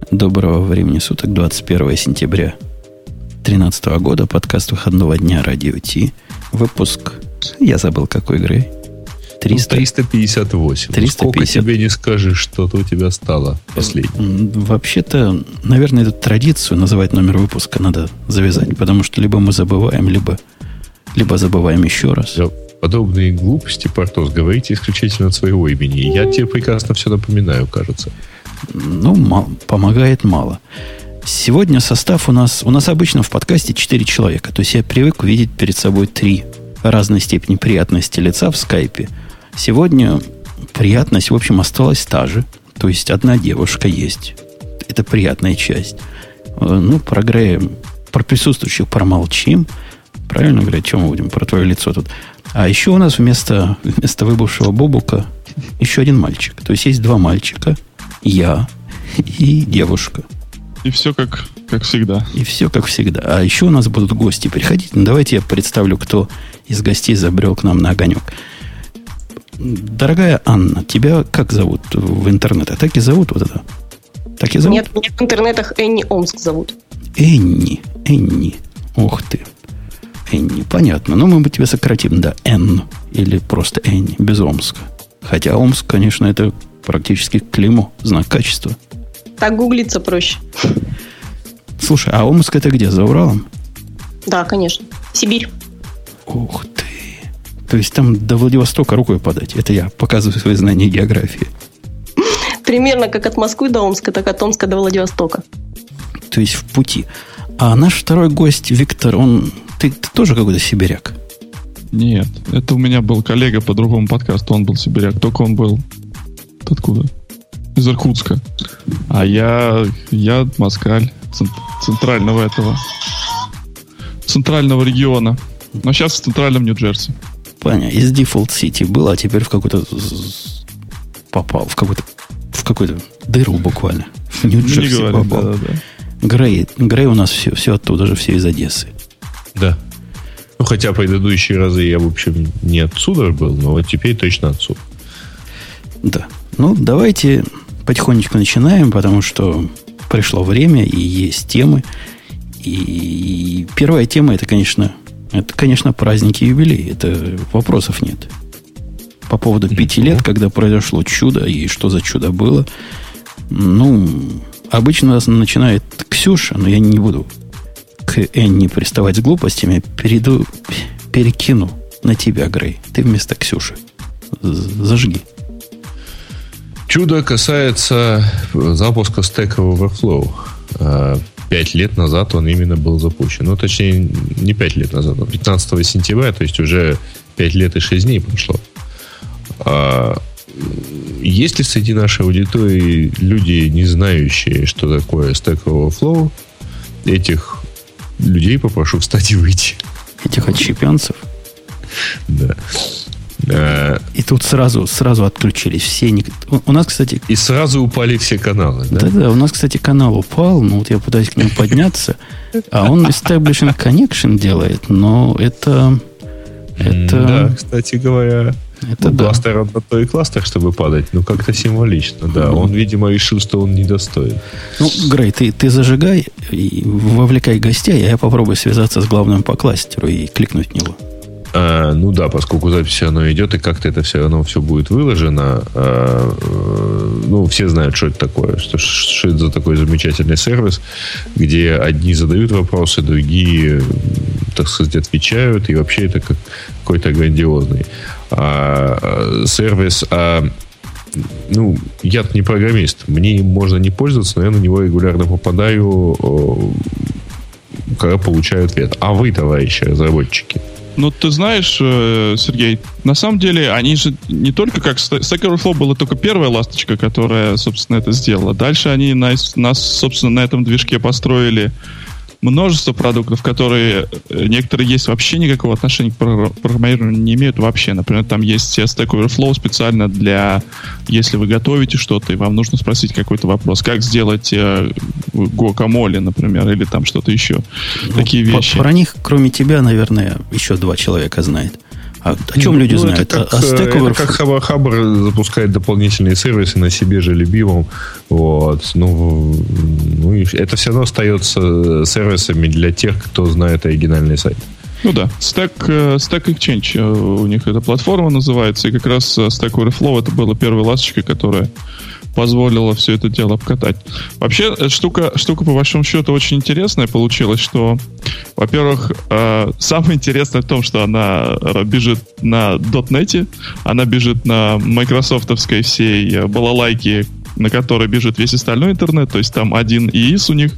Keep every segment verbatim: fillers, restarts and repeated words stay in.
Доброго времени суток, двадцать первое сентября две тысячи тринадцатого года, подкаст выходного дня Радио Ти, выпуск, я забыл какой, Грей? триста? Ну, триста пятьдесят восемь. триста пятьдесят. Сколько тебе не скажешь, что-то у тебя стало последнее? Вообще-то, наверное, эту традицию называть номер выпуска надо завязать, потому что либо мы забываем, либо, либо забываем еще раз. Да, подобные глупости, Портос, говорите исключительно от своего имени. Я тебе прекрасно все напоминаю, кажется. Ну, мало, помогает мало. Сегодня состав у нас... У нас обычно в подкасте четыре человека. То есть я привык видеть перед собой три разной степени приятности лица в скайпе. Сегодня приятность, в общем, осталась та же. То есть одна девушка есть. Это приятная часть. Ну, про Грея, про присутствующих промолчим. Правильно, Грея, чем мы будем? Про твое лицо тут. А еще у нас вместо, вместо выбывшего Бобука еще один мальчик. То есть есть два мальчика. Я и девушка. И все как, как всегда. И все как всегда. А еще у нас будут гости приходить. Ну, давайте я представлю, кто из гостей забрел к нам на огонек. Дорогая Анна, тебя как зовут в интернете? Так и зовут вот это? Так и зовут? Нет, меня в интернетах Энни Омск зовут. Энни, Энни. Ух ты. Энни, понятно. Но мы бы тебя сократим до Н. Или просто Энни, без Омска. Хотя Омск, конечно, это практически клеймо, знак качества. Так гуглиться проще. Слушай, а Омск это где? За Уралом? Да, конечно. Сибирь. Ух ты. То есть там до Владивостока рукой подать. Это я показываю свои знания географии. Примерно как от Москвы до Омска, так от Омска до Владивостока. То есть в пути. А наш второй гость, Виктор, он... Ты, ты тоже какой-то сибиряк? Нет, это у меня был коллега по другому подкасту, он был сибиряк, только он был... Откуда? Из Иркутска. А я, я москаль центрального этого, центрального региона. Но сейчас в центральном Нью-Джерси. Понятно. Из Default City был, а теперь в какой-то попал, в какой-то в какую-то дыру буквально. В Нью-Джерси ну, попал. Да, да, да. Грей, Грей у нас все, все оттуда же, все из Одессы. Да. Ну, хотя предыдущие разы я, в общем, не отсюда был, но вот теперь точно отсюда. Да. Ну, давайте потихонечку начинаем, потому что пришло время и есть темы. И первая тема это, конечно, это, конечно, праздники и юбилей. Это вопросов нет. По поводу пяти лет, когда произошло чудо, и что за чудо было. Ну, обычно нас начинает Ксюша, но я не буду к Энни приставать с глупостями. Перейду, перекину на тебя, Грей. Ты вместо Ксюши. Зажги. Чудо касается запуска Stack Overflow. Пять лет назад он именно был запущен. Ну, точнее, не пять лет назад, а пятнадцатого сентября, то есть уже пять лет и шесть дней прошло. Есть ли среди нашей аудитории люди, не знающие, что такое Stack Overflow? Этих людей попрошу встать и выйти. Этих отщепенцев? Да. И тут сразу, сразу отключились все. У нас, кстати... И сразу упали все каналы, да? Да-да, у нас, кстати, канал упал. Ну, вот я пытаюсь к нему подняться. А он Establishing Connection делает, но это... это да, кстати говоря... Это ну, да. Кластер на то и кластер, чтобы падать. Ну, как-то символично, да. Он, видимо, решил, что он недостоин. Ну, Грей, ты, ты зажигай и вовлекай гостей, а я попробую связаться с главным по кластеру и кликнуть в него. А, ну да, поскольку запись все равно идет, и как-то это все равно все будет выложено. А, а, ну, все знают, что это такое. Что, что это за такой замечательный сервис, где одни задают вопросы, другие, так сказать, отвечают. И вообще это как какой-то грандиозный а, сервис. А, ну, я-то не программист. Мне им можно не пользоваться, но я на него регулярно попадаю, когда получаю ответ. А вы, товарищи разработчики? Ну, ты знаешь, Сергей, на самом деле, они же не только как... Stack Overflow была только первая ласточка, которая, собственно, это сделала. Дальше они нас, нас собственно, на этом движке построили множество продуктов, которые некоторые есть вообще никакого отношения к программированию не имеют вообще. Например, там есть Stack Overflow специально для, если вы готовите что-то, и вам нужно спросить какой-то вопрос. Как сделать э, гуакамоле, например, или там что-то еще. Ну, такие вещи. Про них, кроме тебя, наверное, еще два человека знает. А о чем люди ну, знают? Это как, а Stack Overflow... это как Хабр запускает дополнительные сервисы на себе же любимом. Вот. Ну, ну, это все равно остается сервисами для тех, кто знает оригинальный сайт. Ну да, Stack, Stack Exchange у них эта платформа называется, и как раз Stack Overflow это была первая ласточка, которая позволила все это дело обкатать. Вообще, штука, штука по большому счету очень интересная получилась, что, во-первых, э, самое интересное в том, что она бежит на дотнете, она бежит на майкрософтовской всей балалайке, на которой бежит весь остальной интернет, то есть там один ай эс у них,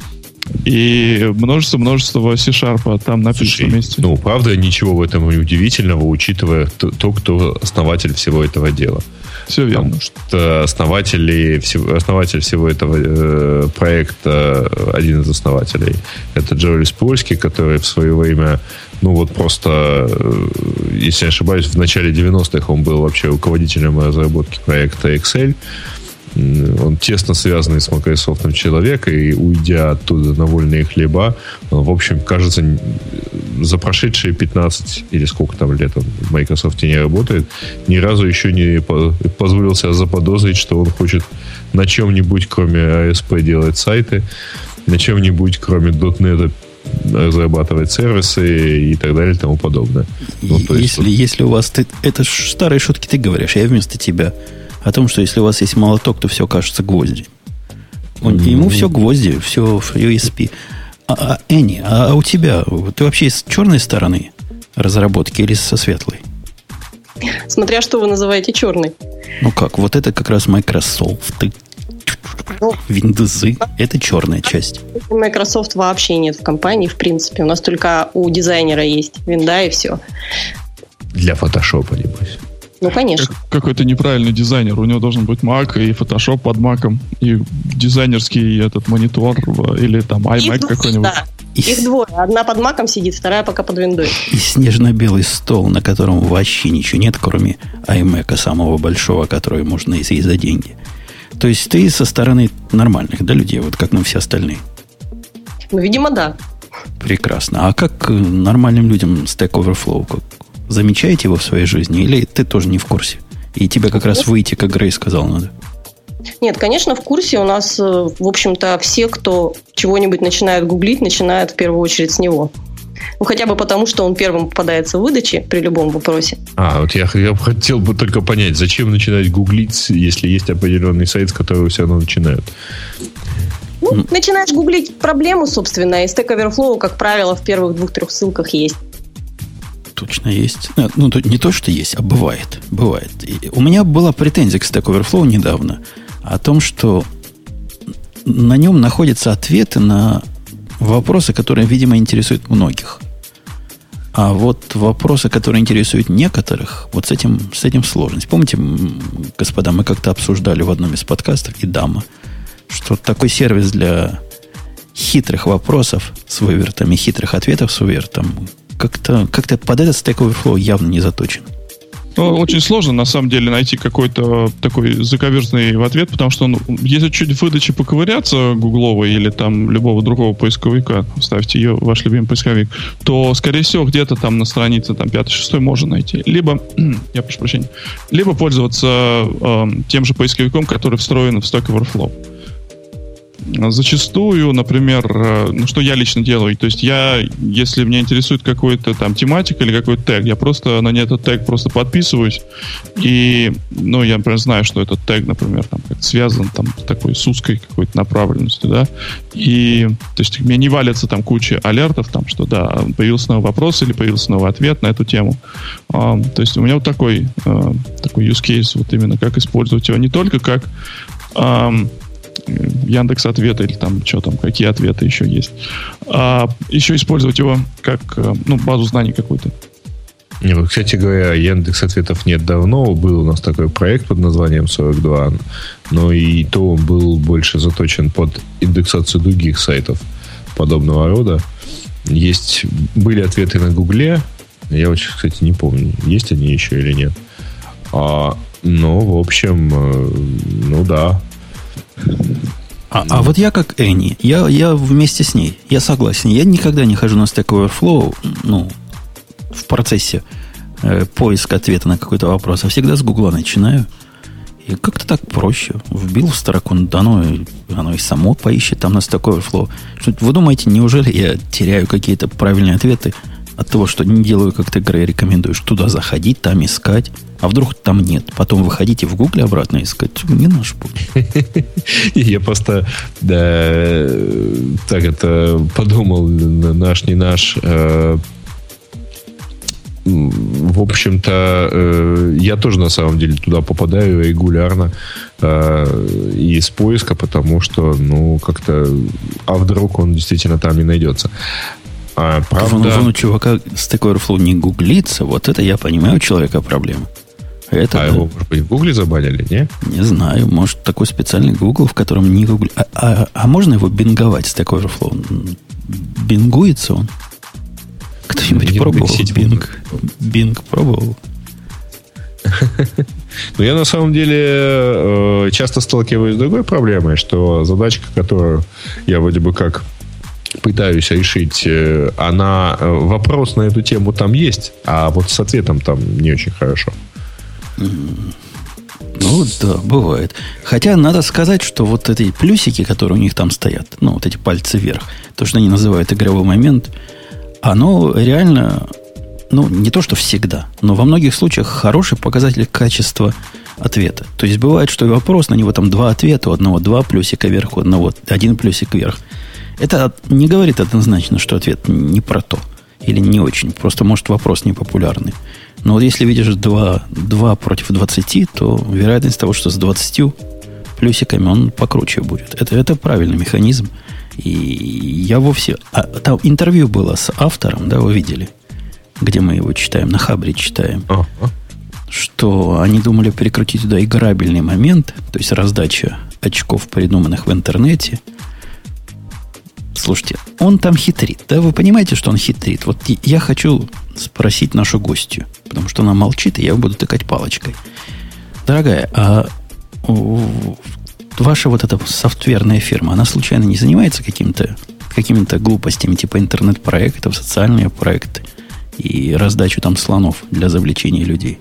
и множество-множество C-Sharp там написано вместе. Ну, правда, ничего в этом не удивительного, учитывая то, то, кто основатель всего этого дела. Все верно. Потому что основатели, основатель всего этого э, проекта, один из основателей, это Джерри Спольский, который в свое время, ну вот просто, э, если не ошибаюсь, в начале девяностых он был вообще руководителем разработки проекта Excel. Он тесно связанный с Microsoft человек, и уйдя оттуда на вольные хлеба, он, в общем, кажется, за прошедшие пятнадцать или сколько там лет он в Microsoft не работает, ни разу еще не позволил себе заподозрить, что он хочет на чем-нибудь, кроме эй эс пи, делать сайты, на чем-нибудь, кроме .NET, разрабатывать сервисы и так далее и тому подобное. Ну, то есть, если, если у вас... Ты, это ж старые шутки ты говоришь, я вместо тебя... О том, что если у вас есть молоток, то все кажется гвозди. Он, mm-hmm. Ему все гвозди, все ю эс пи. А, а Энни, а, а у тебя, ты вообще с черной стороны разработки или со светлой? Смотря что вы называете черной. Ну как, вот это как раз Microsoft. Windows, это черная часть. Microsoft вообще нет в компании, в принципе. У нас только у дизайнера есть винда и все. Для Photoshop, небось. Ну, конечно. Как, какой-то неправильный дизайнер. У него должен быть Mac и Photoshop под Mac'ом, и дизайнерский этот монитор, или там iMac Их какой-нибудь. Да. И Их с... двое. Одна под Mac'ом сидит, вторая пока под виндой. И снежно-белый стол, на котором вообще ничего нет, кроме iMac'а самого большого, который можно изъесть за деньги. То есть ты со стороны нормальных, да, людей, вот как мы все остальные? Ну, видимо, да. Прекрасно. А как нормальным людям Stack Overflow? Как? Замечаете его в своей жизни? Или ты тоже не в курсе? И тебе как раз выйти, как Грей сказал, надо? Нет, конечно, в курсе. У нас, в общем-то, все, кто чего-нибудь начинает гуглить, начинают в первую очередь с него. Ну, хотя бы потому, что он первым попадается в выдаче при любом вопросе. А, вот я, я хотел бы только понять, зачем начинать гуглить, если есть определенный сайт, с которого все равно начинают? Ну, mm. начинаешь гуглить проблему, собственно, и Stack Overflow, как правило, в первых двух-трех ссылках есть. Точно есть. Ну, тут не то, что есть, а бывает. Бывает. И у меня была претензия к Stack Overflow недавно о том, что на нем находятся ответы на вопросы, которые, видимо, интересуют многих. А вот вопросы, которые интересуют некоторых, вот с этим, с этим сложность. Помните, господа, мы как-то обсуждали в одном из подкастов, и дама, что такой сервис для хитрых вопросов с вывертами, хитрых ответов с вывертом, как-то, как-то под этот Stack Overflow явно не заточен. Ну, очень сложно, на самом деле, найти какой-то такой заковерный в ответ, потому что, ну, если чуть в выдаче поковыряться гугловой или там любого другого поисковика, ставьте ее, ваш любимый поисковик, то, скорее всего, где-то там на странице там пятый-шестой можно найти. Либо, я прошу прощения, либо пользоваться э, тем же поисковиком, который встроен в Stack Overflow. Зачастую, например, ну, что я лично делаю, то есть я, если меня интересует какой-то там тематика или какой-то тег, я просто на этот тег просто подписываюсь, и, ну, я, например, знаю, что этот тег, например, там как связан там с такой с узкой какой-то направленностью, да, и, то есть, мне не валится там куча алертов, там, что, да, появился новый вопрос или появился новый ответ на эту тему. А, то есть, у меня вот такой, а, такой use case, вот именно как использовать его не только как а, Яндекс ответы или там что там, какие ответы еще есть. А еще использовать его как, ну, базу знаний какую-то. Не, вот, кстати говоря, Яндекс ответов нет давно. Был у нас такой проект под названием сорок два, но и то он был больше заточен под индексацию других сайтов подобного рода. Есть, были ответы на Гугле. Я очень, кстати, не помню, есть они еще или нет. А, но, в общем, ну да. А, а вот я как Энни, я, я вместе с ней, я согласен. Я никогда не хожу на Stack Overflow, ну, в процессе э, поиск ответа на какой-то вопрос, а всегда с Гугла начинаю. И как-то так проще. Вбил в строку, дано, оно и само поищет там на Stack Overflow. Что, вы думаете, неужели я теряю какие-то правильные ответы от того, что не делаю, как ты, Грей, рекомендуешь, туда заходить, там искать, а вдруг там нет. Потом выходите в Гугле обратно искать. Не наш путь. Я просто так это подумал, наш, не наш. В общем-то, я тоже на самом деле туда попадаю регулярно из поиска, потому что, ну, как-то, а вдруг он действительно там не найдется. А, правда... Вон, вон у чувака Stack Overflow не гуглится, вот это я понимаю, у человека проблема. Это, а да, его, может быть, в Гугле забанили, не? Не знаю, может, такой специальный Google, в котором не гугли... А, а, а можно его бинговать, Stack Overflow? Бингуется он? Кто-нибудь не пробовал? Бинг. Бинг пробовал? Ну, я на самом деле часто сталкиваюсь с другой проблемой, что задачка, которую я вроде бы как пытаюсь решить, она, вопрос на эту тему там есть, а вот с ответом там не очень хорошо. Ну, да, бывает. Хотя надо сказать, что вот эти плюсики, которые у них там стоят, ну, вот эти пальцы вверх, то, что они называют игровой момент, оно реально, ну, не то, что всегда, но во многих случаях хороший показатель качества ответа. То есть бывает, что и вопрос, на него там два ответа, у одного два плюсика вверх, у одного один плюсик вверх. Это не говорит однозначно, что ответ не про то. Или не очень. Просто, может, вопрос непопулярный. Но вот если видишь два, два против двадцати, то вероятность того, что с двадцатью плюсиками он покруче будет. Это, это правильный механизм. И я вовсе... А, там интервью было с автором, да, вы видели? Где мы его читаем, на Хабре читаем. Uh-huh. Что они думали перекрутить туда играбельный момент, то есть раздача очков, придуманных в интернете. Слушайте, он там хитрит, да? Вы понимаете, что он хитрит? Вот я хочу спросить нашу гостью, потому что она молчит, и я буду тыкать палочкой. Дорогая, а ваша вот эта софтверная фирма, она случайно не занимается каким-то, какими-то глупостями, типа интернет-проектов, социальные проекты и раздачу там слонов для завлечения людей?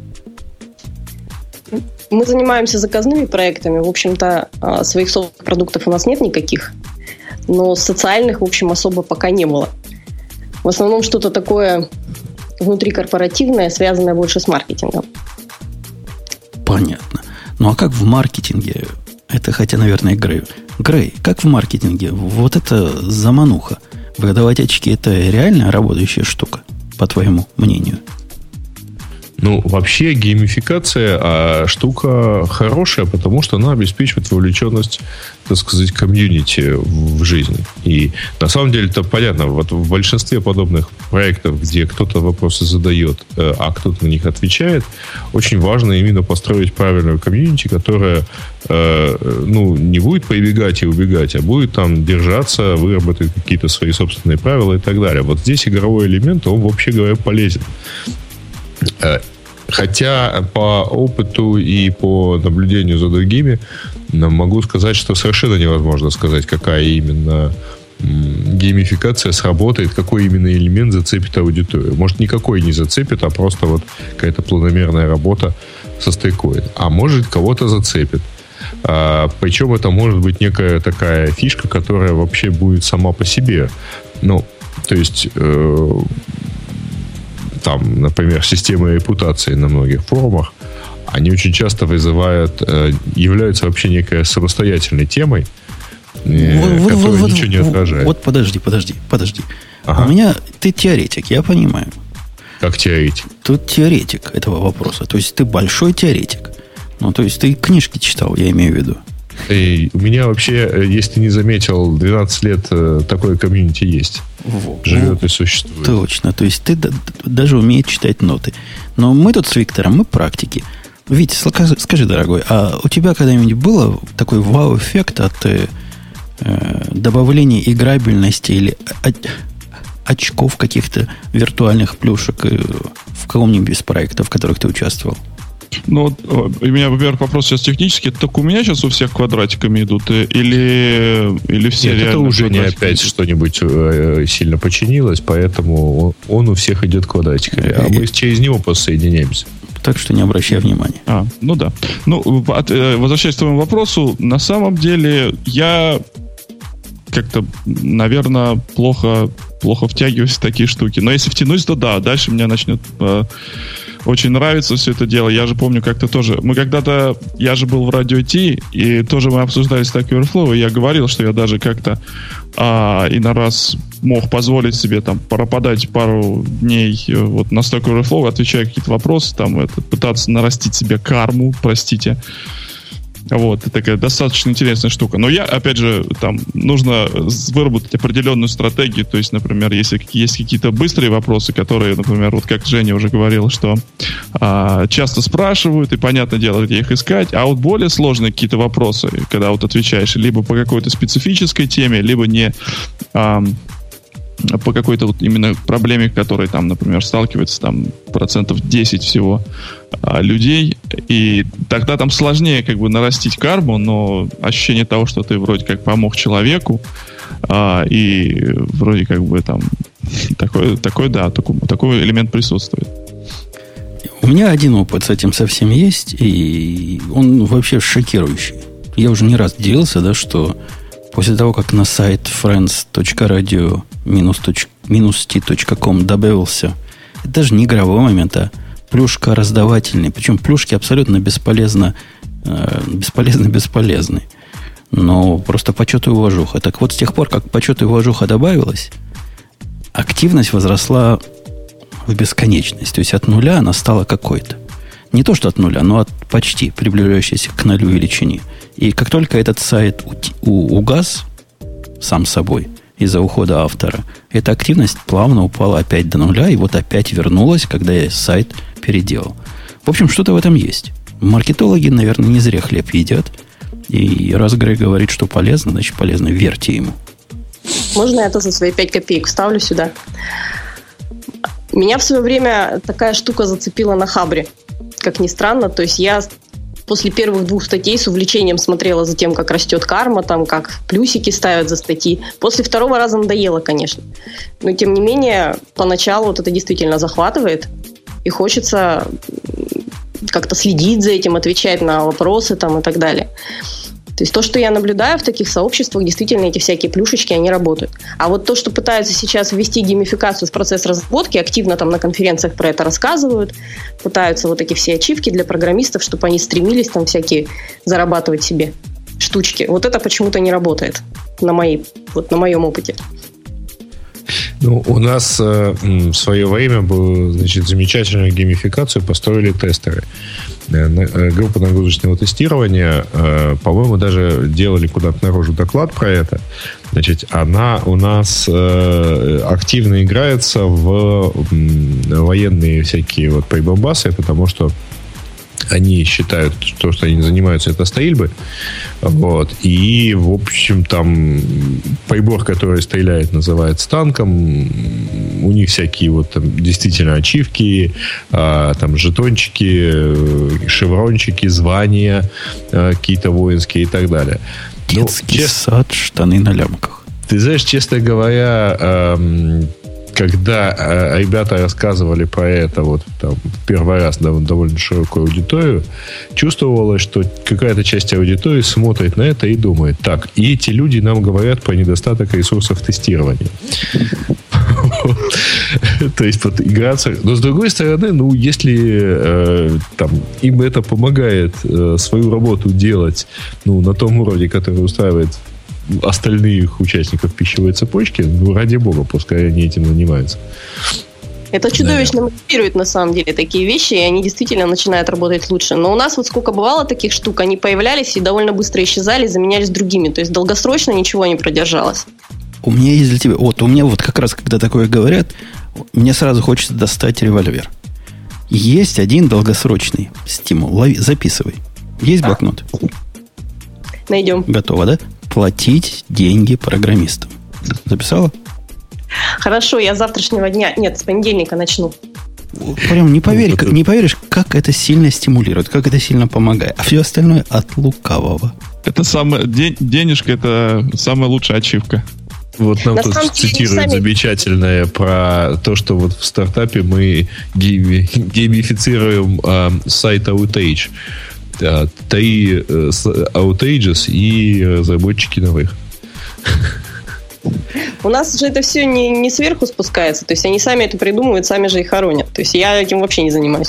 Мы занимаемся заказными проектами. В общем-то, своих собственных продуктов у нас нет никаких. Но социальных, в общем, особо пока не было. В основном что-то такое внутрикорпоративное, связанное больше с маркетингом. Понятно. Ну, а как в маркетинге? Это, хотя, наверное, Грей. Грей, как в маркетинге? Вот это замануха. Выдавать очки – это реально работающая штука, по твоему мнению? Ну, вообще геймификация а, штука хорошая, потому что она обеспечивает вовлеченность, так сказать, комьюнити в, в жизнь. И на самом деле это понятно. Вот в большинстве подобных проектов, где кто-то вопросы задает, а кто-то на них отвечает, очень важно именно построить правильную комьюнити, которая э, ну, не будет поибегать и убегать, а будет там держаться, выработать какие-то свои собственные правила и так далее. Вот здесь игровой элемент, он, вообще говоря, полезен. Хотя по опыту и по наблюдению за другими могу сказать, что совершенно невозможно сказать, какая именно геймификация сработает, какой именно элемент зацепит аудиторию. Может, никакой не зацепит, а просто вот какая-то планомерная работа состыкует. А может, кого-то зацепит. А, причем это может быть некая такая фишка, которая вообще будет сама по себе. Ну, то есть... Э- там, например, системы репутации на многих форумах, они очень часто вызывают, являются вообще некой самостоятельной темой, вот, которая вот, ничего вот, не отражает. Вот подожди, подожди, подожди. Ага. У меня ты теоретик, я понимаю. Как теоретик? Тут теоретик этого вопроса. То есть ты большой теоретик. Ну, то есть ты книжки читал, я имею в виду. И у меня вообще, если ты не заметил, двенадцать лет такое комьюнити есть. Во, живет во, и существует. Точно. То есть ты да, даже умеешь читать ноты. Но мы тут с Виктором, мы практики. Витя, скажи, скажи, дорогой, а у тебя когда-нибудь было такой вау-эффект от э, добавления играбельности или от, очков каких-то виртуальных плюшек в каком-нибудь из проектов, в которых ты участвовал? Ну, у меня, во-первых, вопрос сейчас технический. Это только у меня сейчас у всех квадратиками идут? Или, или все Нет, реально это уже не квадратиками опять идут? Что-нибудь э, сильно починилось, поэтому он, он у всех идет квадратиками. А мы через него просто соединяемся. Так что не обращай внимания. А, ну да. Ну, от, э, возвращаясь к твоему вопросу, на самом деле я как-то, наверное, плохо, плохо втягиваюсь в такие штуки. Но если втянусь, то да, дальше мне начнет э, очень нравится все это дело. Я же помню как-то тоже... Мы когда-то... Я же был в Радио Ти, и тоже мы обсуждали Stack Overflow, и я говорил, что я даже как-то а, и на раз мог позволить себе там пропадать пару дней вот на Stack Overflow, отвечая какие-то вопросы, там, это, пытаться нарастить себе карму, простите. Вот, это такая достаточно интересная штука. Но я, опять же, там, нужно выработать определенную стратегию. То есть, например, если есть какие-то быстрые вопросы, которые, например, вот как Женя уже говорил, что а, часто спрашивают, и понятное дело, где их искать. А вот более сложные какие-то вопросы, когда вот отвечаешь либо по какой-то специфической теме, либо не... А, по какой-то вот именно проблеме, которой там, например, сталкивается там процентов десять всего а, людей, и тогда там сложнее как бы нарастить карму, но ощущение того, что ты вроде как помог человеку, а, и вроде как бы там такой, такой да, такой, такой элемент присутствует. У меня один опыт с этим совсем есть, и он вообще шокирующий. Я уже не раз делился, да, что после того, как на сайт friends точка radio минус ти точка ком добавился, это даже не игровой момент, а плюшка раздавательный. Причем плюшки абсолютно бесполезно, э, бесполезно бесполезны. Но просто почет и уважуха. Так вот, с тех пор, как почет и уважуха добавилась, активность возросла в бесконечность. То есть от нуля она стала какой-то. Не то, что от нуля, но от почти приближающейся к нулю величине. И как только этот сайт у, у, угас сам собой из-за ухода автора, эта активность плавно упала опять до нуля, и вот опять вернулась, когда я сайт переделал. В общем, что-то в этом есть. Маркетологи, наверное, не зря хлеб едят. И раз Грег говорит, что полезно, значит полезно. Верьте ему. Можно я тоже свои пять копеек вставлю сюда? Меня в свое время такая штука зацепила на Хабре. Как ни странно, то есть я после первых двух статей с увлечением смотрела за тем, как растет карма, там, как плюсики ставят за статьи. После второго раза надоело, конечно. Но, тем не менее, поначалу вот это действительно захватывает. И хочется как-то следить за этим, отвечать на вопросы там, и так далее. То есть то, что я наблюдаю в таких сообществах, действительно эти всякие плюшечки, они работают. А вот то, что пытаются сейчас ввести геймификацию в процесс разработки, активно там на конференциях про это рассказывают, пытаются вот эти все ачивки для программистов, чтобы они стремились там всякие зарабатывать себе штучки. Вот это почему-то не работает на, моей, вот на моем опыте. Ну, у нас э, в свое время была, значит, замечательную геймификацию построили тестеры. Э, э, группа нагрузочного тестирования, э, по-моему, даже делали куда-то наружу доклад про это. Значит, она у нас э, активно играется в э, военные всякие вот прибамбасы, потому что они считают, что, что они занимаются, это стрельбы. Вот. И, в общем, там прибор, который стреляет, называется танком. У них всякие вот там действительно ачивки, а, там жетончики, шеврончики, звания а, какие-то воинские и так далее. Детский ну, чест... сад, штаны на лямках. Ты знаешь, честно говоря, эм, когда э, ребята рассказывали про это вот там первый раз на довольно широкую аудиторию, чувствовалось, что какая-то часть аудитории смотрит на это и думает: так, и эти люди нам говорят про недостаток ресурсов тестирования. То есть вот играться. Но с другой стороны, ну, если там им это помогает свою работу делать, ну, на том уровне, который устраивает остальных участников пищевой цепочки, ну, ради бога, пускай они этим занимаются. Это чудовищно мотивирует, на самом деле, такие вещи, и они действительно начинают работать лучше. Но у нас вот сколько бывало таких штук, они появлялись и довольно быстро исчезали, заменялись другими. То есть долгосрочно ничего не продержалось. У меня есть для тебя... Вот, у меня вот как раз, когда такое говорят, мне сразу хочется достать револьвер. Есть один долгосрочный стимул. Лови, записывай. Есть блокнот? Найдем. Готово, да? Платить деньги программистам. Записала? Хорошо, я с завтрашнего дня... Нет, с понедельника начну. Прям не, поверь, как, не поверишь, как это сильно стимулирует, как это сильно помогает. А все остальное от лукавого. Это самое, день, денежка, это самая лучшая ачивка. Вот нам тут цитируют сами... замечательное про то, что вот в стартапе мы гейми, геймифицируем э, сайт Outage. Да, три э, Outages и разработчики новых. У нас же это все не, не сверху спускается. То есть они сами это придумывают, сами же и хоронят. То есть я этим вообще не занимаюсь.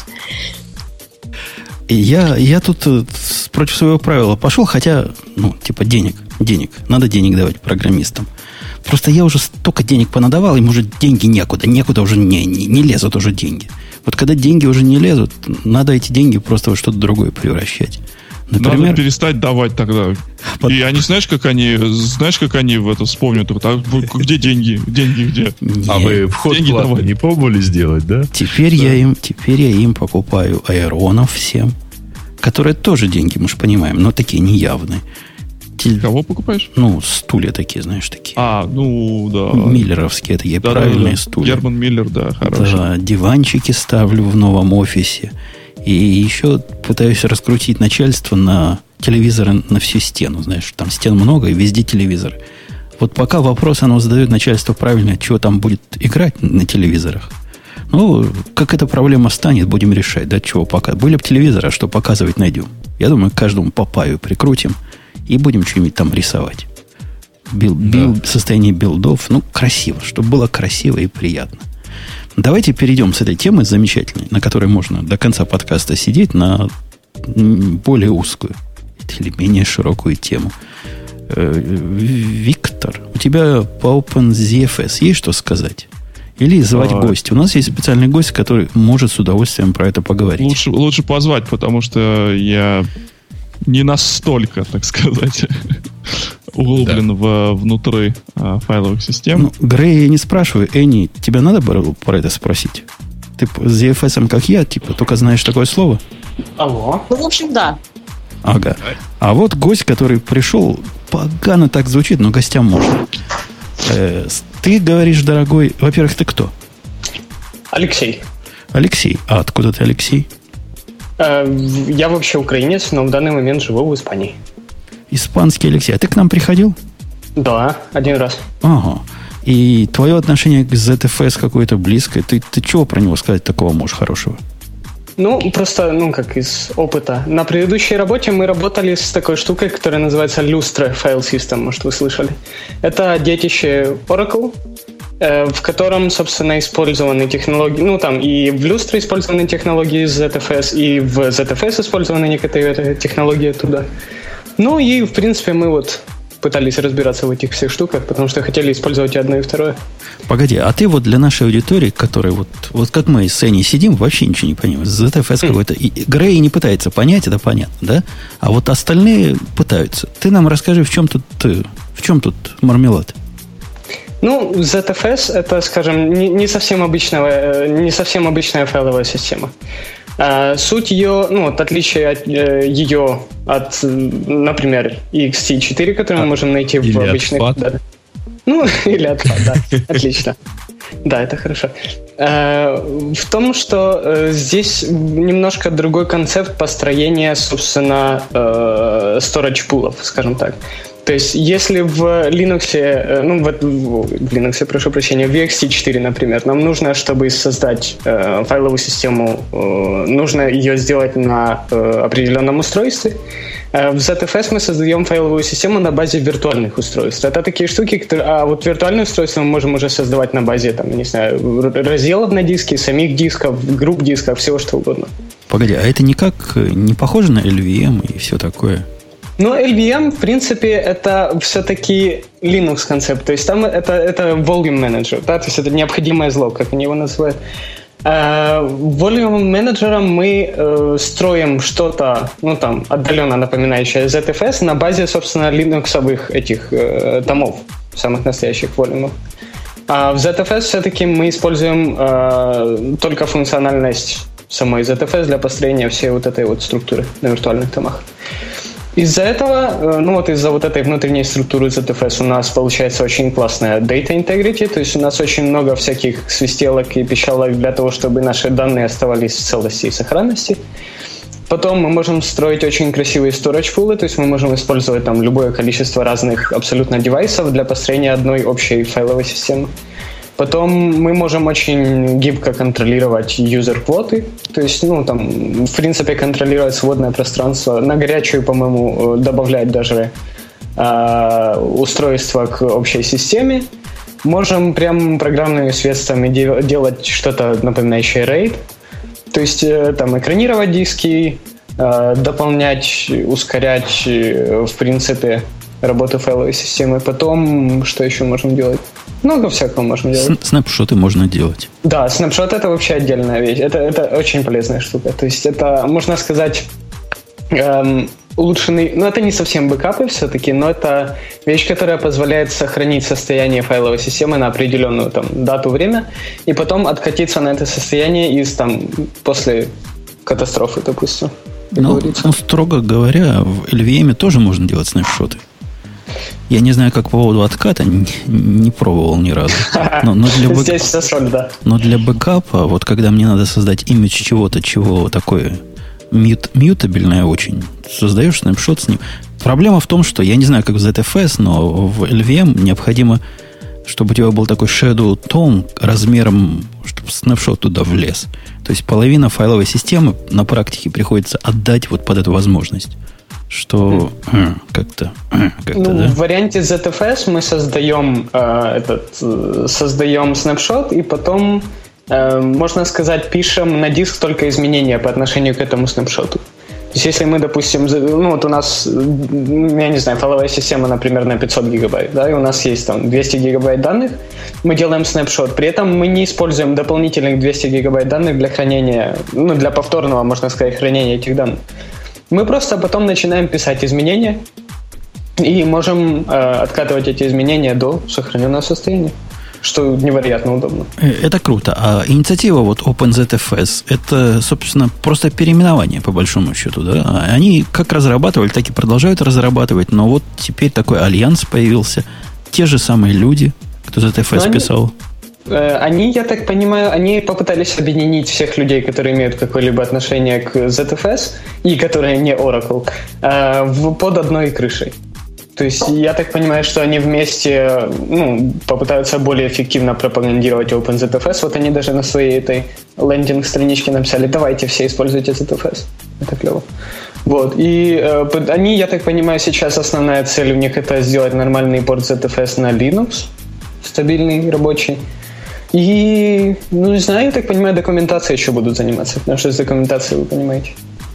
Я, я тут против своего правила пошел, хотя, ну, типа денег, денег. Надо денег давать программистам. Просто я уже столько денег понадавал, им уже деньги некуда. Некуда уже не, не, не лезут уже деньги. Вот когда деньги уже не лезут, надо эти деньги просто во что-то другое превращать. Например, надо перестать давать тогда. Под... И они, знаешь, как они, знаешь, как они в это вспомнят? А где деньги? Деньги где? Нет. А вы вход платно не пробовали сделать, да? Теперь, да. Я им, теперь я им покупаю аэронов всем, которые тоже деньги, мы же понимаем, но такие неявные. Кого покупаешь? Ну, стулья такие, знаешь, такие. А, ну, да. Миллеровские, такие да, правильные да, да. стулья. Герман Миллер, да, хороший. Да, диванчики ставлю в новом офисе. И еще пытаюсь раскрутить начальство на телевизоры на всю стену. Знаешь, там стен много, и везде телевизоры. Вот пока вопрос оно задает начальство правильно, чего там будет играть на телевизорах. Ну, как эта проблема станет, будем решать. Да, чего пока. Были бы телевизоры, а что показывать найдем. Я думаю, каждому папаю прикрутим и будем что-нибудь там рисовать. Бил, бил, да. Состояние билдов, ну, красиво, чтобы было красиво и приятно. Давайте перейдем с этой темы замечательной, на которой можно до конца подкаста сидеть, на более узкую или менее широкую тему. Виктор, у тебя по OpenZFS есть что сказать? Или звать а... гостя? У нас есть специальный гость, который может с удовольствием про это поговорить. Лучше, лучше позвать, потому что я не настолько, так сказать, углублен да. в, внутри а, файловых систем. Ну, Грей, я не спрашиваю. Энни, тебя надо было про это спросить? Ты с зет эф эс, как я, типа, только знаешь такое слово? Алло. Ну, в общем, да. Ага. А вот гость, который пришел, погано так звучит, но гостям можно. Э, ты говоришь, дорогой... Во-первых, ты кто? Алексей. Алексей. А откуда ты, Алексей? Я вообще украинец, но в данный момент живу в Испании. Испанский Алексей. А ты к нам приходил? Да, один раз. Ага. И твое отношение к зет эф эс какое-то близкое. Ты, ты чего про него сказать такого можешь хорошего? Ну, просто, ну, как из опыта. На предыдущей работе мы работали с такой штукой, которая называется Lustre File System, может, вы слышали. Это детище Oracle, в котором, собственно, использованы технологии, ну, там и в Lustre использованы технологии зет эф эс, и в зет эф эс использованы некоторые технологии оттуда. Ну, и, в принципе, мы вот пытались разбираться в этих всех штуках, потому что хотели использовать и одно, и второе. Погоди, а ты вот для нашей аудитории, которая вот, вот как мы с Эней сидим, вообще ничего не понимаем. зет эф эс mm. какой-то... И Грей не пытается понять, это понятно, да? А вот остальные пытаются. Ты нам расскажи, в чем тут, в чем тут мармелад? Ну, зет эф эс это, скажем, не, не, совсем обычная, не совсем обычная файловая система. А, суть ее, ну, вот отличие от, ее от, например, и экс ти четыре, который мы можем найти в обычных... Да. Ну, или от фат, да. Отлично. Да, это хорошо. А, в том, что здесь немножко другой концепт построения, собственно, storage пулов, скажем так. То есть, если в Linux, ну, в, в Linux, прошу прощения, в икс ти четыре, например, нам нужно, чтобы создать э, файловую систему, э, нужно ее сделать на э, определенном устройстве. Э, в зет эф эс мы создаем файловую систему на базе виртуальных устройств. Это такие штуки, которые... А вот виртуальные устройства мы можем уже создавать на базе, там, не знаю, разделов на диске, самих дисков, групп дисков, всего что угодно. Погоди, а это никак не похоже на эл ви эм и все такое? Ну, эл ви эм, в принципе, это все-таки Linux концепт. То есть там это, это volume manager, да? То есть это необходимое зло, как они его называют. Volume менеджером мы э, строим что-то, ну, там, отдаленно напоминающее зет эф эс на базе, собственно, линуксовых этих э, томов, самых настоящих волюмов. А в зет эф эс все-таки мы используем э, только функциональность самой зет эф эс для построения всей вот этой вот структуры на виртуальных томах. Из-за этого, ну вот из-за вот этой внутренней структуры зет эф эс у нас получается очень классная data integrity, то есть у нас очень много всяких свистелок и пищалок для того, чтобы наши данные оставались в целости и сохранности. Потом мы можем строить очень красивые storage пулы, то есть мы можем использовать там любое количество разных абсолютно девайсов для построения одной общей файловой системы. Потом мы можем очень гибко контролировать юзер-квоты, то есть, ну, там, в принципе, контролировать свободное пространство. На горячую, по-моему, добавлять даже э, устройство к общей системе. Можем прям программными средствами де- делать что-то напоминающее RAID, то есть, э, там, экранировать диски, э, дополнять, ускорять, э, в принципе, работу файловой системы. Потом, что еще можем делать? Много всякого можно делать. Снапшоты можно делать. Да, снапшот — это вообще отдельная вещь. Это, это очень полезная штука. То есть это, можно сказать, эм, улучшенный... Ну, это не совсем бэкапы все-таки, но это вещь, которая позволяет сохранить состояние файловой системы на определенную там дату, время, и потом откатиться на это состояние из там после катастрофы, допустим. Ну, ну, строго говоря, в эл ви эм тоже можно делать снапшоты. Я не знаю, как по поводу отката, не, не пробовал ни разу. Но, но, для бэк... Здесь все соль, да. но для бэкапа, вот когда мне надо создать имидж чего-то, чего такое мют, мьютабельное очень, создаешь снапшот с ним. Проблема в том, что я не знаю, как в зет эф эс, но в эл ви эм необходимо, чтобы у тебя был такой shadow tone размером, чтобы снапшот туда влез. То есть половина файловой системы на практике приходится отдать вот под эту возможность. Что mm. как-то, как-то ну, да? В варианте зет эф эс мы создаем, э, этот, создаем снапшот, и потом, э, можно сказать, пишем на диск только изменения по отношению к этому снапшоту. То есть, если мы, допустим, ну вот у нас, я не знаю, файловая система, например, на пятьсот гигабайт, да, и у нас есть там двести гигабайт данных, мы делаем снапшот. При этом мы не используем дополнительных двести гигабайт данных для хранения, ну, для повторного, можно сказать, хранения этих данных. Мы просто потом начинаем писать изменения и можем э, откатывать эти изменения до сохраненного состояния, что невероятно удобно. Это круто. А инициатива вот OpenZFS, это, собственно, просто переименование, по большому счету, да? Они как разрабатывали, так и продолжают разрабатывать, но вот теперь такой альянс появился. Те же самые люди, кто зет эф эс писал. Они, я так понимаю, они попытались объединить всех людей, которые имеют какое-либо отношение к зет эф эс и которые не Oracle, под одной крышей. То есть я так понимаю, что они вместе ну, попытаются более эффективно пропагандировать OpenZFS. Вот они даже на своей этой лендинг-страничке написали: давайте все используйте зет эф эс. Это клево. Вот. И э, они, я так понимаю, сейчас основная цель у них это сделать нормальный порт зет эф эс на Linux, стабильный, рабочий. И, ну, не знаю, я так понимаю, документацией еще будут заниматься, потому что с документацией вы понимаете.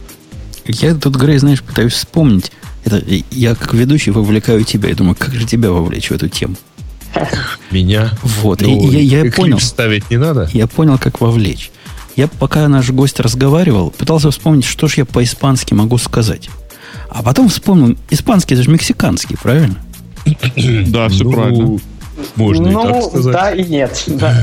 Я тут, Грей, знаешь, пытаюсь вспомнить. Это я как ведущий вовлекаю тебя. Я думаю, как же тебя вовлечь в эту тему? Меня? Вот. Ну, и я, я понял. Ставить не надо? Я понял, как вовлечь. Я, пока наш гость разговаривал, пытался вспомнить, что же я по-испански могу сказать. А потом вспомнил, испанский это же мексиканский, правильно? Да, все правильно. Можно ну, и так сказать. Да и нет. Да.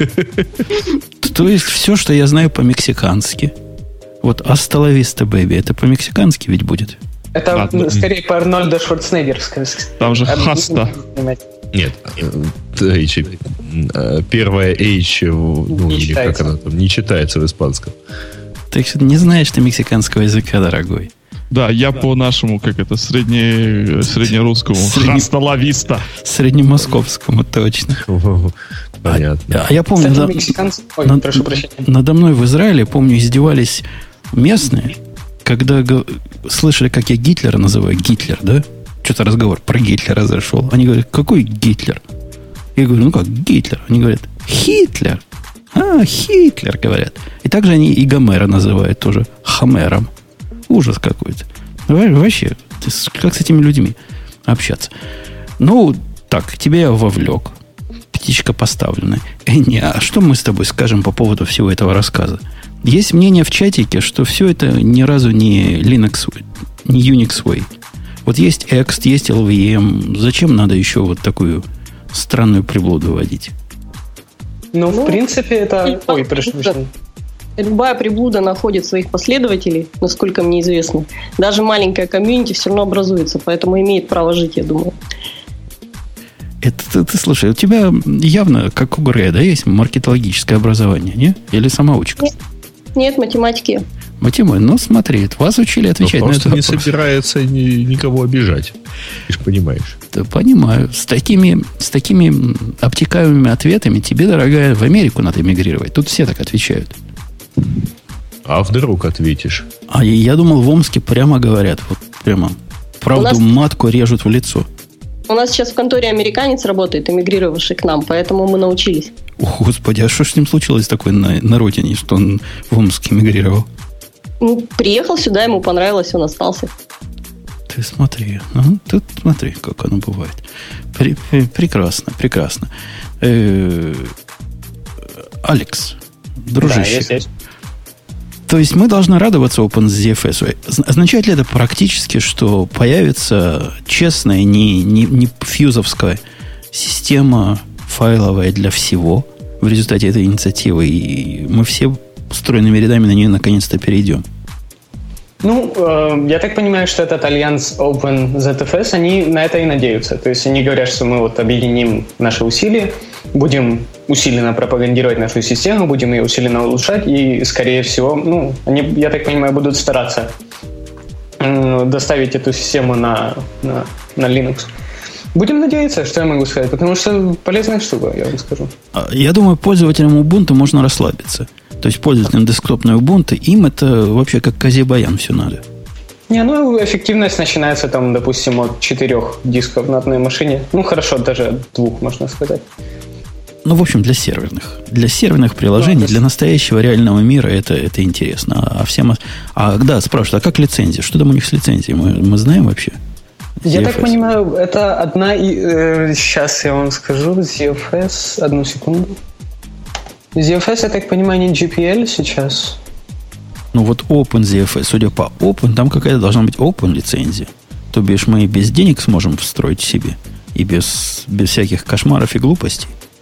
То есть все, что я знаю по-мексикански. Вот «Hasta la vista, baby» это по-мексикански ведь будет? Это а, скорее по Арнольду Шварценеггерскому. Там же «хаста». Нет, H, первая H, ну, или как она там, не читается в испанском. Так что не знаешь ты мексиканского языка, дорогой. Да, я да. по нашему, как это, средне, среднерусскому. Средне... «Хаста ла виста». Среднемосковскому, точно. Понятно. А, а я помню, Кстати, на, Ой, на, прошу прощения. Надо мной в Израиле, помню, издевались местные, когда г- слышали, как я Гитлера называю. Гитлер, да? Что-то разговор про Гитлера зашел. Они говорят: какой Гитлер? Я говорю: ну как, Гитлер? Они говорят: Хитлер. А, Хитлер, говорят. И также они и Гомера называют тоже Хомером. Ужас какой-то. Вообще, как с этими людьми общаться? Ну, так, тебя я вовлек. Птичка поставленная. Э, не, а что мы с тобой скажем по поводу всего этого рассказа? Есть мнение в чатике, что все это ни разу не Linux, не Unix way. Вот есть Ext, есть эл ви эм. Зачем надо еще вот такую странную приблуду вводить? Ну, в принципе, это... Ой, прошу прощения. Любая приблуда находит своих последователей, насколько мне известно. Даже маленькая комьюнити все равно образуется, поэтому имеет право жить, я думаю. Это ты, ты слушай, у тебя явно, как у Грея, да, есть маркетологическое образование, не? Или самоучка? Нет, нет, математики. Математика, ну смотри, вас учили отвечать на этот вопрос. Просто не собирается ни, никого обижать. Ты же понимаешь. Да, понимаю. С такими, с такими обтекаемыми ответами тебе, дорогая, в Америку надо эмигрировать. Тут все так отвечают. А вдруг ответишь? А я, я думал, в Омске прямо говорят. Вот прямо правду нас... матку режут в лицо. У нас сейчас в конторе американец работает, эмигрировавший к нам, поэтому мы научились. О, Господи, а что ж с ним случилось такое на, на родине, что он в Омск эмигрировал? Ну, приехал сюда, ему понравилось, он остался. Ты смотри, ну, тут смотри, как оно бывает. При, при, прекрасно, прекрасно. Э-э- Алекс, дружище. Да, есть, есть. То есть мы должны радоваться OpenZFS. Означает ли это практически, что появится честная, не, не, не фьюзовская система файловая для всего в результате этой инициативы, и мы все стройными рядами на нее наконец-то перейдем? Ну, э, я так понимаю, что этот альянс OpenZFS, они на это и надеются. То есть они говорят, что мы вот объединим наши усилия, будем усиленно пропагандировать нашу систему, будем ее усиленно улучшать, и, скорее всего, ну, они, я так понимаю, будут стараться э, доставить эту систему на, на, на Linux. Будем надеяться, что я могу сказать, потому что полезная штука, я вам скажу. Я думаю, пользователям Ubuntu можно расслабиться. То есть пользователям десктопной Ubuntu, им это вообще как козе-баян все надо. Не, ну, эффективность начинается там, допустим, от четырех дисков на одной машине. Ну, хорошо, даже от двух, можно сказать. Ну, в общем, для серверных. Для серверных приложений, да, для настоящего реального мира это, это интересно. А всем... А, да, спрашивают, а как лицензия? Что там у них с лицензией? Мы, мы знаем вообще? Я так понимаю, это одна... Э, сейчас я вам скажу. зет эф эс, одну секунду. зет эф эс, я так понимаю, не джи пи эл сейчас. Ну вот OpenZFS, судя по Open, там какая-то должна быть Open лицензия. То бишь мы и без денег сможем встроить себе. И без, без всяких кошмаров и глупостей.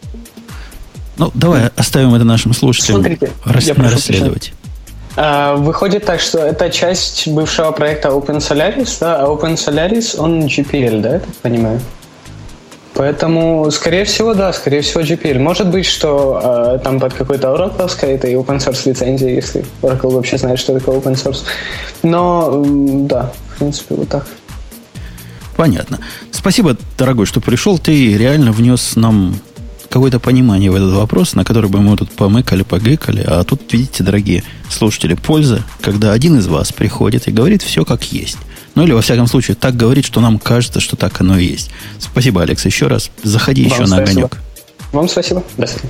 Ну, давай оставим это нашим слушателям. Смотрите, рас, расследовать. А, выходит так, что это часть бывшего проекта OpenSolaris, да, а OpenSolaris, он джи пи эл, да, я так понимаю? Поэтому, скорее всего, да, скорее всего джи пи эл. Может быть, что э, там под какой-то Oracle это и open source лицензия, если Oracle вообще знает, что такое open source. Но, э, да, в принципе, вот так. Понятно. Спасибо, дорогой, что пришел. Ты реально внес нам какое-то понимание в этот вопрос, на который бы мы тут помыкали, погыкали. А тут, видите, дорогие слушатели, польза, когда один из вас приходит и говорит все как есть. Ну, или, во всяком случае, так говорит, что нам кажется, что так оно и есть. Спасибо, Алекс, еще раз. Заходи Вам еще спасибо. на огонек. Вам спасибо. До свидания.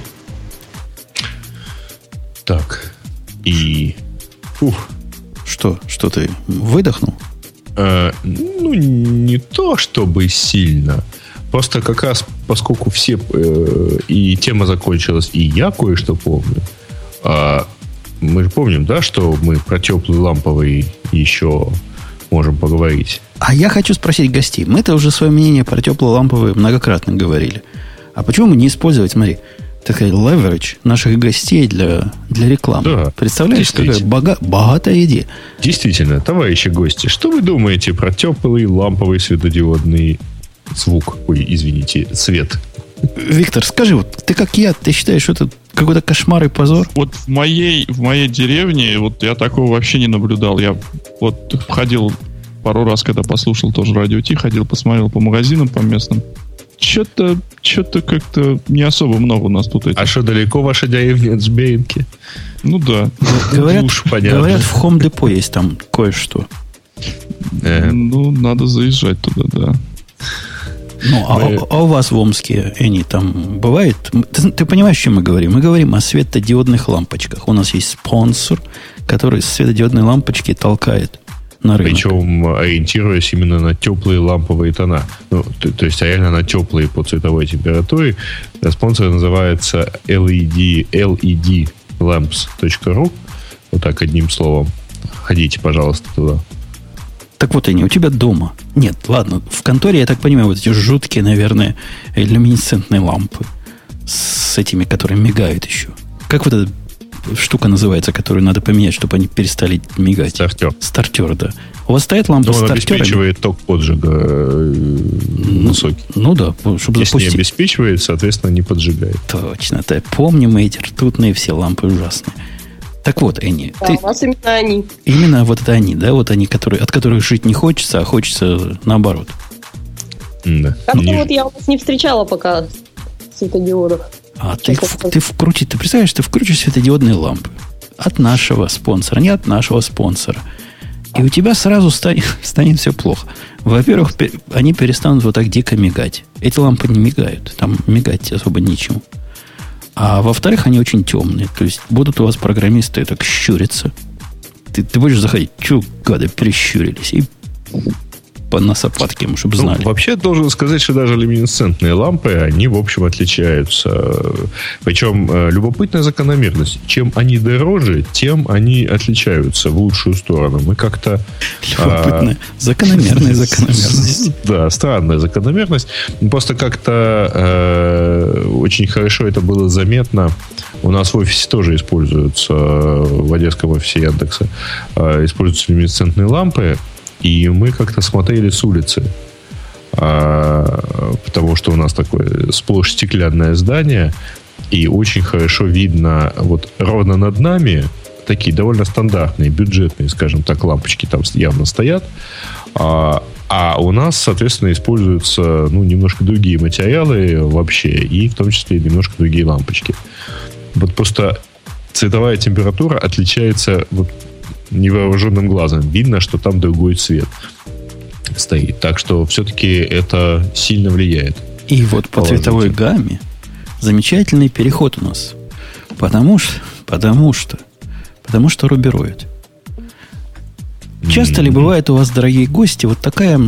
Так. И... Ух. Что? Что ты выдохнул? Э, ну, не то, чтобы сильно. Просто как раз, поскольку все... Э, и тема закончилась, и я кое-что помню. Э, мы же помним, да, что мы про теплый ламповый еще... можем поговорить. А я хочу спросить гостей. Мы-то уже свое мнение про теплоламповые многократно говорили. А почему мы не использовать, смотри, такой leverage наших гостей для, для рекламы? Да, представляешь, какая бога, богатая идея. Действительно, товарищи гости, что вы думаете про теплый ламповый светодиодный звук? Ой, извините, свет. Виктор, скажи, вот ты как я, ты считаешь, что это какой-то кошмар и позор? Вот в моей, в моей деревне вот я такого вообще не наблюдал. Я вот ходил пару раз, когда послушал тоже радио Ти, ходил, посмотрел по магазинам, по местным. Что-то, что-то как-то не особо много у нас тут этих. А что, далеко ваша деревня от Жбеинки? Ну да. Говорят, говорят, в Home Depot есть там кое-что. Э. Ну, надо заезжать туда, да. Ну, а, мы... а у вас в Омске, Эни, там бывает... Ты, ты понимаешь, о чем мы говорим? Мы говорим о светодиодных лампочках. У нас есть спонсор, который светодиодные лампочки толкает на рынок. Причем ориентируясь именно на теплые ламповые тона. Ну, то, то есть реально на теплые по цветовой температуре. Спонсор называется эл и ди, эл и ди lamps точка ру. Вот так, одним словом. Ходите, пожалуйста, туда. Так вот, они у тебя дома. Нет, ладно, в конторе, я так понимаю, вот эти жуткие, наверное, люминесцентные лампы с этими, которые мигают еще. Как вот этот штука называется, которую надо поменять, чтобы они перестали мигать? Стартер. Стартер, да. У вас стоит лампа с стартерами? Он обеспечивает ток поджига высокий. Ну, ну да, чтобы Если запустить. Не обеспечивает, соответственно, не поджигает. Точно. Да, помним эти ртутные все лампы ужасные. Так вот, Энни. Да, ты... у нас именно они. Именно вот это они, да? Вот они, которые, от которых жить не хочется, а хочется наоборот. Да. Как-то не... вот я у вас не встречала пока светодиодов. А ты, ты вкрутишь, ты представляешь, ты вкрутишь светодиодные лампы от нашего спонсора, не от нашего спонсора. И у тебя сразу станет, станет все плохо. Во-первых, они перестанут вот так дико мигать. Эти лампы не мигают. Там мигать особо нечему. А во-вторых, они очень темные. То есть будут у вас программисты так щуриться. Ты, ты будешь заходить, чё, гады, прищурились. И по носопатке, чтобы знали. Ну, вообще, должен сказать, что даже люминесцентные лампы, они, в общем, отличаются. Причем э, любопытная закономерность. Чем они дороже, тем они отличаются в лучшую сторону. Мы как-то... Любопытная. А, закономерная закономерность. Да, странная закономерность. Просто как-то э, очень хорошо это было заметно. У нас в офисе тоже используются, в одесском офисе Яндекса, э, используются люминесцентные лампы. И мы как-то смотрели с улицы, а, потому что у нас такое сплошь стеклянное здание, и очень хорошо видно, вот ровно над нами такие довольно стандартные, бюджетные, скажем так, лампочки там явно стоят, а, а у нас, соответственно, используются ну, немножко другие материалы вообще, и в том числе немножко другие лампочки. Вот просто цветовая температура отличается... Вот, невооруженным глазом видно, что там другой цвет стоит. Так что все-таки это сильно влияет. И вот по цветовой гамме замечательный переход у нас. Потому что, потому что, потому что рубирует. Часто mm-hmm. ли бывает у вас, дорогие гости, вот такая,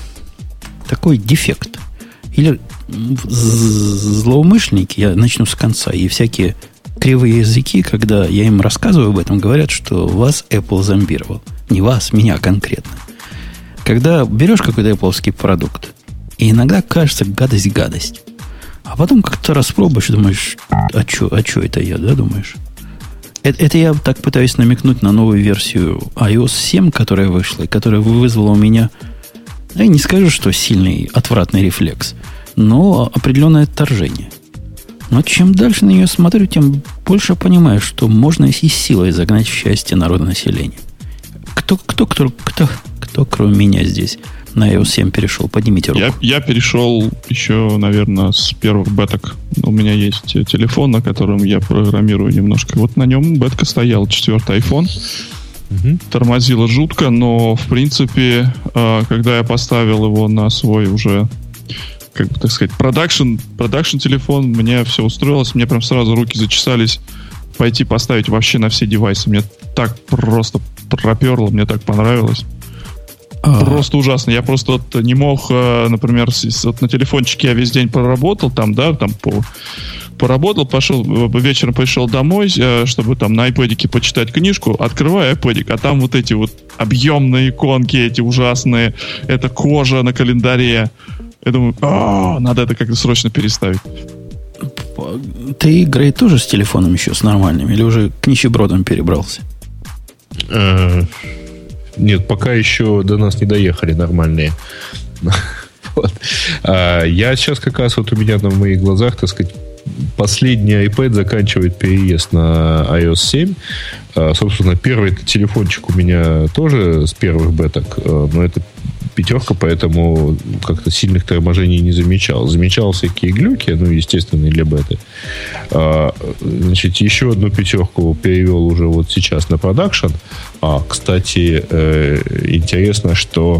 такой дефект? Или злоумышленники, я начну с конца, и всякие кривые языки, когда я им рассказываю об этом, говорят, что вас Apple зомбировал. Не вас, меня конкретно. Когда берешь какой-то Apple-овский продукт, и иногда кажется гадость-гадость, а потом как-то распробуешь и думаешь, а что а чё это я, да, думаешь? Это, это я так пытаюсь намекнуть на новую версию ай о эс семь, которая вышла, и которая вызвала у меня, я не скажу, что сильный, отвратный рефлекс, но определенное отторжение. Но чем дальше на нее смотрю, тем больше понимаю, что можно и силой загнать в счастье народонаселения. Кто, кто, кто, кто, кто, кроме меня здесь на ай о эс семь перешел? Поднимите руку. Я, я перешел еще, наверное, с первых беток. У меня есть телефон, на котором я программирую немножко. Вот на нем бетка стоял, четвертый iPhone. Угу. Тормозило жутко, но, в принципе, когда я поставил его на свой уже... как бы, так сказать, продакшн, продакшн телефон, мне все устроилось, мне прям сразу руки зачесались пойти поставить вообще на все девайсы. Мне так просто проперло, мне так понравилось. А-а-а. Просто ужасно. Я просто вот не мог, например, вот на телефончике я весь день проработал, там, да, там по, поработал, пошел, вечером пришел домой, чтобы там на айпэдике почитать книжку, открываю айпэдик, а там вот эти вот объемные иконки, эти ужасные, это кожа на календаре. Я думаю, а, надо это как-то срочно переставить. Ты, Грей, тоже с телефоном еще, с нормальным? Или уже к нищебродам перебрался? Нет, пока еще до нас не доехали нормальные. Вот. Я сейчас как раз вот у меня на моих глазах, так сказать, последний iPad заканчивает переезд на ай о эс семь. Собственно, первый телефончик у меня тоже с первых беток, но это пятерка, поэтому как-то сильных торможений не замечал. Замечал всякие глюки, ну, естественно, для беты. А, значит, еще одну пятерку перевел уже вот сейчас на продакшн. А, кстати, э, интересно, что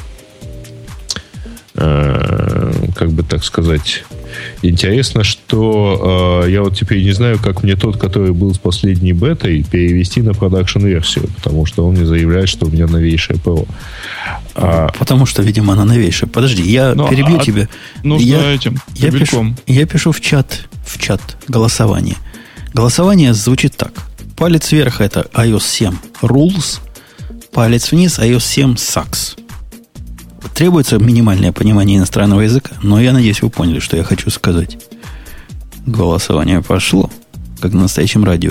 э, как бы так сказать... Интересно, что э, я вот теперь не знаю, как мне тот, который был с последней бетой, перевести на продакшн-версию, потому что он мне заявляет, что у меня новейшее ПО. А, потому что, видимо, она новейшая. Подожди, я ну, перебью а тебя. Нужно я, этим, я пишу, я пишу в чат, в чат голосование. Голосование звучит так. Палец вверх это ай о эс семь rules, палец вниз ай о эс семь sucks. Требуется минимальное понимание иностранного языка, но я надеюсь, вы поняли, что я хочу сказать. Голосование пошло, как на настоящем радио.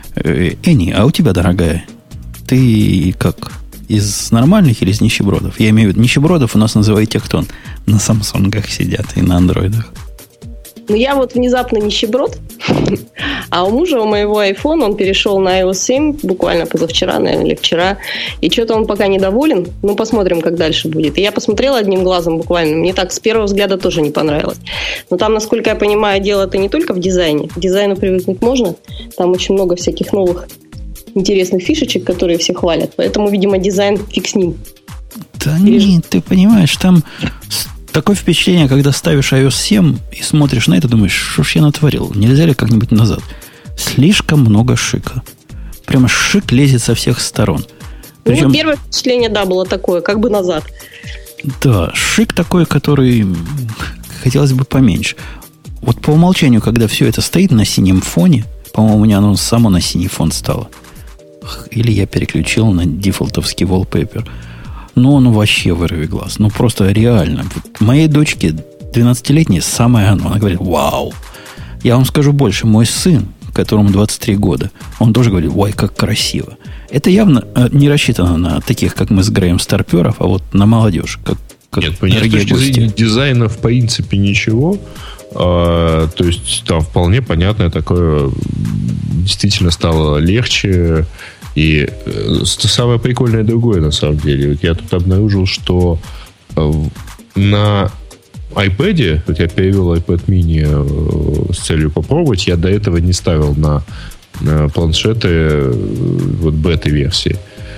Энни, а у тебя, дорогая, ты как, из нормальных или из нищебродов? Я имею в виду, нищебродов у нас называют те, кто на Самсунгах сидят и на андроидах. Ну, я вот внезапно нищеброд, а у мужа, у моего iPhone, он перешел на ай о эс семь буквально позавчера, наверное, или вчера, и что-то он пока недоволен. Ну, посмотрим, как дальше будет. И я посмотрела одним глазом буквально, мне так с первого взгляда тоже не понравилось. Но там, насколько я понимаю, дело-то не только в дизайне. К дизайну привыкнуть можно, там очень много всяких новых интересных фишечек, которые все хвалят, поэтому, видимо, дизайн фиг с ним. Да нет, ты понимаешь, там... Такое впечатление, когда ставишь ай о эс семь и смотришь на это, думаешь, что ж я натворил? Нельзя ли как-нибудь назад? Слишком много шика. Прямо шик лезет со всех сторон. Причем, ну, первое впечатление, да, было такое, как бы назад. Да, шик такой, который хотелось бы поменьше. Вот по умолчанию, когда все это стоит на синем фоне, по-моему, у меня оно само на синий фон стало. Или я переключил на дефолтовский wallpaper. Ну, он вообще вырви глаз. Ну, просто реально. Моей дочке двенадцатилетней самое оно. Она говорит, вау. Я вам скажу больше. Мой сын, которому двадцать три года, он тоже говорит, ой, как красиво. Это явно не рассчитано на таких, как мы с Греем, старперов, а вот на молодежь. Как, как Нет, понятно, с точки зрения дизайна в принципе ничего. А, то есть там вполне понятное такое, действительно стало легче. И самое прикольное другое, на самом деле. Вот я тут обнаружил, что на iPad, вот я перевел iPad mini с целью попробовать, я до этого не ставил на, на планшеты вот бета-версии.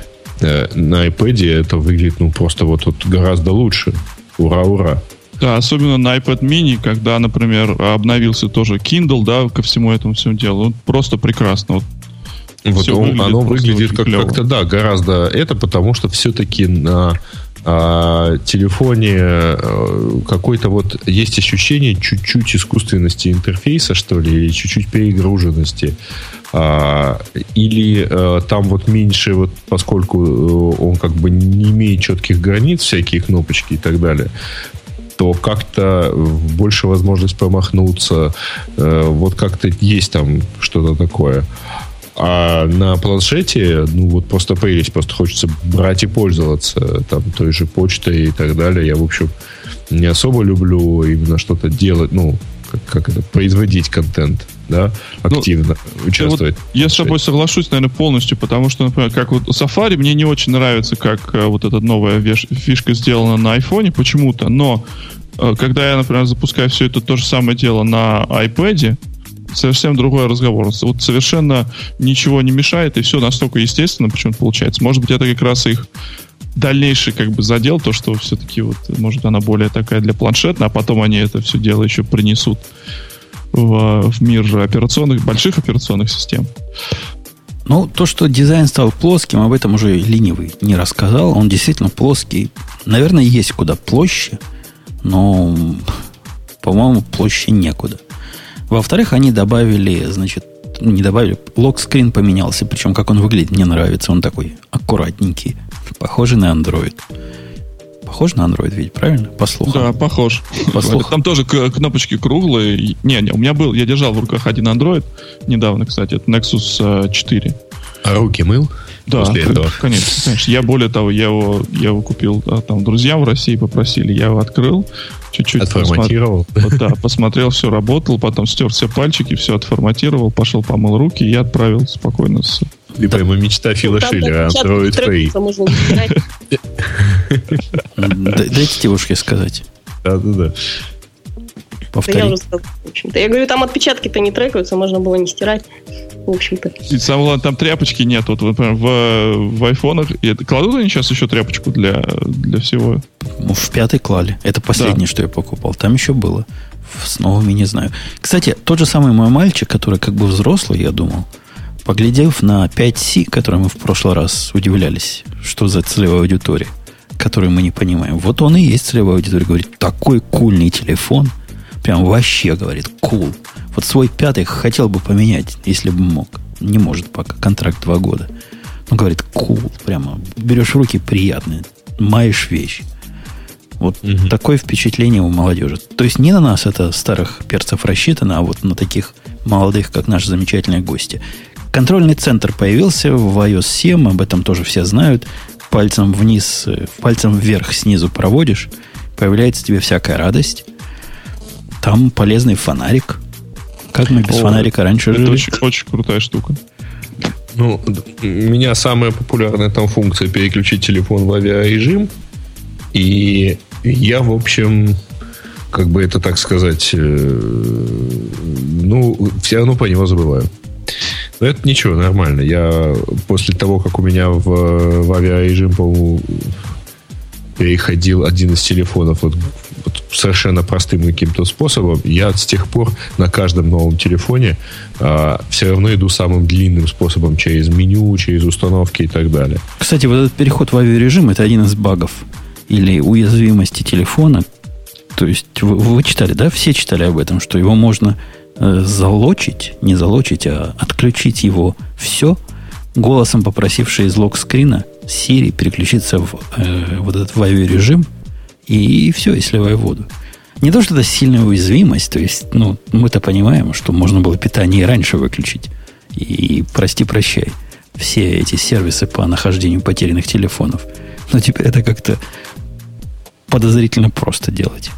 На iPad это выглядит ну, просто вот, вот гораздо лучше. Ура-ура. Да, особенно на iPad mini, когда, например, обновился тоже Kindle, да, ко всему этому всему делу. Он просто прекрасно. Вот. Вот он, выглядит оно выглядит как, как-то, да, гораздо это, потому что все-таки на а, телефоне а, какой-то вот есть ощущение чуть-чуть искусственности интерфейса, что ли, или чуть-чуть перегруженности. А, или а, там вот меньше, вот, поскольку он как бы не имеет четких границ, всякие кнопочки и так далее, то как-то больше возможность промахнуться. А, вот как-то есть там что-то такое. А на планшете, ну, вот просто прелесть, просто хочется брать и пользоваться там той же почтой и так далее. Я, в общем, не особо люблю именно что-то делать, ну, как, как это, производить контент, да, активно ну, участвовать. Вот я с тобой соглашусь, наверное, полностью, потому что, например, как вот Safari, мне не очень нравится, как вот эта новая веш- фишка сделана на айфоне почему-то, но когда я, например, запускаю все это то же самое дело на iPad, совсем другой разговор. Вот совершенно ничего не мешает, и все настолько естественно почему-то получается. Может быть, это как раз их дальнейший как бы задел, то, что все-таки вот, может, она более такая для планшетная, а потом они это все дело еще принесут в, в мир операционных, больших операционных систем. Ну, то, что дизайн стал плоским, об этом уже ленивый не рассказал. Он действительно плоский. Наверное, есть куда площадь, но, по-моему, площади некуда. Во-вторых, они добавили, значит, не добавили, локскрин поменялся, причем как он выглядит, мне нравится, он такой аккуратненький, похожий на Android. Похож на Android, ведь, правильно? По слухам. Да, похож. По слухам. Там тоже кнопочки круглые. Не, не, у меня был, я держал в руках один Android недавно, кстати, это Nexus четыре. А руки мыл? Да, после этого. Конечно, конечно. Я более того, я его, я его купил, там друзья в России попросили, я его открыл, чуть-чуть отформатировал. Посмотри, вот, да, посмотрел, все работало, потом стер все пальчики, все отформатировал, пошел помыл руки, и я отправил спокойно с... Любимая мечта Фила Шиллера, Android Free. Дайте девушке сказать. Да-да-да. Повтори. Да я уже сказала, в общем-то. Я говорю, там отпечатки-то не трекаются, можно было не стирать. В общем-то. И там, там тряпочки нет. Вот, например, в, в айфонах. Кладут они сейчас еще тряпочку для, для всего? Ну, в пятый клали. Это последнее, да. Что я покупал. Там еще было. С новыми не знаю. Кстати, тот же самый мой мальчик, который как бы взрослый, я думал, поглядев на пять си, которой мы в прошлый раз удивлялись, что за целевая аудитория, которую мы не понимаем. Вот он и есть целевая аудитория. Говорит, такой кульный телефон. Прям вообще, говорит, cool. Вот свой пятый хотел бы поменять, если бы мог. Не может пока, контракт два года. Он говорит, cool, прямо берешь в руки, приятные, маешь вещи. Вот угу. Такое впечатление у молодежи. То есть не на нас это старых перцев рассчитано, а вот на таких молодых, как наши замечательные гости. Контрольный центр появился в ай о эс семь, об этом тоже все знают. Пальцем вниз, пальцем вверх снизу проводишь, появляется тебе всякая радость. Там полезный фонарик. Как мы без О, фонарика раньше это жили? Это очень, очень крутая штука. Ну, у меня самая популярная там функция переключить телефон в авиарежим. И я, в общем, как бы это так сказать, ну, все равно по него забываю. Но это ничего, нормально. Я после того, как у меня в, в авиарежим, по-моему, переходил один из телефонов вот, вот совершенно простым каким-то способом, я с тех пор на каждом новом телефоне а, все равно иду самым длинным способом через меню, через установки и так далее. Кстати, вот этот переход в авиарежим — это один из багов или уязвимости телефона. То есть вы, вы читали, да? Все читали об этом, что его можно э, залочить, не залочить, а отключить его все, голосом попросивший из локскрина Siri переключиться в э, вот этот в авиарежим, и все, и сливай воду. Не то, что это сильная уязвимость, то есть, ну, мы-то понимаем, что можно было питание и раньше выключить. И прости-прощай. Все эти сервисы по нахождению потерянных телефонов. Но теперь это как-то подозрительно просто делать.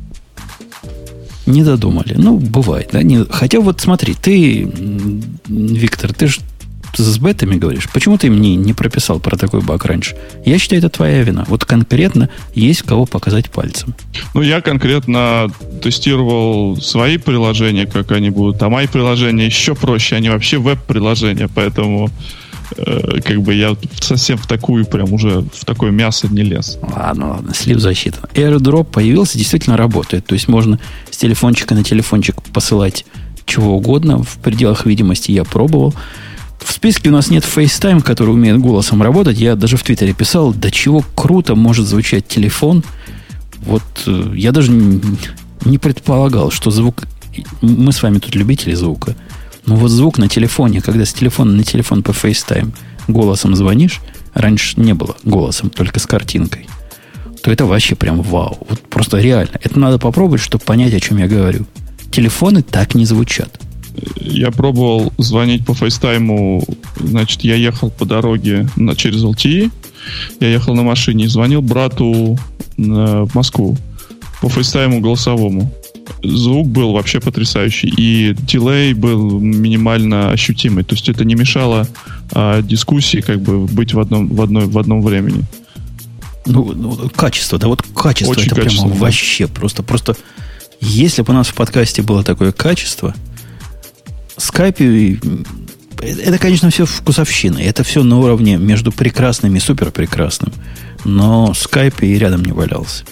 Не додумали. Ну, бывает, да? Не... Хотя вот смотри, ты, Виктор, ты же с бетами говоришь. Почему ты мне не прописал про такой баг раньше? Я считаю, это твоя вина. Вот конкретно есть кого показать пальцем. Ну, я конкретно тестировал свои приложения, как они будут. А мои приложения еще проще. Они вообще веб-приложения. Поэтому э, как бы я совсем в такую, прям уже в такое мясо не лез. Ладно, ладно, слив засчитан. AirDrop появился, действительно работает. То есть можно с телефончика на телефончик посылать чего угодно в пределах видимости. Я пробовал. В списке у нас нет FaceTime, который умеет голосом работать. Я даже в Твиттере писал, до чего круто может звучать телефон. Вот э, я даже не, не предполагал, что звук... Мы с вами тут любители звука. Но вот звук на телефоне, когда с телефона на телефон по FaceTime голосом звонишь, раньше не было голосом, только с картинкой, то это вообще прям вау. Вот просто реально. Это надо попробовать, чтобы понять, о чем я говорю. Телефоны так не звучат. Я пробовал звонить по фейстайму. Значит, я ехал по дороге на, через эл ти и. Я ехал на машине и звонил брату на, в Москву по фейстайму голосовому. Звук был вообще потрясающий. И дилей был минимально ощутимый. То есть это не мешало а, дискуссии как бы быть в одном, в одной, в одном времени. Ну, ну, качество, да вот качество. Очень это прямо да. Вообще просто, просто если бы у нас в подкасте было такое качество, Скайпе, это, конечно, все вкусовщина. Это все на уровне между прекрасным и супер прекрасным. Но Скайпе и рядом не валялся.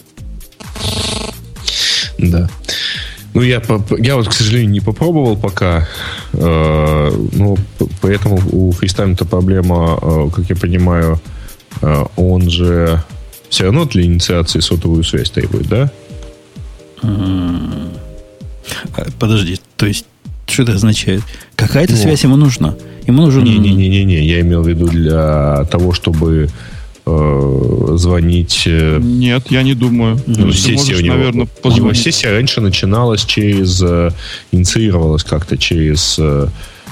Да. Ну, я, я вот, к сожалению, не попробовал пока. Э, ну, поэтому у FaceTime-то проблема, э, как я понимаю, э, он же все равно для инициации сотовую связь требует, да? Подожди, то есть что это означает? Какая-то ну, связь ему нужна. Ему нужен... Не-не-не, я имел в виду для того, чтобы э, звонить... Э, Нет, я не думаю. Ну, сессия у него, наверное, у него сессия раньше начиналась через... Э, инициировалась как-то через... Э,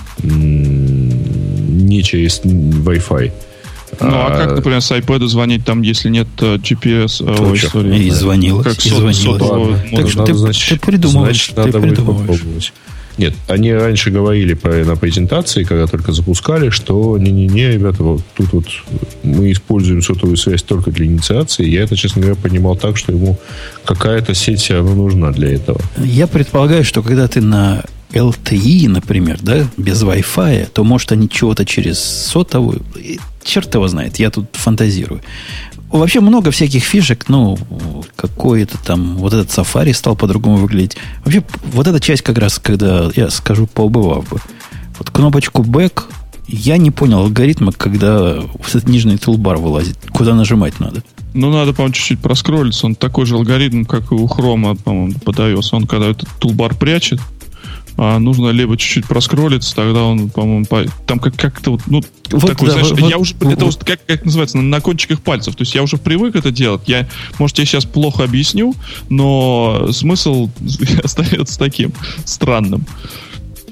не через Wi-Fi. Ну, а, а как, например, с iPad звонить там, если нет джи пи эс? Ой, и звонилось, как и звонилось. Так что ты, значит, ты придумываешь. Значит, надо ты будет попробовать. Нет, они раньше говорили про, на презентации, когда только запускали, что не-не-не, ребята, вот тут вот мы используем сотовую связь только для инициации. Я это, честно говоря, понимал так, что ему какая-то сеть все равно нужна для этого. Я предполагаю, что когда ты на эл ти и, например, да, без Wi-Fi, то, может, они чего-то через сотовую... Черт его знает, я тут фантазирую. Вообще много всяких фишек, ну, какой-то там, вот этот Safari стал по-другому выглядеть. Вообще, вот эта часть как раз, когда я скажу, поубывав бы. Вот кнопочку Back, я не понял алгоритма, когда вот этот нижний тулбар вылазит. Куда нажимать надо? Ну, надо, по-моему, чуть-чуть проскроллиться. Он такой же алгоритм, как и у Chrome, по-моему, подается. Он, когда этот тулбар прячет, а нужно либо чуть-чуть проскроллиться, тогда он, по-моему, по... там как- как-то вот, ну, вот такой, да, знаешь, вот, я уже, вот, это вот, как, как называется, на, на кончиках пальцев, то есть я уже привык это делать, я, может, я сейчас плохо объясню, но смысл остается таким странным.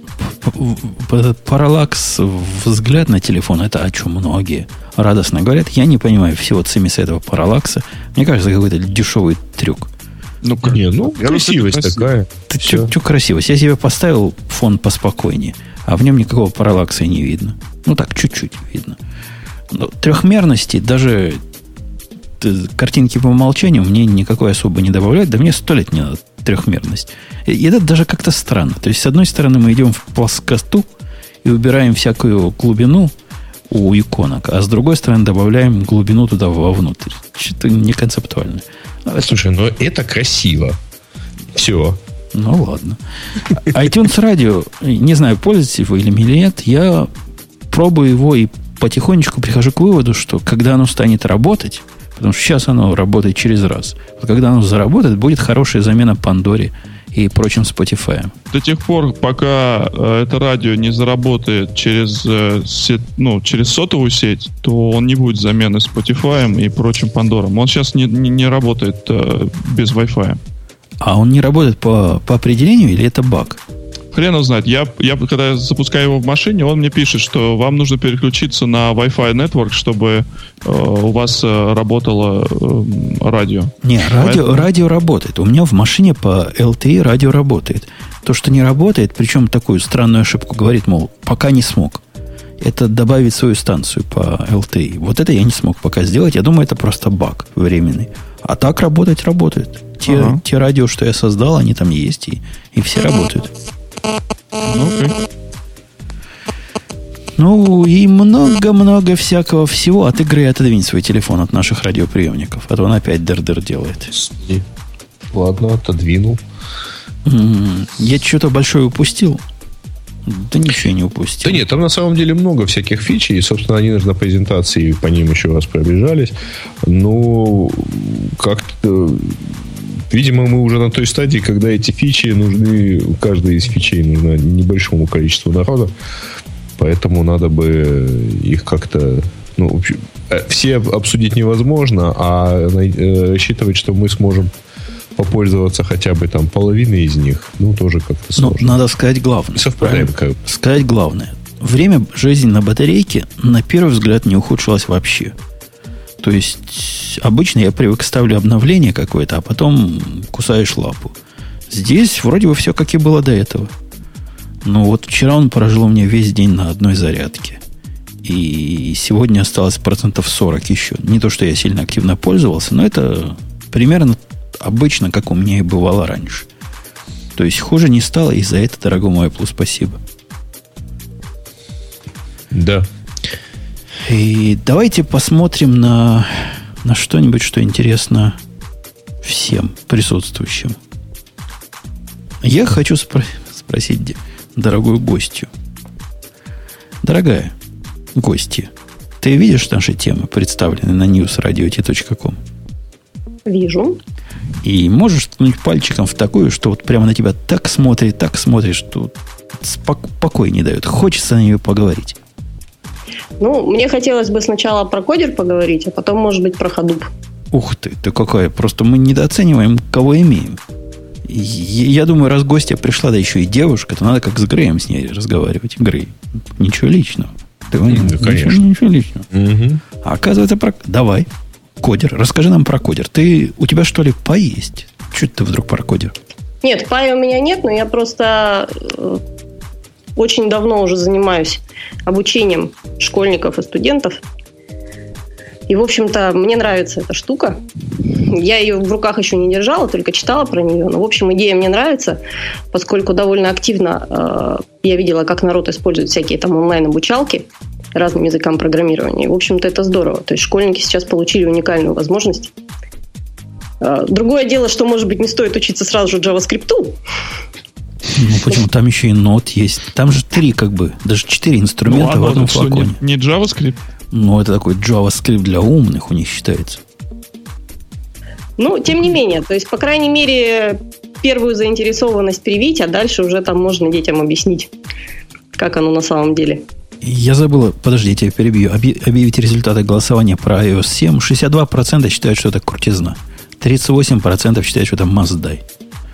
параллакс, взгляд на телефон, это о чем многие радостно говорят. Я не понимаю всего цимиса этого параллакса. Мне кажется, какой-то дешевый трюк. Ну, не, ну, красивость такая. Что красивость? Я себе поставил фон поспокойнее, а в нем никакого параллакса не видно. Ну, так, чуть-чуть видно. Но трехмерности, даже картинки по умолчанию мне никакой особо не добавляют. Да мне сто лет не надо трехмерность. И это даже как-то странно. То есть, с одной стороны, мы идем в плоскосту и убираем всякую глубину у иконок, а с другой стороны, добавляем глубину туда вовнутрь. Что-то неконцептуально. Слушай, ну это красиво. Все. Ну, ладно. iTunes Radio, не знаю, пользуетесь вы или нет, я пробую его и потихонечку прихожу к выводу, что когда оно станет работать, потому что сейчас оно работает через раз, вот когда оно заработает, будет хорошая замена Пандоре и прочим Spotify. До тех пор, пока э, это радио не заработает через, э, сет, ну, через сотовую сеть, то он не будет замены Spotify и прочим Пандором. Он сейчас не, не, не работает э, без Wi-Fi. А он не работает по, по определению или это баг? Хрен его знает. Я, я, когда я запускаю его в машине, он мне пишет, что вам нужно переключиться на Wi-Fi Network, чтобы э, у вас э, работало э, радио. Не, радио, Поэтому... радио работает. У меня в машине по эл ти и радио работает. То, что не работает, причем такую странную ошибку говорит, мол, пока не смог. Это добавить свою станцию по эл ти и. Вот это я не смог пока сделать. Я думаю, это просто баг временный. А так работать работает. Те, ага. те радио, что я создал, они там есть, и, и все работают. Ну, okay. Ну, и много-много всякого всего. От игры отодвинь свой телефон от наших радиоприемников. А то он опять дыр-дыр делает. Ладно, отодвинул. М-м, я что-то большое упустил. Да ничего не упустил. Да нет, там на самом деле много всяких фич, и, собственно, они на презентации по ним еще раз пробежались. Но как-то... Видимо, мы уже на той стадии, когда эти фичи нужны, каждая из фичей нужна небольшому количеству народа, поэтому надо бы их как-то, ну, все обсудить невозможно, а рассчитывать, что мы сможем попользоваться хотя бы там половиной из них, ну, тоже как-то сложно. Ну, надо сказать главное. Совпадаем. Как... Сказать главное. Время жизни на батарейке, на первый взгляд, не ухудшилось вообще. То есть, обычно я привык ставлю обновление какое-то, а потом кусаешь лапу. Здесь вроде бы все как и было до этого. Но вот вчера он прожил у меня весь день на одной зарядке. И сегодня осталось процентов сорок еще. Не то, что я сильно активно пользовался, но это примерно обычно, как у меня и бывало раньше. То есть, хуже не стало, и за это, дорогому Apple, спасибо. Да. И давайте посмотрим на, на что-нибудь, что интересно всем присутствующим. Я хочу спро- спросить дорогую гостью. Дорогая гостья, ты видишь наши темы, представленные на ньюс радио ти точка ком? Вижу. И можешь ткнуть пальчиком в такую, что вот прямо на тебя так смотрит, так смотрит, что спок- покой не дает. Хочется на нее поговорить. Ну, мне хотелось бы сначала про кодер поговорить, а потом, может быть, про Hadoop. Ух ты, ты какая. Просто мы недооцениваем, кого имеем. Я, я думаю, раз гостья пришла, да еще и девушка, то надо как с Греем с ней разговаривать. Грей, ничего личного. Ты понял? Да, конечно. Ничего, ничего личного. Угу. А оказывается, про... давай, кодер. Расскажи нам про кодер. Ты, у тебя что ли пай есть? Чуть ты вдруг про кодер? Нет, пай у меня нет, но я просто... очень давно уже занимаюсь обучением школьников и студентов. И, в общем-то, мне нравится эта штука. Я ее в руках еще не держала, только читала про нее. Но, в общем, идея мне нравится, поскольку довольно активно э, я видела, как народ использует всякие там онлайн-обучалки разным языкам программирования. И, в общем-то, это здорово. То есть школьники сейчас получили уникальную возможность. Э, другое дело, что, может быть, не стоит учиться сразу же JavaScript. Ну, почему? Там еще и Node есть. Там же три, как бы, даже четыре инструмента ну, в одном флаконе. Не, не JavaScript? Ну, это такой JavaScript для умных у них считается. Ну, тем не менее, то есть, по крайней мере, первую заинтересованность привить, а дальше уже там можно детям объяснить, как оно на самом деле. Я забыла, подождите, я перебью, объявить результаты голосования про ай о эс семь. шестьдесят два процента считают, что это крутизна. тридцать восемь процентов считают, что это must die.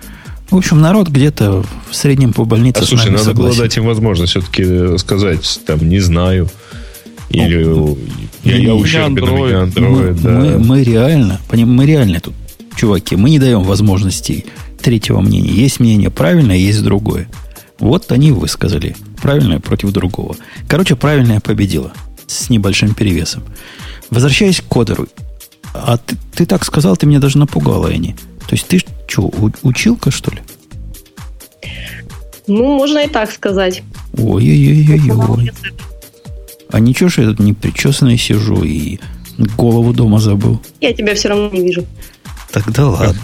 В общем, народ где-то в среднем по больнице а, с слушай, нами надо согласен. было дать им возможность все-таки сказать, там, не знаю. Или ну, я, не, я не ущербен, у меня Android, Android, да. мы, мы реально, мы реально тут, чуваки, мы не даем возможностей третьего мнения. Есть мнение правильное, есть другое. Вот они высказали. Правильное против другого. Короче, правильное победило. С небольшим перевесом. Возвращаясь к кодеру. А ты, ты так сказал, ты меня даже напугала, Энни. То есть ты что, училка, что ли? Ну, можно и так сказать. Ой-ой-ой-ой-ой. А ничего, что я тут не причесанный сижу и голову дома забыл. Я тебя все равно не вижу. Тогда ладно.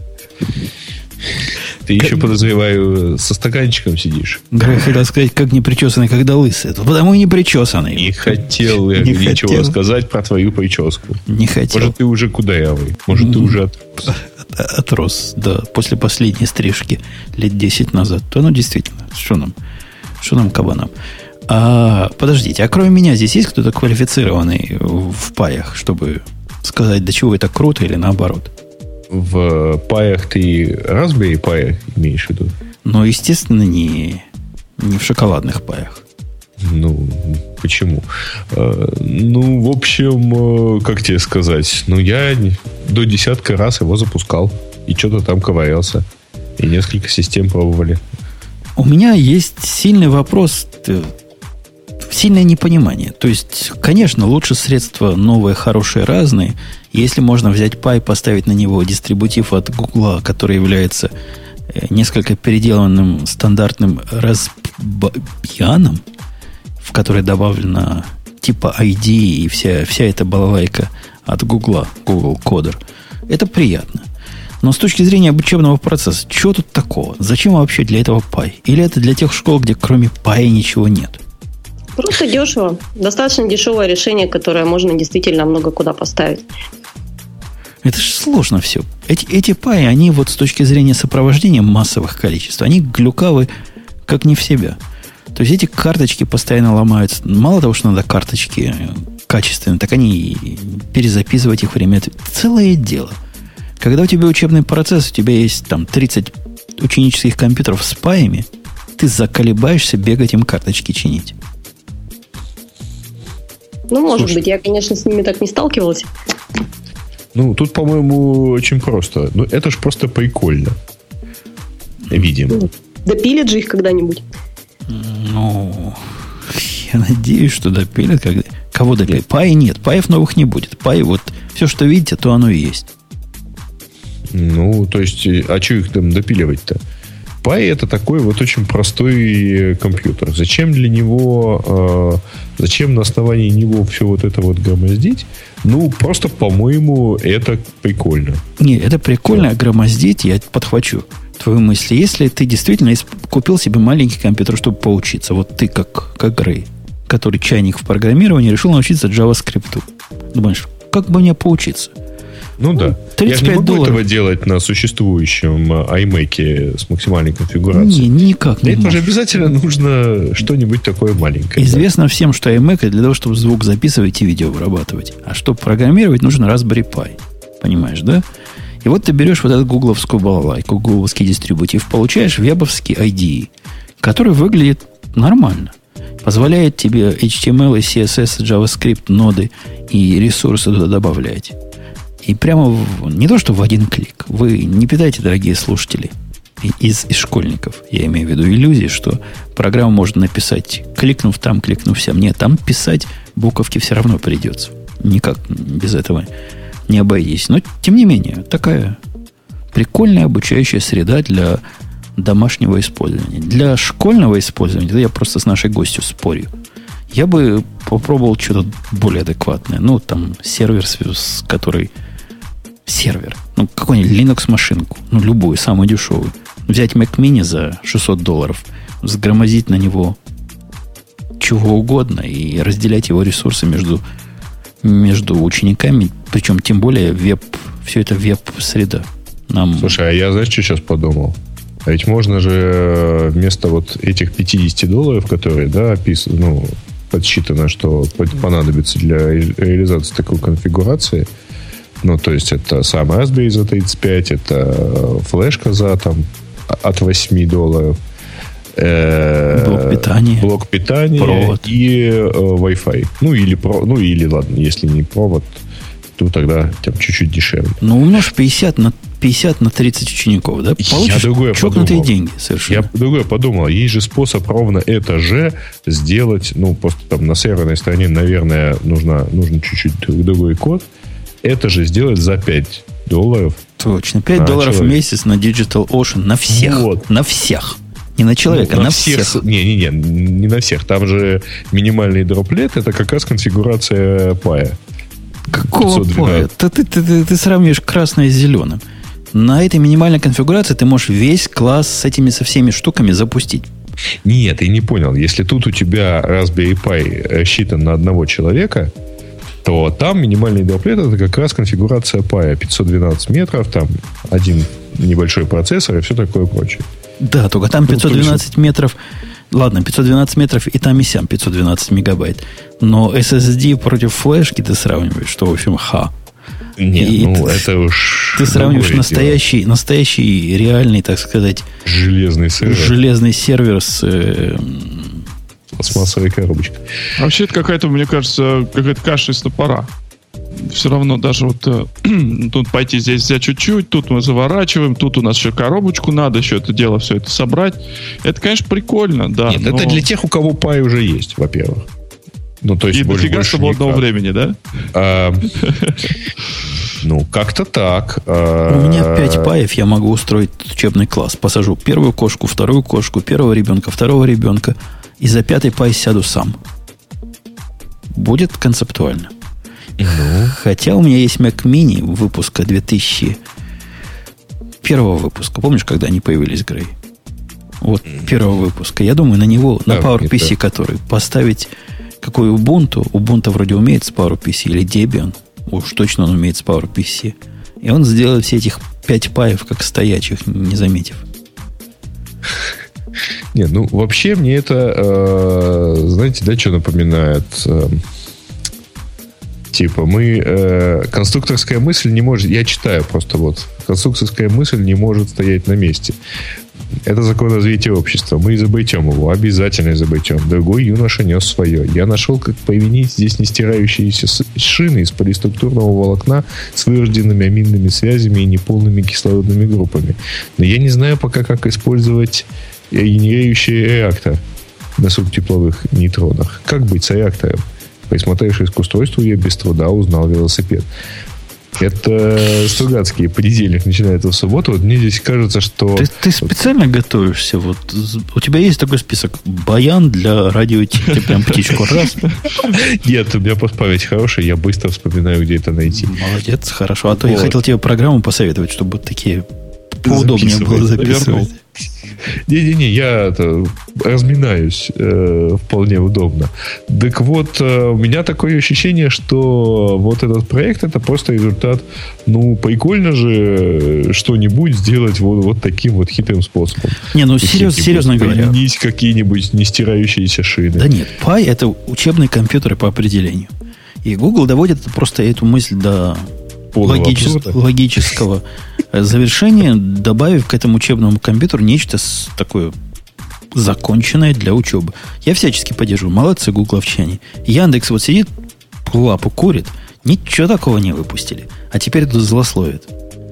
Ты как... еще, подозреваю, со стаканчиком сидишь. Грег хотел сказать, как не причесанный, когда лысый. Потому и не причесанный. Не хотел я не ничего хотел. сказать про твою прическу. Не хотел. Может, ты уже кудрявый. Может, ты уже отрос. Отрос, да. После последней стрижки лет десять назад. То, ну, действительно. Что нам? Что нам, кабанам? А, подождите, а кроме меня здесь есть кто-то квалифицированный в паях, чтобы сказать, до чего это круто или наоборот? В паях ты Raspberry Pi имеешь в виду? Ну, естественно, не, не в шоколадных паях. Ну, почему? Ну, в общем, как тебе сказать? Ну, я до десятка раз его запускал. И что-то там ковырялся. И несколько систем пробовали. У меня есть сильный вопрос, сильное непонимание. То есть, конечно, лучше средства новые, хорошие, разные. Если можно взять Pi, поставить на него дистрибутив от Гугла, который является несколько переделанным стандартным Raspbian, в который добавлено типа ай ди и вся, вся эта балалайка от Гугла, Google Coder, это приятно. Но с точки зрения учебного процесса, что тут такого? Зачем вообще для этого Pi? Или это для тех школ, где кроме Pi ничего нет? Просто дешево. Достаточно дешевое решение, которое можно действительно много куда поставить. Это же сложно все. Эти, эти Pi, они вот с точки зрения сопровождения массовых количеств, они глюкавы как не в себя. То есть эти карточки постоянно ломаются. Мало того, что надо карточки качественные, так они перезаписывать их время. Это целое дело. Когда у тебя учебный процесс, у тебя есть там тридцать ученических компьютеров с паями, ты заколебаешься бегать им карточки чинить. Ну, может Слушай, быть. Я, конечно, с ними так не сталкивалась. Ну, тут, по-моему, очень просто. Ну, это ж просто прикольно. Видимо. Допилят же их когда-нибудь. Ну, я надеюсь, что допилят. Когда... Кого допилят? Пай нет. Паев новых не будет. Пай, вот, все, что видите, то оно и есть. Ну, то есть, а что их там допиливать-то? Pi это такой вот очень простой компьютер. Зачем для него, э, зачем на основании него все вот это вот громоздить? Ну, просто, по-моему, это прикольно. Не, это прикольно да. Громоздить, я подхвачу твою мысль. Если ты действительно купил себе маленький компьютер, чтобы поучиться, вот ты как, как Грей, который чайник в программировании, решил научиться JavaScript. Думаешь, как бы мне поучиться? Ну да. тридцать пять Я же не могу долларов. этого делать на существующем iMac с максимальной конфигурацией. Не, никак не это же обязательно нужно что-нибудь такое маленькое. Известно да? всем, что iMac для того, чтобы звук записывать и видео вырабатывать. А чтобы программировать, нужен Raspberry Pi. Понимаешь, да? И вот ты берешь вот эту гугловскую балалайку, гугловский дистрибутив, получаешь вебовский ай ди и, который выглядит нормально. Позволяет тебе эйч ти эм эл, си эс эс, JavaScript, ноды и ресурсы туда добавлять. И прямо в, не то, что в один клик. Вы не питайте, дорогие слушатели, из, из школьников, я имею в виду иллюзии, что программу можно написать, кликнув там, кликнув сям. Нет, там писать буковки все равно придется. Никак без этого не обойтись. Но, тем не менее, такая прикольная обучающая среда для домашнего использования. Для школьного использования, да я просто с нашей гостью спорю. Я бы попробовал что-то более адекватное. Ну, там, сервер, с который... Сервер. Ну, какую-нибудь Linux-машинку. Ну, любую, самую дешевую. Взять Mac Mini за шестьсот долларов, сгромозить на него чего угодно и разделять его ресурсы между, между учениками. Причем, тем более, веб, все это веб-среда. Нам... Слушай, а я, знаешь, что сейчас подумал? А ведь можно же вместо вот этих пятьдесят долларов, которые, да, описаны, ну, подсчитано, что понадобится для реализации такой конфигурации, ну, то есть это сам Raspberry за тридцать пять, это флешка за там от восемь долларов. Блок питания. Блок питания провод. И э, Wi-Fi. Ну или, ну, или ладно, если не провод, то тогда там чуть-чуть дешевле. Ну, умножь пятьдесят на, пятьдесят на тридцать учеников, да? Получишь чокнутые деньги совершенно. Я другое подумал. Есть же способ ровно это же сделать. Ну, просто там на серверной стороне, наверное, нужно, нужно чуть-чуть другой код. Это же сделать за пять долларов. Точно. пять долларов в месяц на DigitalOcean. На всех. Вот. На всех. Не на человека, ну, на, на всех. всех. Не-не-не, не на всех. Там же минимальный дроплет, это как раз конфигурация пая. Какого пая? Ты, ты, ты, ты, ты сравниваешь красное с зеленым. На этой минимальной конфигурации ты можешь весь класс с этими со всеми штуками запустить. Нет, ты не понял. Если тут у тебя Raspberry Pi рассчитан на одного человека, то там минимальный дроплет это как раз конфигурация пая. пятьсот двенадцать метров, там один небольшой процессор и все такое прочее. Да, только там пятьсот двенадцать метров. Ладно, пятьсот двенадцать метров и там и сям пятьсот двенадцать мегабайт. Но эс эс ди против флешки ты сравниваешь, что, в общем, ха. Нет, и ну ты, это уж... Ты сравниваешь настоящий, настоящий, реальный, так сказать... Железный сервер. Железный сервер с... Э, пластмассовой коробочкой. Вообще, это какая-то, мне кажется, какая-то каша из топора. Все равно даже вот э, тут пойти здесь взять чуть-чуть, тут мы заворачиваем, тут у нас еще коробочку надо, еще это дело, все это собрать. Это, конечно, прикольно, да. Нет, но... это для тех, у кого пай уже есть, во-первых. Ну, то есть и больше, дофига свободного времени, да? А, ну, как-то так. А... У меня пять паев, я могу устроить учебный класс. Посажу первую кошку, вторую кошку, первого ребенка, второго ребенка, и за пятый пай сяду сам. Будет концептуально. Ну. Хотя у меня есть Mac Mini выпуска две тысячи первого выпуска. Помнишь, когда они появились, Грей? Вот первого выпуска. Я думаю, на него, да, на PowerPC, который поставить какой Ubuntu. Ubuntu вроде умеет с PowerPC, или Debian. Уж точно он умеет с PowerPC. И он сделает все этих пять паев как стоячих, не заметив. Нет, ну вообще мне это, э, знаете, да, что напоминает? Э, типа мы э, конструкторская мысль не может. Я читаю просто вот. Конструкторская мысль не может стоять на месте. Это закон развития общества. Мы изобретем его, обязательно изобретем. Другой юноша нес свое. Я нашел, как применить здесь нестирающиеся шины из полиструктурного волокна с вырожденными аминными связями и неполными кислородными группами. Но я не знаю пока, как использовать генерирующий реактор на субтепловых нейтронах. Как быть с реактором? Присмотревшись к устройству, я без труда узнал велосипед. Это Стругацкий понедельник начинается в субботу. Вот мне здесь кажется, что... Ты, ты специально готовишься? Вот у тебя есть такой список? Баян для радио Ти. Ты прям птичку раз. Нет, у меня память хорошая. Я быстро вспоминаю, где это найти. Молодец, хорошо. А то вот. Я хотел тебе программу посоветовать, чтобы такие поудобнее было записывать. Не-не-не, я это, разминаюсь э, вполне удобно. Так вот, э, у меня такое ощущение, что вот этот проект это просто результат, ну, прикольно же что-нибудь сделать вот, вот таким вот хитрым способом. Не, ну, серьез, серьезно говоря. Применить какие-нибудь нестирающиеся шины. Да нет, Pi это учебный компьютер по определению. И Google доводит просто эту мысль до... Логичес, логического завершения, добавив к этому учебному компьютеру нечто такое законченное для учебы. Я всячески поддерживаю. Молодцы, гугловчане. Яндекс вот сидит, лапу курит, ничего такого не выпустили. А теперь тут злословит.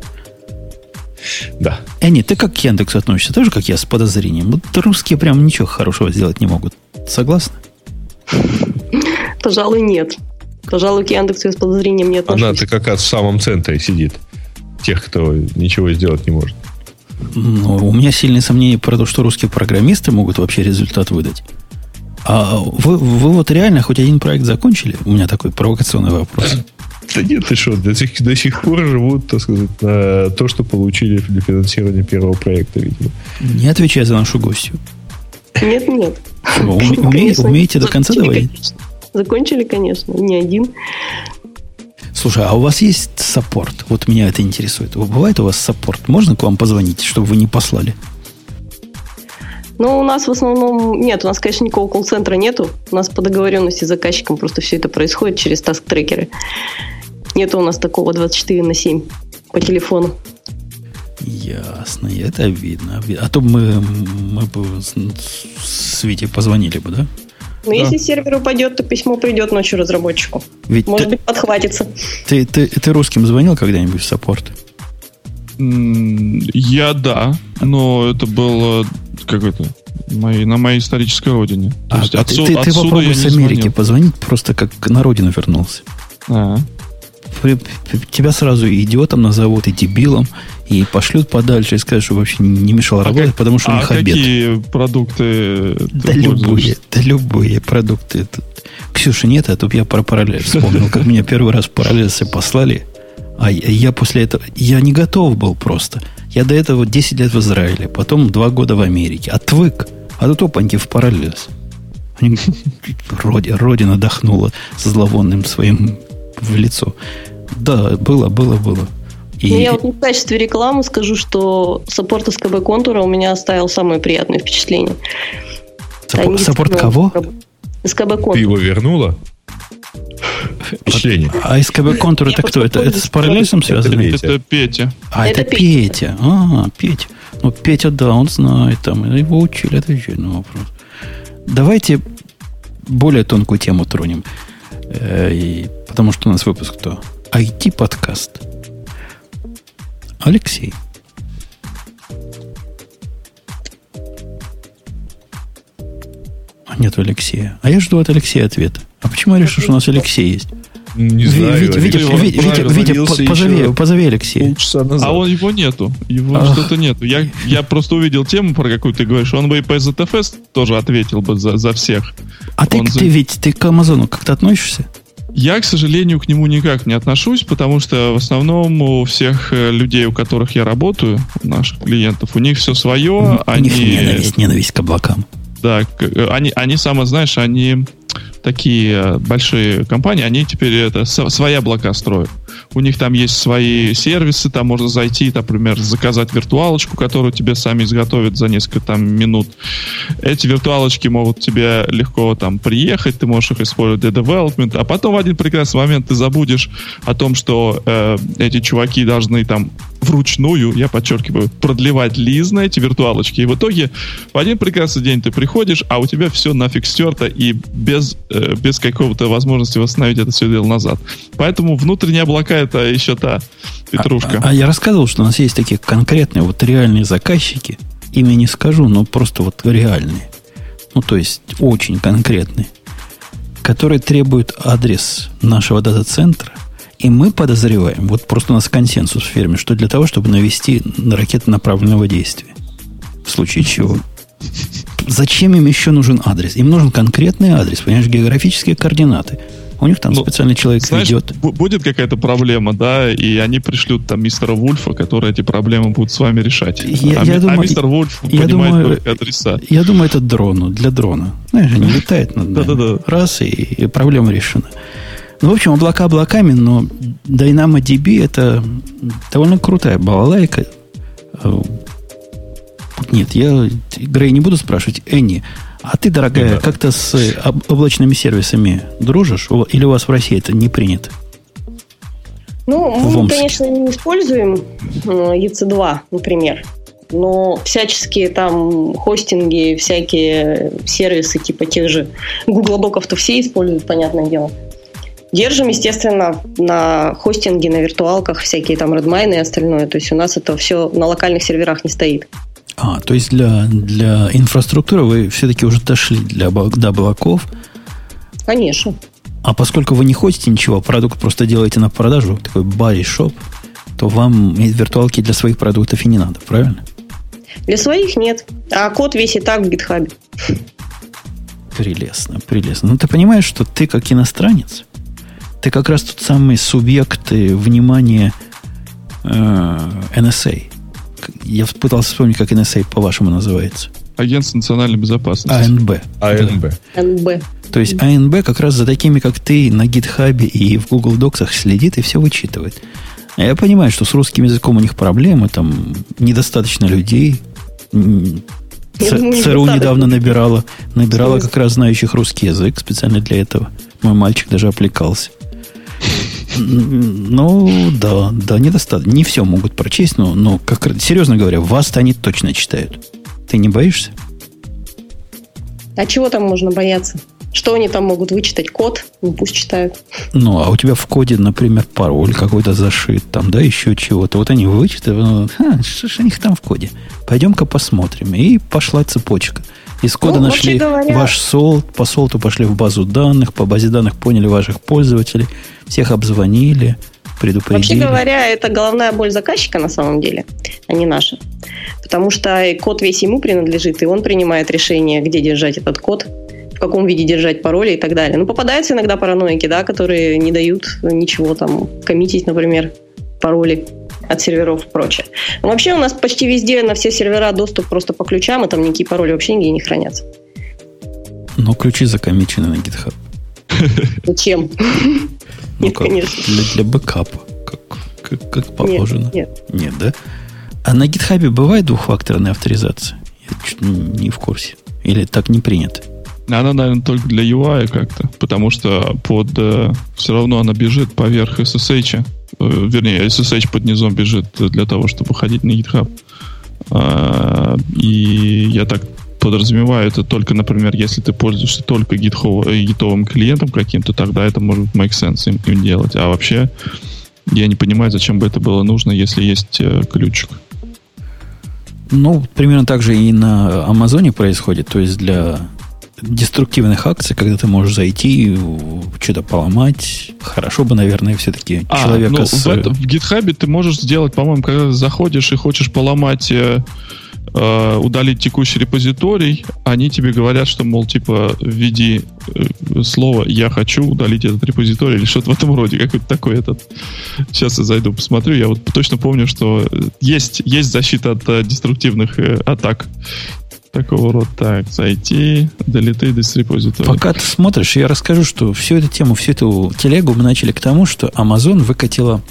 Да. Эни, ты как к Яндексу относишься? Тоже как я, с подозрением. Вот русские прям ничего хорошего сделать не могут. Согласна? Пожалуй, нет. Пожалуй, к Яндексу с подозрением не отношусь. Она-то как раз в самом центре сидит. Тех, кто ничего сделать не может. Ну, у меня сильные сомнения про то, что русские программисты могут вообще результат выдать. А вы, вы вот реально хоть один проект закончили? У меня такой провокационный вопрос. Да нет, ты что, до сих, до сих пор живут, так сказать, на то, что получили для финансирования первого проекта, видимо. Не отвечай за нашу гостью. Нет, нет. Что, уме, уме, умеете до конца доводить? Закончили, конечно, не один. Слушай, а у вас есть саппорт? Вот меня это интересует. Бывает у вас саппорт? Можно к вам позвонить, чтобы вы не послали? Ну, у нас в основном... Нет, у нас, конечно, никакого колл-центра нету. У нас по договоренности с заказчиком просто все это происходит через таск-трекеры. Нету у нас такого двадцать четыре на семь по телефону. Ясно, это видно. А то мы, мы бы с Витей позвонили бы, да? Ну, да. Если сервер упадет, то письмо придет ночью разработчику. Ведь Может ты, быть, подхватится. Ты, ты, ты русским звонил когда-нибудь в саппорт? Я да, но это было как это моей, на моей исторической родине. А, есть а отсюда, ты, ты попробуй с Америки звонил. Позвонить, просто как на родину вернулся. А-а. Тебя сразу и идиотом назовут, и дебилом, и пошлют подальше, и скажут, что вообще не мешало а работать, как, потому что у них а обед. какие продукты да любые, да любые продукты. Ксюши нет, а тут я про параллель вспомнил, как меня первый раз в параллельсе послали, а я после этого, я не готов был просто. Я до этого десять лет в Израиле, потом два года в Америке, отвык, а тут опаньки в параллельс. Родина дохнула зловонным своим в лицо. Да, было, было, было. И... Ну, я вот в качестве рекламы скажу, что саппорт эс ка би контура у меня оставил самое приятное впечатление. Саппорт, саппорт кого? эс ка би контур. Ты его вернула? Впечатление. А эс ка би контур это кто? Это, это с параллельсом связано? Это Петя. А, это, это Петя. Петя. А, Петя. Ну, Петя, да, он знает. Там, его учили отвечать на вопрос. Давайте более тонкую тему тронем. И, потому что у нас выпуск кто? ай ти-подкаст. Алексей. А нет Алексея. А я жду от Алексея ответа. А почему я решил, что у нас Алексей есть? Не знаю. Витя, Витя, Витя, Витя, Витя позови, позови Алексея. А он его нету. Его Ах. что-то нету. Я, я просто увидел тему, про какую ты говоришь. Он бы и по зет эф эс тоже ответил бы за, за всех. А ты, за... ты ведь ты к Амазону как-то относишься? Я, к сожалению, к нему никак не отношусь, потому что в основном у всех людей, у которых я работаю, наших клиентов, у них все свое. У они... них ненависть, ненависть к облакам. Да, они, они самое, знаешь, они такие большие компании, они теперь это, свои облака строят. У них там есть свои сервисы, там можно зайти, например, заказать виртуалочку, которую тебе сами изготовят за несколько там минут. Эти виртуалочки могут тебе легко там приехать, ты можешь их использовать для development, а потом в один прекрасный момент ты забудешь о том, что э, эти чуваки должны там вручную, я подчеркиваю, продлевать лиз на эти виртуалочки. И в итоге в один прекрасный день ты приходишь, а у тебя все нафиг стерто и без, э, без какого-то возможности восстановить это все дело назад. Поэтому внутренние облака — это еще та петрушка. А, а, а я рассказывал, что у нас есть такие конкретные, вот реальные заказчики, имя не скажу, но просто вот реальные. Ну, то есть очень конкретные, которые требуют адрес нашего дата-центра. И мы подозреваем, вот просто у нас консенсус в фирме, что для того, чтобы навести на ракеты направленного действия. В случае чего. Зачем им еще нужен адрес? Им нужен конкретный адрес, понимаешь, географические координаты. У них там ну, специальный человек знаешь, ведет. Будет какая-то проблема, да, и они пришлют там мистера Вульфа, который эти проблемы будет с вами решать. Я, а, я а думаю, мистер Вульф я понимает думаю, только адреса. Я думаю, это дрону, для дрона. Знаешь, они летают над нами. Раз, и, и проблема решена. Ну, в общем, облака облаками, но DynamoDB — это довольно крутая балалайка. Нет, я Грей не буду спрашивать. Энни, а ты, дорогая, да. как-то с об, облачными сервисами дружишь? Или у вас в России это не принято? Ну, мы, конечно, не используем и си два, например. Но всяческие там хостинги, всякие сервисы типа тех же Google доков-то все используют, понятное дело. Держим, естественно, на хостинге, на виртуалках, всякие там Redmine и остальное. То есть у нас это все на локальных серверах не стоит. А, то есть для, для инфраструктуры вы все-таки уже дошли для, до облаков? Конечно. А поскольку вы не хостите ничего, продукт просто делаете на продажу, такой body shop, то вам виртуалки для своих продуктов и не надо, правильно? Для своих нет. А код весь и так в GitHub. Прелестно, прелестно. Ну, ты понимаешь, что ты как иностранец, ты как раз тот самый субъект внимания э, эн эс эй. Я пытался вспомнить, как эн эс эй по-вашему называется. Агентство национальной безопасности. а эн бэ. а эн бэ. а эн бэ. То есть а эн бэ как раз за такими, как ты, на GitHub и в Google Docs следит и все вычитывает. А я понимаю, что с русским языком у них проблемы, там недостаточно людей. Ц, ЦРУ недавно набирала, набирала как раз знающих русский язык специально для этого. Мой мальчик даже оплекался. Ну, да, да, недостаточно. Не все могут прочесть, но, но как, серьезно говоря, вас-то они точно читают. Ты не боишься? А чего там можно бояться? Что они там могут вычитать? Код? Ну, пусть читают. Ну, а у тебя в коде, например, пароль какой-то зашит, там, да, еще чего-то. Вот они вычитают, а, что ж у них там в коде? Пойдем-ка посмотрим. И пошла цепочка. Из кода ну, нашли говоря... ваш солд, по солту пошли в базу данных, по базе данных поняли ваших пользователей, всех обзвонили, предупредили. Вообще говоря, это головная боль заказчика на самом деле, а не наша. Потому что код весь ему принадлежит, и он принимает решение, где держать этот код, в каком виде держать пароли и так далее. Ну, попадаются иногда параноики, да, которые не дают ничего там коммитить, например, пароли от серверов и прочее. Но вообще у нас почти везде на все сервера доступ просто по ключам, и там никакие пароли вообще нигде не хранятся. Но ключи закоммичены на GitHub. Зачем? Ну, нет, как, конечно. Для, для бэкапа, как, как, как положено. Нет, нет. Нет, да? А на GitHub бывает двухфакторная авторизация? Я чуть не в курсе. Или так не принято? Она, наверное, только для ю ай как-то, потому что под э, все равно она бежит поверх эс эс эйч. Э, вернее, эс эс эйч под низом бежит для того, чтобы ходить на GitHub. А, и я так подразумеваю, это только, например, если ты пользуешься только гитовым клиентом каким-то, тогда это может make sense им, им делать. А вообще, я не понимаю, зачем бы это было нужно, если есть э, ключик. Ну, примерно так же и на Амазоне происходит. То есть для деструктивных акций, когда ты можешь зайти, что-то поломать, хорошо бы, наверное, все-таки а, человека ну, с... В, это, в GitHub ты можешь сделать, по-моему, когда заходишь и хочешь поломать... Э, удалить текущий репозиторий, они тебе говорят, что, мол, типа, введи э, слово «я хочу удалить этот репозиторий» или что-то в этом роде, какой-то такой этот. Сейчас я зайду, посмотрю. Я вот точно помню, что есть, есть защита от э, деструктивных э, атак такого рода. Так, зайти, delete this repository. Пока ты смотришь, я расскажу, что всю эту тему, всю эту телегу мы начали к тому, что Amazon выкатила...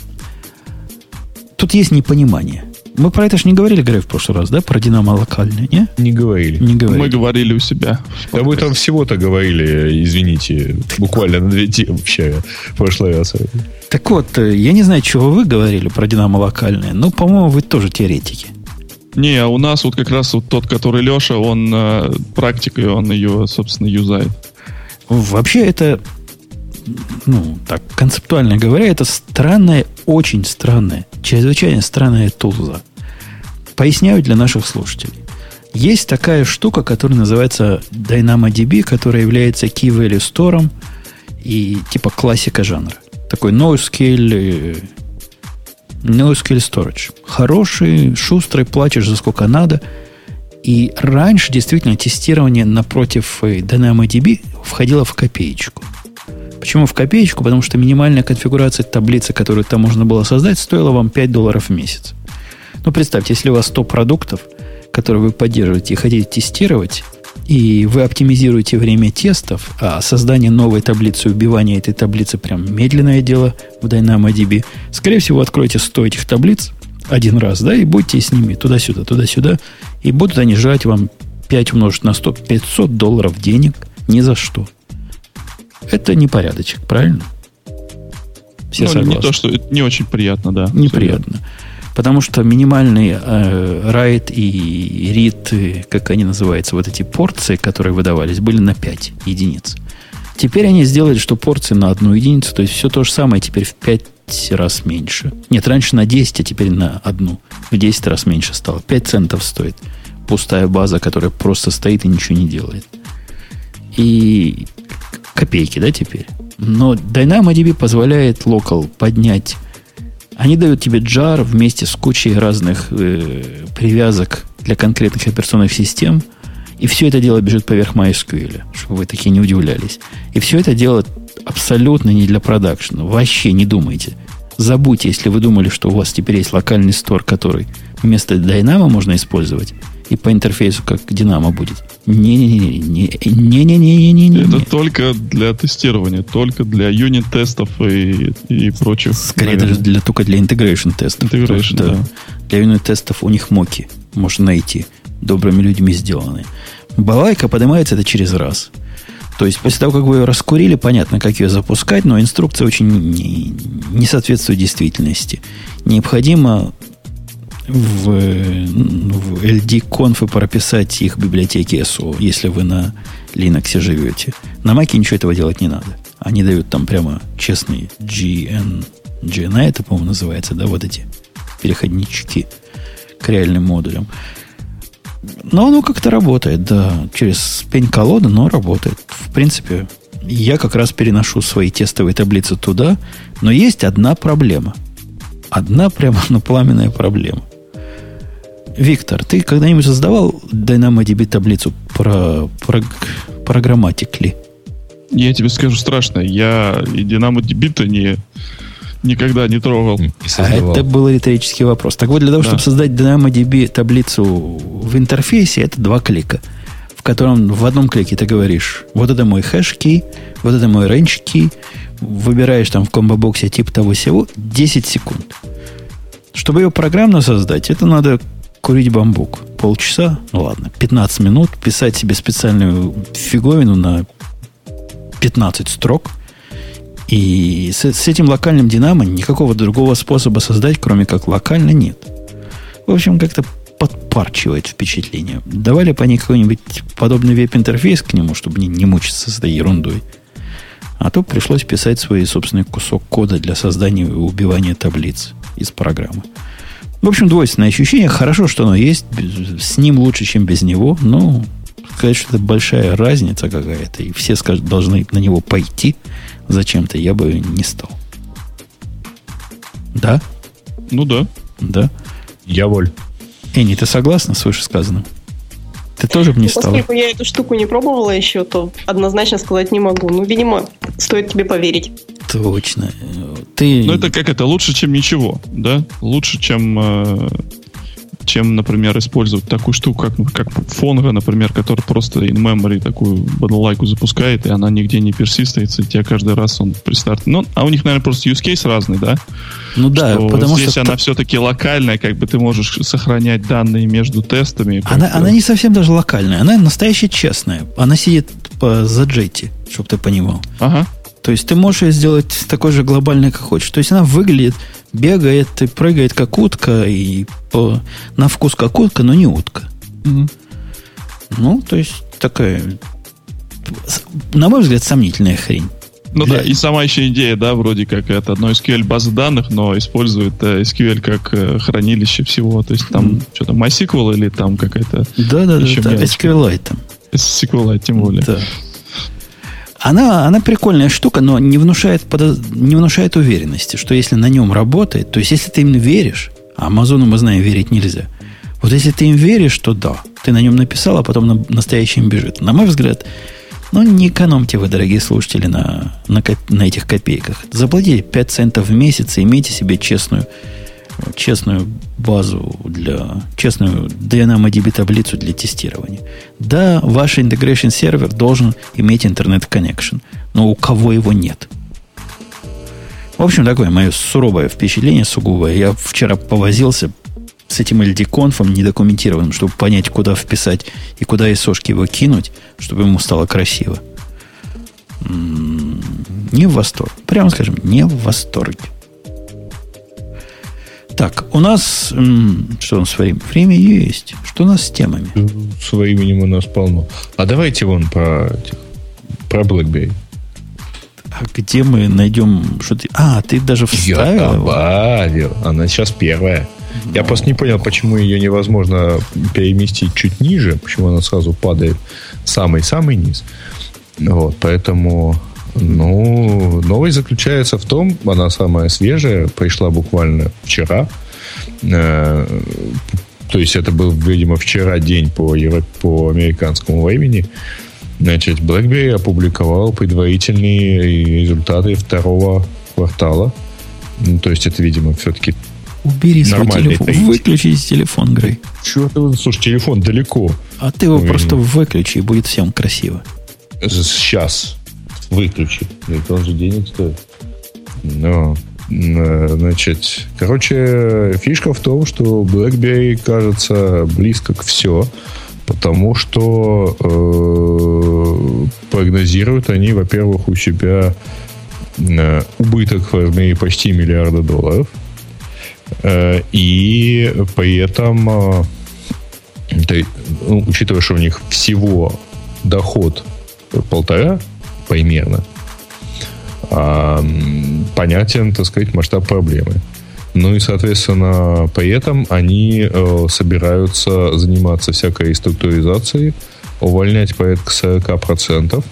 Тут есть непонимание. Мы про это же не говорили, Грей, в прошлый раз, да? Про Динамо локальное, не? Не говорили. Не говорили. Мы говорили у себя. Да мы там всего-то говорили, извините, буквально на две темы общая в прошлый раз. Так вот, я не знаю, чего вы говорили про Динамо локальное, но, по-моему, вы тоже теоретики. Не, а у нас вот как раз вот тот, который Леша, он э, практикой, он ее, собственно, юзает. Вообще это, ну, так, концептуально говоря, это странная, очень странная, чрезвычайно странная тулза. Поясняю для наших слушателей. Есть такая штука, которая называется DynamoDB, которая является Key Value Store и типа классика жанра. Такой NoSQL, NoSQL Storage. Хороший, шустрый, платишь за сколько надо. И раньше действительно тестирование напротив DynamoDB входило в копеечку. Почему в копеечку? Потому что минимальная конфигурация таблицы, которую там можно было создать, стоила вам пять долларов в месяц. Ну, представьте, если у вас сто продуктов, которые вы поддерживаете и хотите тестировать, и вы оптимизируете время тестов, а создание новой таблицы, убивание этой таблицы прям медленное дело в DynamoDB, скорее всего, откройте сто этих таблиц один раз, да, и будете с ними туда-сюда, туда-сюда, и будут они жрать вам пять умножить на сто, пятьсот долларов денег ни за что. Это непорядочек, правильно? Все ну, согласны? Не то, что это не очень приятно, да. Неприятно. Потому что минимальный э, write и read, как они называются, вот эти порции, которые выдавались, были на пять единиц. Теперь они сделали, что порции на одну единицу, то есть все то же самое, теперь в пять раз меньше. Нет, раньше на десять, а теперь на одну. В десять раз меньше стало. пять центов стоит пустая база, которая просто стоит и ничего не делает. И копейки, да, теперь? Но DynamoDB позволяет local поднять. Они дают тебе джар вместе с кучей разных э, привязок для конкретных операционных систем. И все это дело бежит поверх MySQL, чтобы вы такие не удивлялись. И все это дело абсолютно не для продакшена. Вообще не думайте. Забудьте, если вы думали, что у вас теперь есть локальный стор, который вместо Dynamo можно использовать, и по интерфейсу как Dynamo будет. Не-не-не-не-не-не-не-не-не. Это только для тестирования, только для юнит-тестов и, и прочих. Скорее даже для, только для integration тестов. Integration, да. Да. Для юнит-тестов у них моки можно найти. Добрыми людьми сделанные. Балайка поднимается это через раз. То есть, после того, как вы ее раскурили, понятно, как ее запускать, но инструкция очень не, не соответствует действительности. Необходимо в, в эл ди-конфы прописать их библиотеки эс о, если вы на Linux живете. На Mac ничего этого делать не надо. Они дают там прямо честный джи эн, джи эн ай, это, по-моему, называется, да, вот эти переходнички к реальным модулям. Но оно как-то работает, да, через пень-колоду, но работает. В принципе, я как раз переношу свои тестовые таблицы туда, но есть одна проблема. Одна прямо ну, пламенная проблема. Виктор, ты когда-нибудь создавал DynamoDB таблицу про, про программатикли? Я тебе скажу страшно, я и DynamoDB-то не... никогда не трогал. Не а это был риторический вопрос. Так вот, для того, да. чтобы создать DynamoDB таблицу в интерфейсе, это два клика, в котором в одном клике ты говоришь, вот это мой хэш-кей, вот это мой range-кей, выбираешь там в комбо-боксе тип того-сего, десять секунд. Чтобы ее программно создать, это надо курить бамбук. Полчаса, ну ладно, пятнадцать минут, писать себе специальную фиговину на пятнадцать строк. И с, с этим локальным динамо никакого другого способа создать, кроме как локально, нет. В общем, как-то подпарчивает впечатление. Давали по ней какой-нибудь подобный веб-интерфейс к нему, чтобы не, не мучиться с этой ерундой. А то пришлось писать свой собственный кусок кода для создания и убивания таблиц из программы. В общем, двойственное ощущение. Хорошо, что оно есть. С ним лучше, чем без него. Но сказать, что это большая разница какая-то, и все скажут, должны на него пойти зачем-то, я бы не стал. Да? Ну да. Да. Я воль. Энни, ты согласна с вышесказанным? Ты тоже бы не стала? Поскольку я эту штуку не пробовала еще, то однозначно сказать не могу. Ну, видимо, стоит тебе поверить. Точно. Ты... Ну, это как это? Лучше, чем ничего, да? Лучше, чем... Э... чем, например, использовать такую штуку, как, как Fongo, например, который просто in-memory такую балалайку запускает, и она нигде не персистается, и тебе каждый раз он при старте... Ну, а у них, наверное, просто use case разный, да? Ну да, что потому здесь что... она все-таки локальная, как бы ты можешь сохранять данные между тестами. Она, она не совсем даже локальная, она настоящая честная. Она сидит по заджете, чтобы ты понимал. Ага. То есть ты можешь ее сделать такой же глобальной, как хочешь. То есть она выглядит, бегает и прыгает как утка, и по, на вкус как утка, но не утка. Угу. Ну, то есть такая, на мой взгляд, сомнительная хрень. Ну Для... да, и сама еще идея, да, вроде как это одно эс кью эль база данных, но использует э, эс кью эль как э, хранилище всего. То есть там mm. что-то MySQL или там какая-то... Да-да-да, SQLite там. SQLite, тем более. Да. Она, она прикольная штука, но не внушает, подоз... не внушает уверенности, что если на нем работает, то есть если ты им веришь, а Амазону, мы знаем, верить нельзя. Вот если ты им веришь, то да, ты на нем написал, а потом на настоящем бежит. На мой взгляд, ну, не экономьте вы, дорогие слушатели, на, на, на этих копейках. Заплатите пять центов в месяц и имейте себе честную, честную базу для... честную DynamoDB таблицу для тестирования. Да, ваш integration сервер должен иметь интернет-коннекшн, но у кого его нет? В общем, такое мое суровое впечатление, сугубое. Я вчера повозился с этим эл ди-конфом недокументированным, чтобы понять, куда вписать и куда эс о-шки его кинуть, чтобы ему стало красиво. М-м- не в восторге. Прямо скажем, не в восторге. Так, у нас... М- что у нас время? Время есть. Что у нас с темами? С временем у нас полно. А давайте вон про, про BlackBerry. А где мы найдем... Что ты... А, ты даже вставил? Я добавил. Она сейчас первая. Я просто не понял, почему ее невозможно переместить чуть ниже, почему она сразу падает самый-самый низ. Вот, поэтому, ну, новость заключается в том, она самая свежая, пришла буквально вчера. Э, то есть это был, видимо, вчера день по, по американскому времени. Значит, BlackBerry опубликовал предварительные результаты второго квартала. Ну, то есть это, видимо, все-таки убери свой телефон. Третий. Выключи телефон, Грей. Чего ты? Слушай, телефон далеко. А ты его Ой, просто выключи, и будет всем красиво. Сейчас. Выключи. Это он же денег стоит. Но, значит, короче, фишка в том, что BlackBerry кажется близко к все, потому что э, прогнозируют они, во-первых, у себя э, убыток в размере почти миллиарда долларов. Э, и при этом, э, то, ну, учитывая, что у них всего доход полтора примерно, э, понятен, так сказать, масштаб проблемы. Ну и, соответственно, при этом они э, собираются заниматься всякой реструктуризацией, увольнять порядка сорок процентов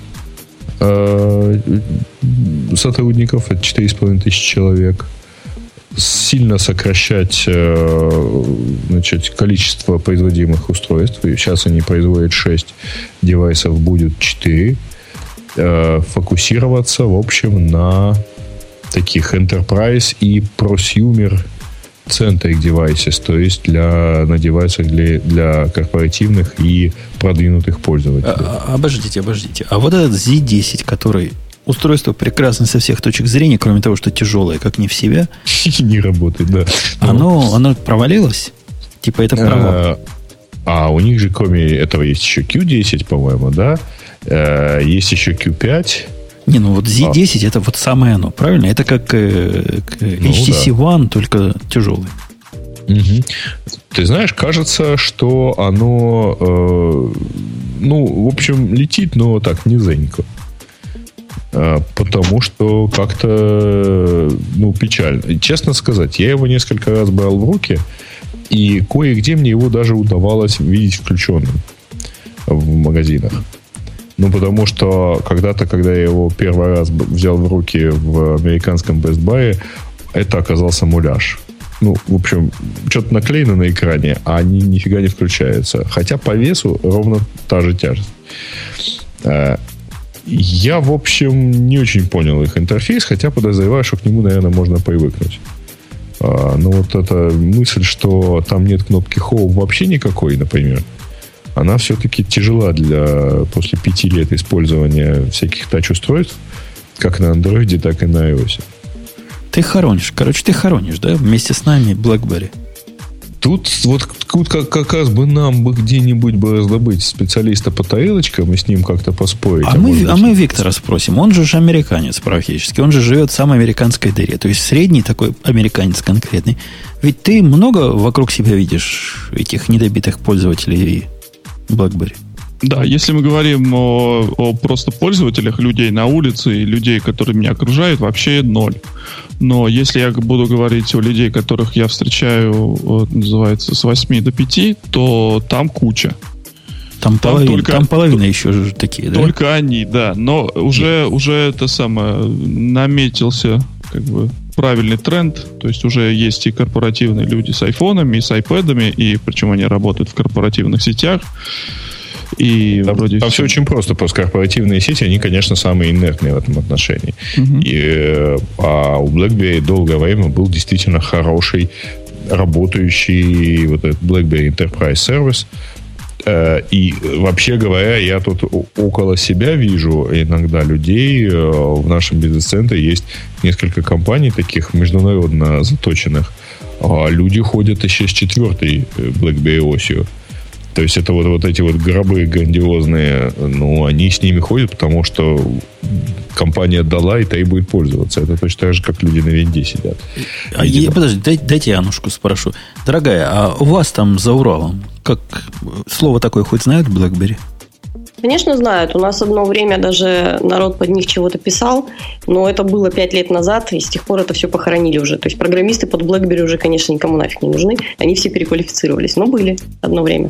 э, сотрудников, это четыре с половиной тысячи человек, сильно сокращать э, значит, количество производимых устройств. Сейчас они производят шесть девайсов, будет четыре. Э, фокусироваться, в общем, на таких enterprise и prosumer centric devices, то есть для, на девайсах для, для корпоративных и продвинутых пользователей. А, обождите, обождите. А вот этот зет десять, который устройство прекрасно со всех точек зрения, кроме того, что тяжелое, как не в себя. Не работает, да. Оно, оно провалилось? Типа это провал? А, а у них же, кроме этого, есть еще кью десять, по-моему, да? Есть еще кью пять. Не, ну вот зет десять а. это вот самое оно, правильно? Это как э, эйч ти си One, ну, да. только тяжелый. Угу. Ты знаешь, кажется, что оно, э, ну, в общем, летит, но так, низенько. Э, потому что как-то, ну, печально. Честно сказать, я его несколько раз брал в руки, и кое-где мне его даже удавалось видеть включенным в магазинах. Ну, потому что когда-то, когда я его первый раз взял в руки в американском Best Buy, это оказался муляж. Ну, в общем, что-то наклеено на экране, а они нифига не включаются. Хотя по весу ровно та же тяжесть. Я, в общем, не очень понял их интерфейс, хотя подозреваю, что к нему, наверное, можно привыкнуть. Но вот эта мысль, что там нет кнопки Home вообще никакой, например, она все-таки тяжела для после пяти лет использования всяких тач-устройств, как на Android, так и на iOS. Ты хоронишь. Короче, ты хоронишь, да? Вместе с нами BlackBerry. Тут вот тут как, как раз бы нам бы где-нибудь бы раздобыть специалиста по тарелочкам и с ним как-то поспорить. А, а, мы, а мы Виктора спросим. Он же американец практически. Он же живет в самой американской дыре. То есть средний такой американец конкретный. Ведь ты много вокруг себя видишь этих недобитых пользователей BlackBerry. Да, если мы говорим о, о просто пользователях, людей на улице и людей, которые меня окружают, вообще ноль. Но если я буду говорить о людей, которых я встречаю, вот, называется, с восьми до пяти, то там куча. Там, там, половина, только, там половина еще же такие, да? Только они, да. Но уже, уже это самое, наметился как бы правильный тренд. То есть уже есть и корпоративные люди с айфонами, и с айпэдами, и причем они работают в корпоративных сетях. И там, вроде там все. все очень просто. Просто корпоративные сети, они, конечно, самые инертные в этом отношении. Uh-huh. И, а у BlackBerry долгое время был действительно хороший, работающий вот этот BlackBerry Enterprise Service. И вообще говоря, я тут около себя вижу иногда людей. В нашем бизнес-центре есть несколько компаний таких международно заточенных. Люди ходят еще с четвертой BlackBerry осью. То есть это вот, вот эти вот гробы грандиозные, ну, они с ними ходят, потому что компания дала и требует пользоваться. Это точно так же, как люди на винде сидят. А я, подожди, дай, дайте я Анушку спрошу. Дорогая, а у вас там за Уралом, как слово такое хоть знают BlackBerry? Конечно, знают. У нас одно время даже народ под них чего-то писал, но это было пять лет назад, и с тех пор это все похоронили уже. То есть программисты под BlackBerry уже, конечно, никому нафиг не нужны. Они все переквалифицировались, но были одно время.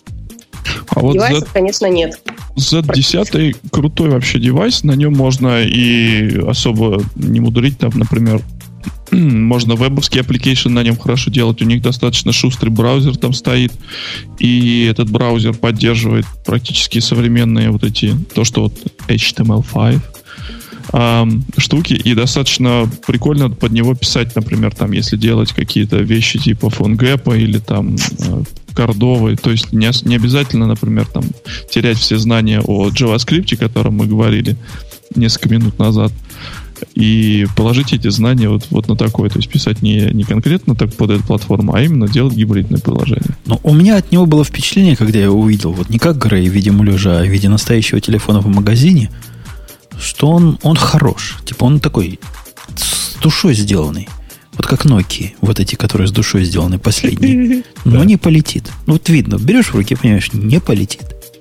А вот девайсов, Z, конечно, нет. зет десять крутой вообще девайс. На нем можно и особо не мудрить. Там, например, можно вебовский application на нем хорошо делать. У них достаточно шустрый браузер там стоит. И этот браузер поддерживает практически современные вот эти, то, что вот эйч ти эм эл пять эм, штуки. И достаточно прикольно под него писать, например, там, если делать какие-то вещи типа PhoneGap или там кордовые. То есть не, не обязательно, например, там терять все знания о JavaScript, о котором мы говорили несколько минут назад. и положить эти знания вот, вот на такое. То есть писать не, не конкретно так под эту платформу, а именно делать гибридное приложение. Но у меня от него было впечатление, когда я его увидел, вот не как Грей в виде муляжа, а в виде настоящего телефона в магазине, что он, он хорош. Типа он такой с душой сделанный. Вот как Nokia, вот эти, которые с душой сделаны, последние. Но не полетит. Ну вот видно, берешь в руки, понимаешь, не полетит.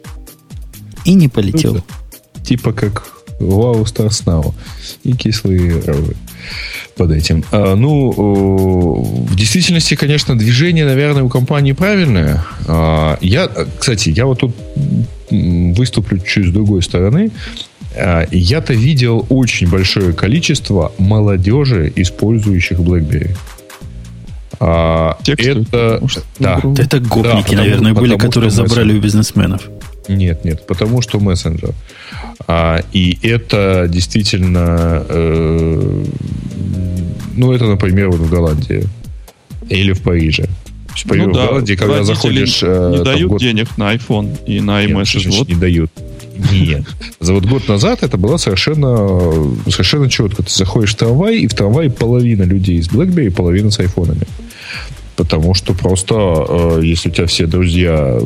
И не полетел. Типа как Wow Stars Now. И кислые ровы под этим. А, ну, в действительности, конечно, движение, наверное, у компании правильное. А, я, кстати, я вот тут выступлю чуть с другой стороны. А, я-то видел очень большое количество молодежи, использующих BlackBerry. А, это, да, это гопники, да, наверное, потому, были, потому, которые забрали мессенджер. У бизнесменов. Нет, нет, потому что мессенджер. А, и это действительно, э, ну, это, например, вот в Голландии или в Париже. В Париже, ну, в да, Голландии, когда заходишь... Не там, дают год... денег на iPhone и на iMessage. Нет, вот. Не дают. Нет. За вот год назад это было совершенно, совершенно четко. Ты заходишь в трамвай, и в трамвае половина людей с BlackBerry, половина с айфонами. Потому что просто, э, если у тебя все друзья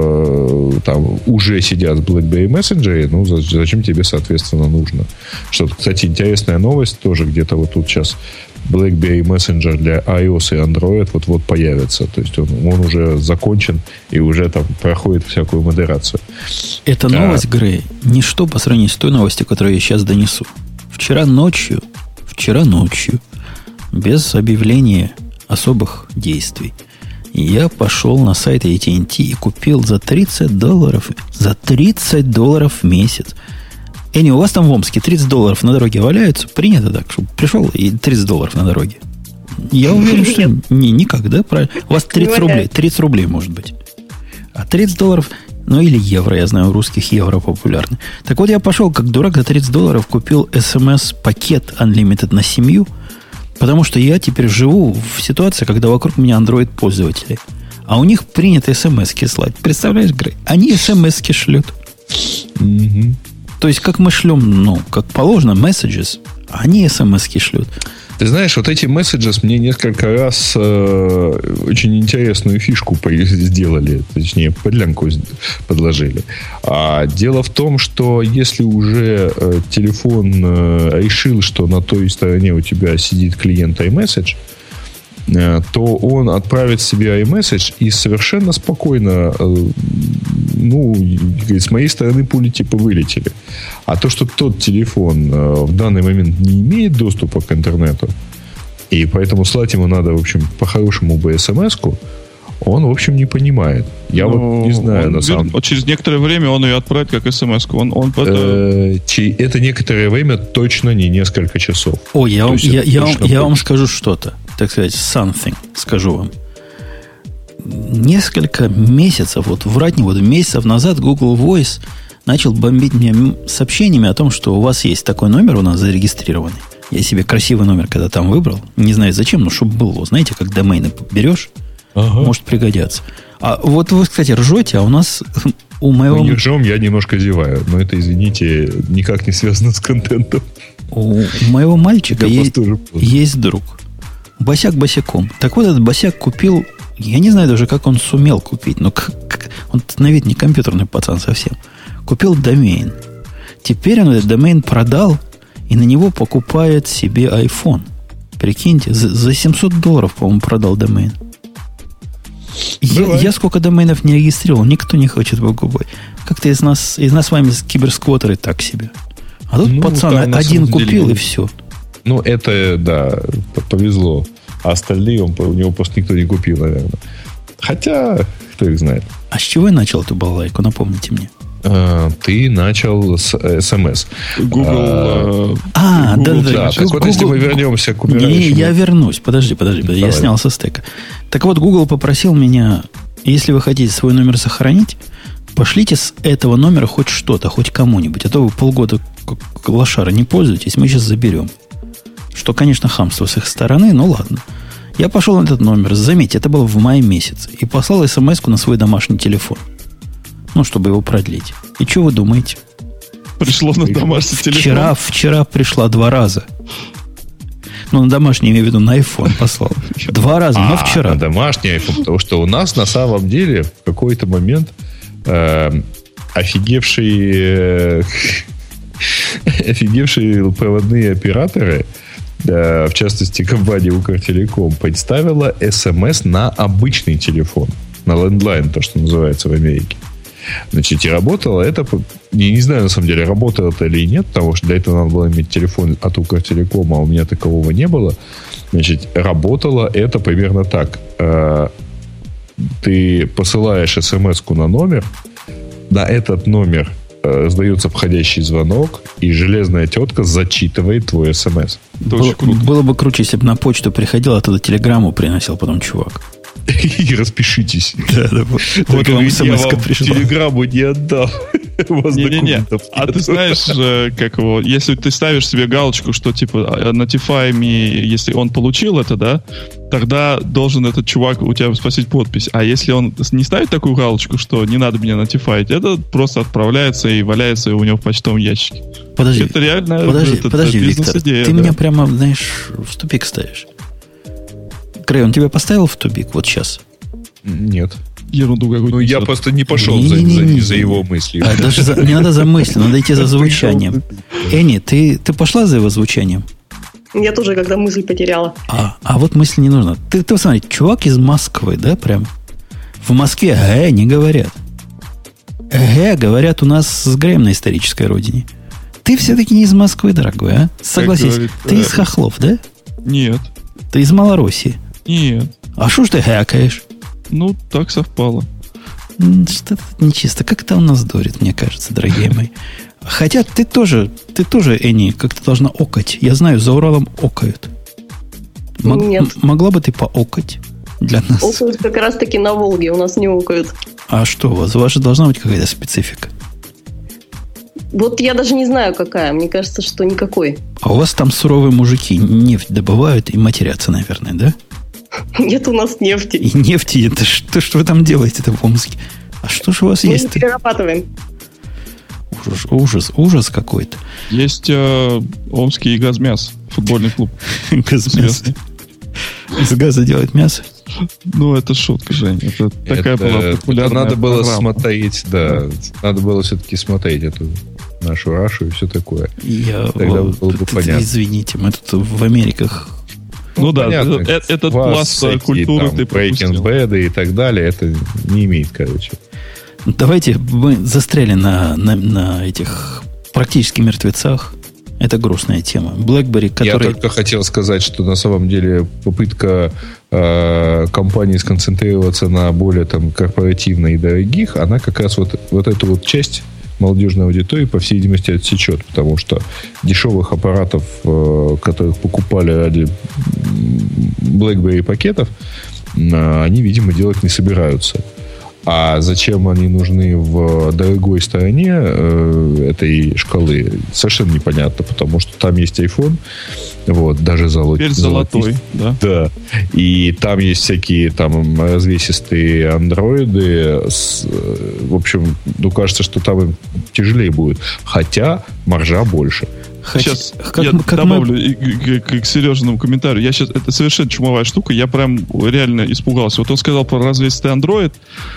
в, там, уже сидят в BlackBerry Messenger, ну, зачем тебе, соответственно, нужно? Что, кстати, интересная новость тоже где-то вот тут сейчас. BlackBerry Messenger для iOS и Android вот-вот появится. То есть он, он уже закончен и уже там проходит всякую модерацию. Эта а... новость, Грей, ничто по сравнению с той новостью, которую я сейчас донесу. Вчера ночью, вчера ночью, без объявления особых действий, я пошел на сайт эй ти энд ти и купил за тридцать долларов, за тридцать долларов в месяц. Эни, у вас там в Омске тридцать долларов на дороге валяются? Принято так, чтобы пришел и тридцать долларов на дороге. Я уверен, что не, никогда. Правильно. У вас тридцать рублей, тридцать рублей может быть. А тридцать долларов, ну или евро, я знаю, у русских евро популярны. Так вот, я пошел как дурак за тридцать долларов, купил эс эм эс-пакет Unlimited на семью, потому что я теперь живу в ситуации, когда вокруг меня Android-пользователи. А у них принято эс эм эс-ки слать. Представляешь, Грей? Они эс эм эс-ки шлют. Mm-hmm. То есть, как мы шлем, ну, как положено, messages, а они эс эм эс-ки шлют. Ты знаешь, вот эти messages мне несколько раз э, очень интересную фишку сделали, точнее, подлянку подложили. А дело в том, что если уже э, телефон э, решил, что на той стороне у тебя сидит клиент iMessage, э, то он отправит себе iMessage и совершенно спокойно, э, ну, с моей стороны пули типа вылетели. А то, что тот телефон э, в данный момент не имеет доступа к интернету, и поэтому слать ему надо, в общем, по-хорошему бы эс эм эс-ку, он, в общем, не понимает. Я ну, вот не знаю, на самом деле. Через некоторое время он ее отправит как эс эм эс-ку. Он, он э, это некоторое время точно не несколько часов. О, я, вам, я, я, вам, я вам скажу что-то. Так сказать, something скажу вам. Несколько месяцев, вот врать не буду, месяцев назад Google Voice начал бомбить меня сообщениями о том, что у вас есть такой номер у нас зарегистрированный. Я себе красивый номер когда там выбрал. Не знаю зачем, но чтобы был. Знаете, как домены берешь, ага. Может пригодятся. А вот вы, кстати, ржете, а у нас у моего... Мы не ржем, я немножко зеваю. Но это, извините, никак не связано с контентом. У моего мальчика есть, есть друг. Босяк босяком. Так вот, этот босяк купил... Я не знаю даже, как он сумел купить. Но как, как, он на вид не компьютерный пацан совсем. Купил домен. Теперь он этот домен продал и на него покупает себе iPhone. Прикиньте, за, за семьсот долларов, по-моему, продал домен. Я, я сколько доменов не регистрировал, никто не хочет покупать. Как-то из нас, из нас с вами киберсквотеры так себе. А тут ну, пацан один купил деле, и все. Ну, это, да, повезло. А остальные он, у него просто никто не купил, наверное. Хотя, кто их знает. А с чего я начал эту балалайку? Напомните мне. А, ты начал с эс эм эс. Google. А, а Google, да, да, да. да. Так вот, если мы вернемся к умирающему... Не, я вернусь. Подожди, подожди. подожди. Я снял со стека. Так вот, Google попросил меня, если вы хотите свой номер сохранить, пошлите с этого номера хоть что-то, хоть кому-нибудь. А то вы полгода как лошары не пользуетесь, мы сейчас заберем. Что, конечно, хамство с их стороны, но ладно. Я пошел на этот номер. Заметьте, это было в мае месяце. И послал смс-ку на свой домашний телефон. Ну, чтобы его продлить. И что вы думаете? Пришло на домашний телефон. Вчера, вчера пришла два раза. Ну, на домашний, имею в виду, на iPhone послал. Два раза, но вчера. А, на домашний iPhone, потому что у нас на самом деле в какой-то момент э, офигевшие, э, офигевшие проводные операторы, э, в частности, компания Укртелеком, представила эс эм эс на обычный телефон, на лендлайн, то, что называется в Америке. Значит, и работало это, я не знаю, на самом деле, работало это или нет, потому что для этого надо было иметь телефон от Укртелекома, а у меня такового не было. Значит, работало это примерно так. Ты посылаешь эс эм эс-ку на номер, на этот номер сдается входящий звонок, и железная тетка зачитывает твой эс эм эс. Было, было бы круче, если бы на почту приходил, оттуда телеграмму приносил потом чувак. И распишитесь. Да, да, вот, вот вам смс-ка пришла. Телеграмму не отдам. Не-не-не. А ты знаешь, как его, если ты ставишь себе галочку, что типа notify me, если он получил это, да, тогда должен этот чувак у тебя спросить подпись. А если он не ставит такую галочку, что не надо меня notify, это просто отправляется и валяется у него в почтовом ящике. Подожди, это реально подожди, это, подожди, это Виктор, ты да. меня прямо, знаешь, в тупик ставишь. Грей, он тебя поставил в тупик вот сейчас? Нет. Ерунду какую-то. Ну, я несет. просто не пошел не, за, не, не, за, не, за не. его мыслью. А, даже за, не надо за мыслью, надо идти за звучанием. Энни, ты, ты пошла за его звучанием? Я тоже, когда мысль потеряла. А, а вот мысль не нужна. Ты, ты посмотри, чувак из Москвы, да, прям. В Москве «э» не говорят. «Э» говорят у нас с Греем на исторической родине. Ты все-таки не из Москвы, дорогой, а? Согласись, говорит, ты э... из Хохлов, да? Нет. Ты из Малороссии? Нет. А что ж ты хэкаешь? Ну, так совпало. Что-то нечисто. Как это у нас дурит, мне кажется, дорогие мои. Хотя ты тоже, ты тоже, Энни, как-то должна окать. Я знаю, за Уралом окают. Мог, Нет. М- могла бы ты поокать для нас? Окают как раз-таки на Волге, у нас не окают. А что у вас? У вас же должна быть какая-то специфика. Вот я даже не знаю, какая. Мне кажется, что никакой. А у вас там суровые мужики нефть добывают и матерятся, наверное, да? Нет у нас нефти. И нефти, это что, что вы там делаете-то в Омске? А что же у вас Мы есть? Мы перерабатываем. Ужас, ужас, ужас какой-то. Есть э, Омский газмяс, футбольный клуб. Газмяс. Из газа делать мясо? Ну, это шутка, Женя. Это такая это, была популярная это надо было программа. смотреть, да. Надо было все-таки смотреть эту нашу Рашу и все такое. Я, Тогда о, было бы понятно. Извините, мы тут в Америках... Ну, ну да, понятно, этот, этот пласт всякие, культуры там, ты пропустил. Breaking Bad и так далее, это не имеет, короче. Давайте, мы застряли на, на, на этих практически мертвецах. Это грустная тема. BlackBerry, который... Я только хотел сказать, что на самом деле попытка э, компании сконцентрироваться на более там корпоративной и дорогих, она как раз вот, вот эту вот часть молодежной аудитории, по всей видимости, отсечет, потому что дешевых аппаратов, э, которых покупали ради BlackBerry пакетов, э, они, видимо, делать не собираются. А зачем они нужны в дорогой стороне э, этой шкалы, совершенно непонятно, потому что там есть iPhone, вот, даже золотой. Теперь золотой, да. Да. И там есть всякие там развесистые андроиды. С, в общем, ну, кажется, что там им тяжелее будет. Хотя маржа больше. Хотя, сейчас как, я как добавлю мы... к, к, к Сережиному комментарию. Я сейчас, это совершенно чумовая штука. Я прям реально испугался. Вот он сказал про развесистый Android.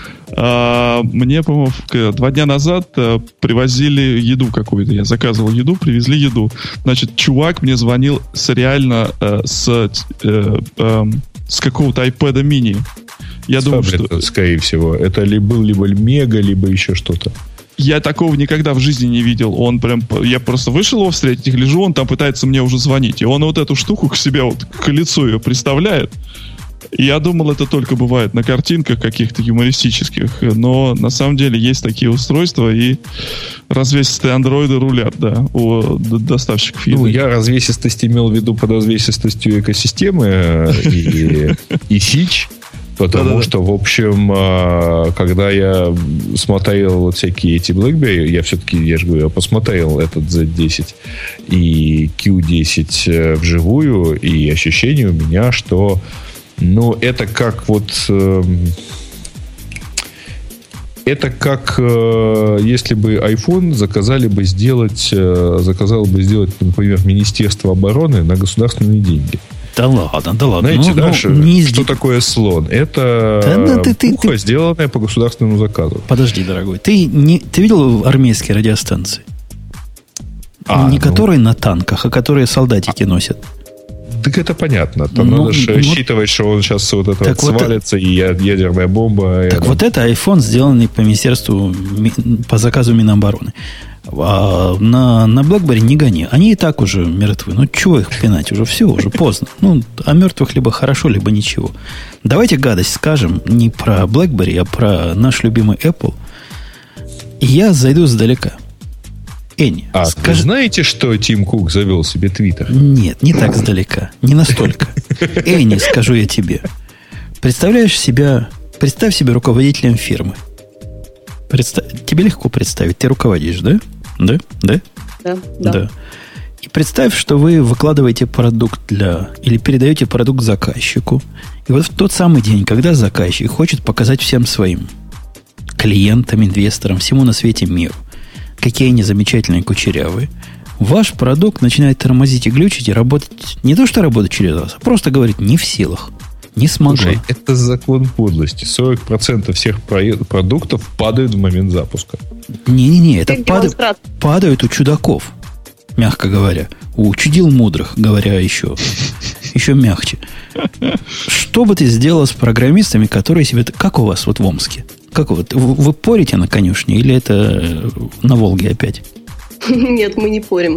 А, мне, по-моему, два дня назад а, привозили еду какую-то. Я заказывал еду, привезли еду. Значит, чувак мне звонил с реально а, с, а, а, с какого-то iPad mini. Я с думаю, что... Скорее всего. Это ли был либо мега, либо еще что-то. Я такого никогда в жизни не видел. Он прям, я просто вышел его встретить, лежу, он там пытается мне уже звонить. И он вот эту штуку к себе, вот к лицу ее представляет. И я думал, это только бывает на картинках каких-то юмористических. Но на самом деле есть такие устройства, и развесистые андроиды рулят, да, у доставщиков еды. Ну, я развесистость имел в виду под развесистостью экосистемы и, и Сич. Потому Да-да-да. что, в общем, когда я смотрел вот всякие эти BlackBerry, я все-таки, я же говорю, я посмотрел этот зет десять и кью десять вживую, и ощущение у меня, что, ну, это как вот... Это как э, если бы iPhone заказали бы сделать, э, заказало бы сделать, например, Министерство обороны на государственные деньги. Да ладно, да ладно. Знаете, ну, да, ну, что, не что такое слон? Это да, ну, ты, ты, пуха, ты... сделанная по государственному заказу. Подожди, дорогой. Ты, не, ты видел армейские радиостанции? А, не ну... которые на танках, а которые солдатики а... носят. Так это понятно. Там ну, надо же ну, рассчитывать, что он сейчас вот это вот вот свалится, и ядерная бомба. Так и вот это iPhone, сделанный по министерству, по заказу Минобороны. А на, на BlackBerry не гони. Они и так уже мертвы. Ну, чего их пинать? Уже все, уже поздно. Ну, о мертвых либо хорошо, либо ничего. Давайте гадость скажем не про BlackBerry, а про наш любимый Apple. И я зайду сдалека. Энни, а скажи... вы знаете, что Тим Кук завел себе Твиттер? Нет, не так сдалека. Не настолько. Энни, скажу я тебе. Представляешь себя... Представь себя руководителем фирмы. Представ... Тебе легко представить. Ты руководишь, да? Да? Да? Да, да. Да. И представь, что вы выкладываете продукт для... Или передаете продукт заказчику. И вот в тот самый день, когда заказчик хочет показать всем своим клиентам, инвесторам, всему на свете миру, какие они замечательные кучерявые, ваш продукт начинает тормозить и глючить, и работать... Не то, что работать через вас, а просто говорить не в силах. Не смогла. Слушай, это закон подлости. сорок процентов всех продуктов падают в момент запуска. Не-не-не, это падают, падают у чудаков, мягко говоря. У чудил мудрых, говоря еще, еще мягче. Что бы ты сделал с программистами, которые себе... Как у вас вот в Омске? Как вы, вы порите на конюшне или это на Волге опять? Нет, мы не порим.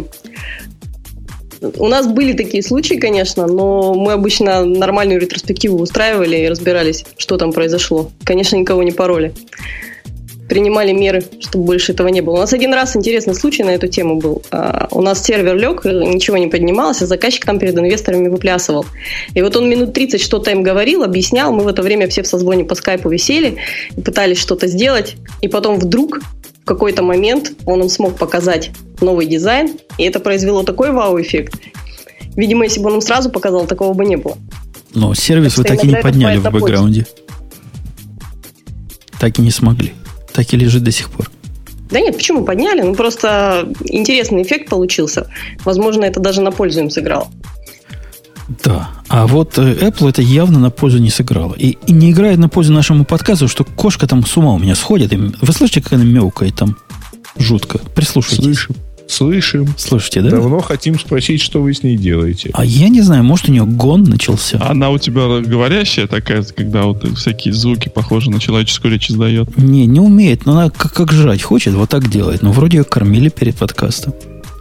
У нас были такие случаи, конечно, но мы обычно нормальную ретроспективу устраивали и разбирались, что там произошло. Конечно, никого не пороли. Принимали меры, чтобы больше этого не было. У нас один раз интересный случай на эту тему был. У нас сервер лег, ничего не поднималось, а заказчик там перед инвесторами выплясывал. И вот он минут тридцать что-то им говорил, объяснял. Мы в это время все в созвоне по скайпу висели и пытались что-то сделать. И потом вдруг в какой-то момент он им смог показать новый дизайн, и это произвело такой вау-эффект. Видимо, если бы он им сразу показал, такого бы не было. Но сервис вы так и не подняли в бэкграунде. Так и не смогли. Так и лежит до сих пор. Да нет, почему подняли? Ну, просто интересный эффект получился. Возможно, это даже на пользу им сыграло. Да. А вот Apple это явно на пользу не сыграло. И, и не играет на пользу нашему подсказу, что кошка там с ума у меня сходит. И вы слышите, как она мяукает там? Жутко. Прислушайтесь. Слышим. Слышим. Слышите, да? Давно хотим спросить, что вы с ней делаете. А я не знаю, может, у нее гон начался. Она у тебя говорящая такая, когда вот всякие звуки похожи на человеческую речь издает? Не, не умеет, но она как, как жрать хочет, вот так делает. Но вроде ее кормили перед подкастом.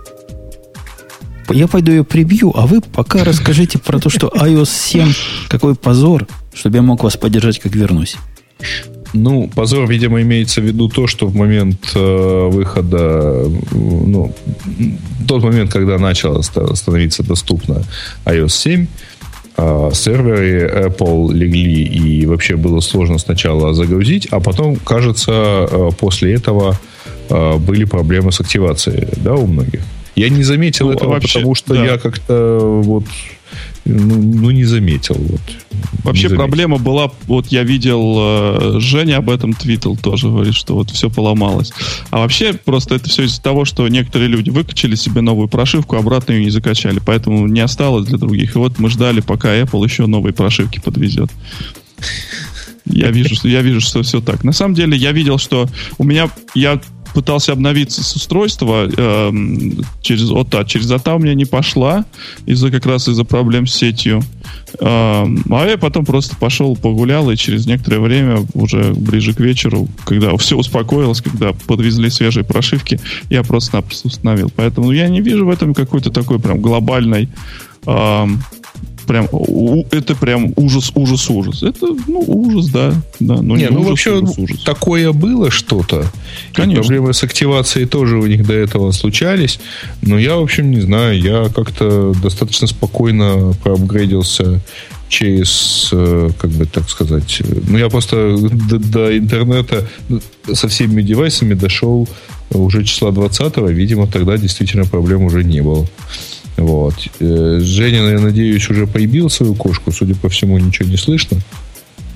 Я пойду ее прибью, а вы пока расскажите про то, что ай о эс семь, какой позор, чтобы я мог вас поддержать, как вернусь. Ну, позор, видимо, имеется в виду то, что в момент э, выхода, ну, тот момент, когда начала становиться доступна ай о эс семь, э, серверы Apple легли, и вообще было сложно сначала загрузить, а потом, кажется, э, после этого э, были проблемы с активацией, да, у многих. Я не заметил ну, этого, вообще, потому что да. я как-то вот ну, ну не заметил. Вот. Вообще не заметил. Проблема была, вот я видел, Женя об этом твитил тоже, говорит, что вот все поломалось. А вообще просто это все из-за того, что некоторые люди выкачали себе новую прошивку, обратно ее не закачали, поэтому не осталось для других. И вот мы ждали, пока Apple еще новые прошивки подвезет. Я вижу, что я вижу, что все так. На самом деле я видел, что у меня я пытался обновиться с устройства э, через о ти эй. Через о ти эй у меня не пошла из-за как раз из-за проблем с сетью. Э, а я потом просто пошел погулял, и через некоторое время, уже ближе к вечеру, когда все успокоилось, когда подвезли свежие прошивки, я просто-напросто установил. Поэтому я не вижу в этом какой-то такой прям глобальной э, прям, это прям ужас, ужас, ужас. Это, ну, ужас, да. да но не, не ну ужас, вообще ужас, ужас. Такое было что-то. Конечно. Проблемы с активацией тоже у них до этого случались. Но я, в общем, не знаю. Я как-то достаточно спокойно проапгрейдился через, как бы так сказать... Ну, я просто до, до интернета со всеми девайсами дошел уже числа двадцатого. Видимо, тогда действительно проблем уже не было. Вот. Женя, я надеюсь, уже поебил свою кошку. Судя по всему, ничего не слышно.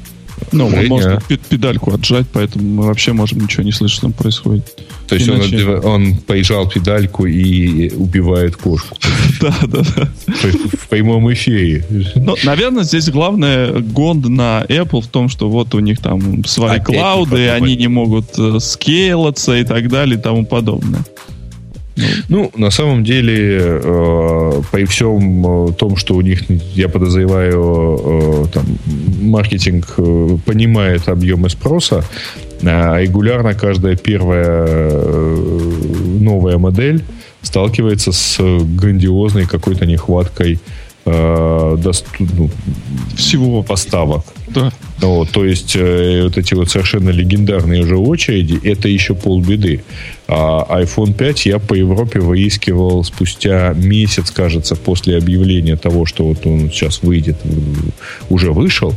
Ну, он может педальку отжать, поэтому мы вообще можем ничего не слышать, что там происходит. То есть Иначе... он, он поезжал педальку и убивает кошку. Да, да, да. В прямом эфире. Ну, наверное, здесь главное гон на Apple в том, что вот у них там свои клауды, они не могут скейлаться и так далее и тому подобное. Ну, на самом деле, э, при всем том, что у них, я подозреваю, э, там, маркетинг э, понимает объемы спроса, э, регулярно каждая первая э, новая модель сталкивается с грандиозной какой-то нехваткой э, доступ, ну, всего поставок. Да. Вот, то есть э, вот эти вот совершенно легендарные уже очереди, это еще полбеды. А айфон пять я по Европе выискивал спустя месяц, кажется, после объявления того, что вот он сейчас выйдет, уже вышел.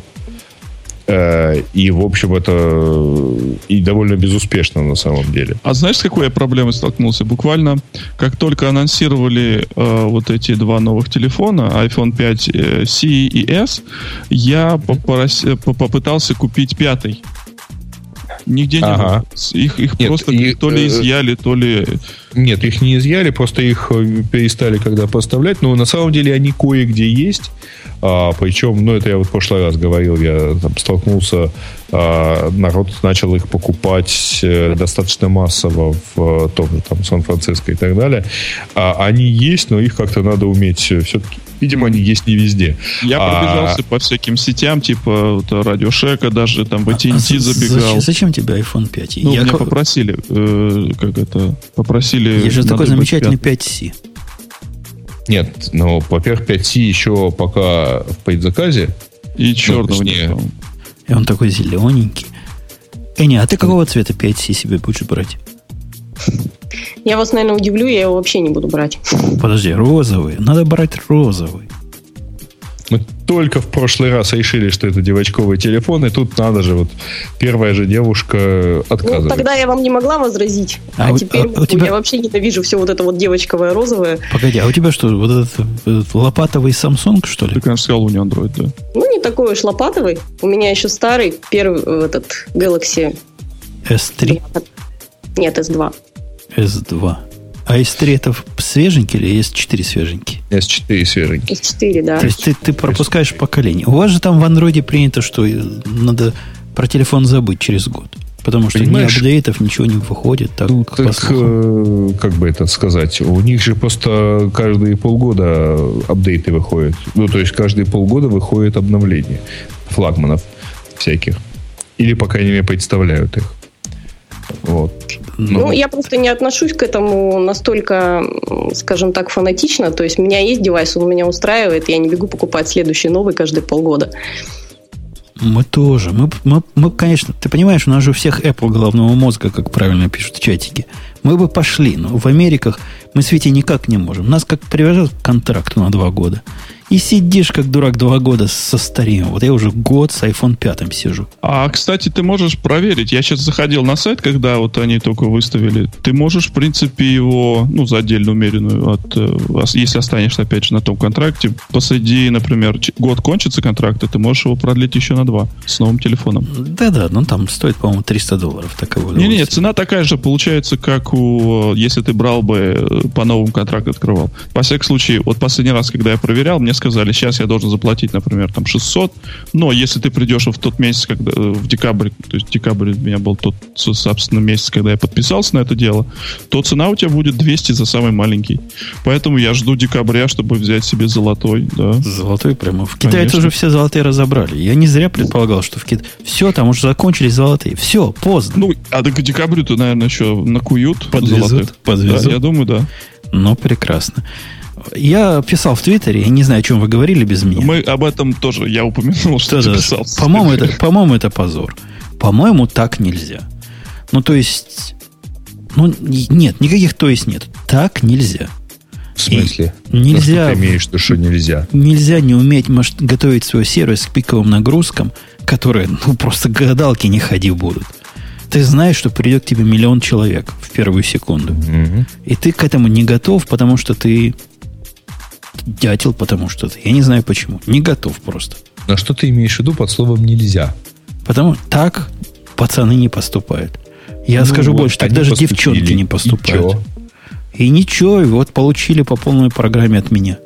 Э, и, в общем, это и довольно безуспешно на самом деле. А знаешь, с какой я проблемой столкнулся? Буквально, как только анонсировали э, вот эти два новых телефона, айфон пять э, си и эс, я попрос... попытался купить пятый. Нигде не ага. было. Их, их Нет, просто и, то ли изъяли, то ли... Нет, их не изъяли, просто их перестали когда поставлять. Но на самом деле они кое-где есть. А, причем, ну, это я вот в прошлый раз говорил, я там столкнулся, а, народ начал их покупать достаточно массово в том же там Сан-Франциско и так далее. А, они есть, но их как-то надо уметь все-таки. Видимо, они есть не везде. Я а... пробежался по всяким сетям, типа вот, Радио Шека, даже там в эй ти энд ти а, забегал. Зачем, зачем тебе айфон пять? Ну, я меня как... попросили, э, как это, попросили... Есть же такой замечательный пять си. Нет, ну, во-первых, пять си еще пока в предзаказе. И черного ну, нет. И он такой зелененький. Эни, а ты какого цвета пять си себе будешь брать? Я вас, наверное, удивлю, я его вообще не буду брать. Подожди, розовый. Надо брать розовый. Мы только в прошлый раз решили, что это девочковый телефон, и тут надо же, вот первая же девушка отказывает. Ну, тогда я вам не могла возразить. А, а теперь а, у тебя... я вообще ненавижу все вот это вот девочковое розовое. Погоди, а у тебя что, вот этот, этот лопатовый Samsung, что ли? Ты, конечно, сказал, у него Android, да. Ну, не такой уж лопатовый. У меня еще старый, первый этот Galaxy эс три? Нет, эс два. эс два. А эс три это свеженький или эс четыре свеженький? эс четыре свеженький. эс четыре, да. То есть ты, ты пропускаешь поколение. У вас же там в андроиде принято, что надо про телефон забыть через год. Потому что Понимаешь, ни апдейтов, ничего не выходит. Так, ну, так э, как бы это сказать, у них же просто каждые полгода апдейты выходят. Ну, то есть каждые полгода выходит обновление флагманов всяких. Или, по крайней мере, представляют их. Вот. Ну, ну, я просто не отношусь к этому настолько, скажем так, фанатично. То есть у меня есть девайс, он меня устраивает, я не бегу покупать следующий новый каждые полгода. Мы тоже. Мы, мы, мы, конечно, ты понимаешь, у нас же у всех Apple головного мозга, как правильно пишут в чатике. Мы бы пошли, но в Америках мы с Витей никак не можем. Нас как привяжут к контракту на два года. И сидишь, как дурак, два года со старым. Вот я уже год с айфон пять сижу. А, кстати, ты можешь проверить. Я сейчас заходил на сайт, когда вот они только выставили. Ты можешь, в принципе, его, ну, за отдельно умеренную, от, если останешься, опять же, на том контракте, посреди, например, год кончится контракт, ты можешь его продлить еще на два с новым телефоном. Да-да, ну там стоит, по-моему, триста долларов. Не-не, цена такая же получается, как у, если ты брал бы по новому контракту открывал. Во всяком случае, вот последний раз, когда я проверял, мне сказали, сейчас я должен заплатить, например, там шестьсот, но если ты придешь в тот месяц, когда в декабре, то есть декабрь у меня был тот, собственно, месяц, когда я подписался на это дело, то цена у тебя будет двести за самый маленький. Поэтому я жду декабря, чтобы взять себе золотой. Да. Золотой прямо. В Китае тоже все золотые разобрали. Я не зря предполагал, что в Китае все, там уже закончились золотые. Все, поздно. Ну, а к декабрю-то, наверное, еще накуют подвезут, золотых. Подвезут. Да, я думаю, да. Ну, прекрасно. Я писал в Твиттере, я не знаю, о чем вы говорили без меня. Мы об этом тоже, я упомянул, что ты писал. По-моему, это, по-моему, это позор. По-моему, так нельзя. Ну, то есть... Ну, нет, никаких то есть нет. Так нельзя. В смысле? И нельзя... Ну, что ты имеешь, что, что нельзя? Нельзя не уметь может, готовить свой сервис к пиковым нагрузкам, которые, ну, просто гадалки не ходи будут. Ты знаешь, что придет к тебе миллион человек в первую секунду. Mm-hmm. И ты к этому не готов, потому что ты... Дятел, потому что ты. Я не знаю почему. Не готов просто. Но что ты имеешь в виду под словом «нельзя»? Потому так пацаны не поступают. Я ну, скажу вот больше, так даже девчонки не поступают. И ничего, и вот получили по полной программе от меня.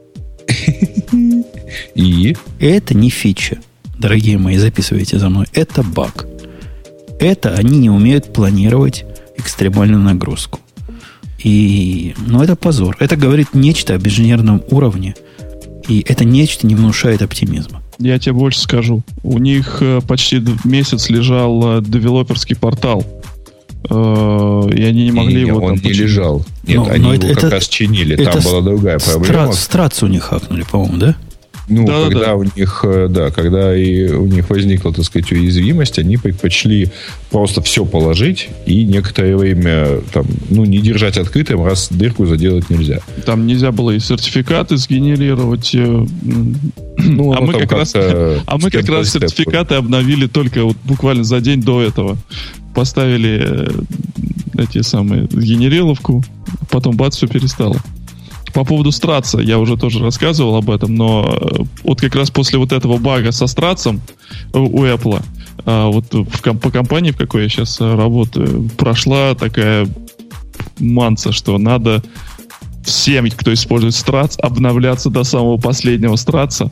И? Это не фича, дорогие мои, записывайте за мной. Это баг. Это они не умеют планировать экстремальную нагрузку. И, ну, это позор. Это говорит нечто об инженерном уровне. И это нечто не внушает оптимизма. Я тебе больше скажу. У них почти месяц лежал девелоперский портал. И они не могли не, его он там не лежал. Нет, но, они но его это, как это, раз чинили. Там это была другая проблема. Страц у них хакнули, по-моему, да? Ну, да, когда да. у них, да, когда и у них возникла, так сказать, уязвимость, они предпочли просто все положить и некоторое время там, ну, не держать открытым, раз дырку заделать нельзя. Там нельзя было и сертификаты сгенерировать. Ну, а мы как раз, а мы как раз сертификаты обновили только вот буквально за день до этого. Поставили эти самые генериловку, потом бац, все перестало. По поводу Стратса, я уже тоже рассказывал об этом, но вот как раз после вот этого бага со Стратсом у Apple, вот в, по компании, в какой я сейчас работаю, прошла такая манса, что надо всем, кто использует Стратс, обновляться до самого последнего Стратса.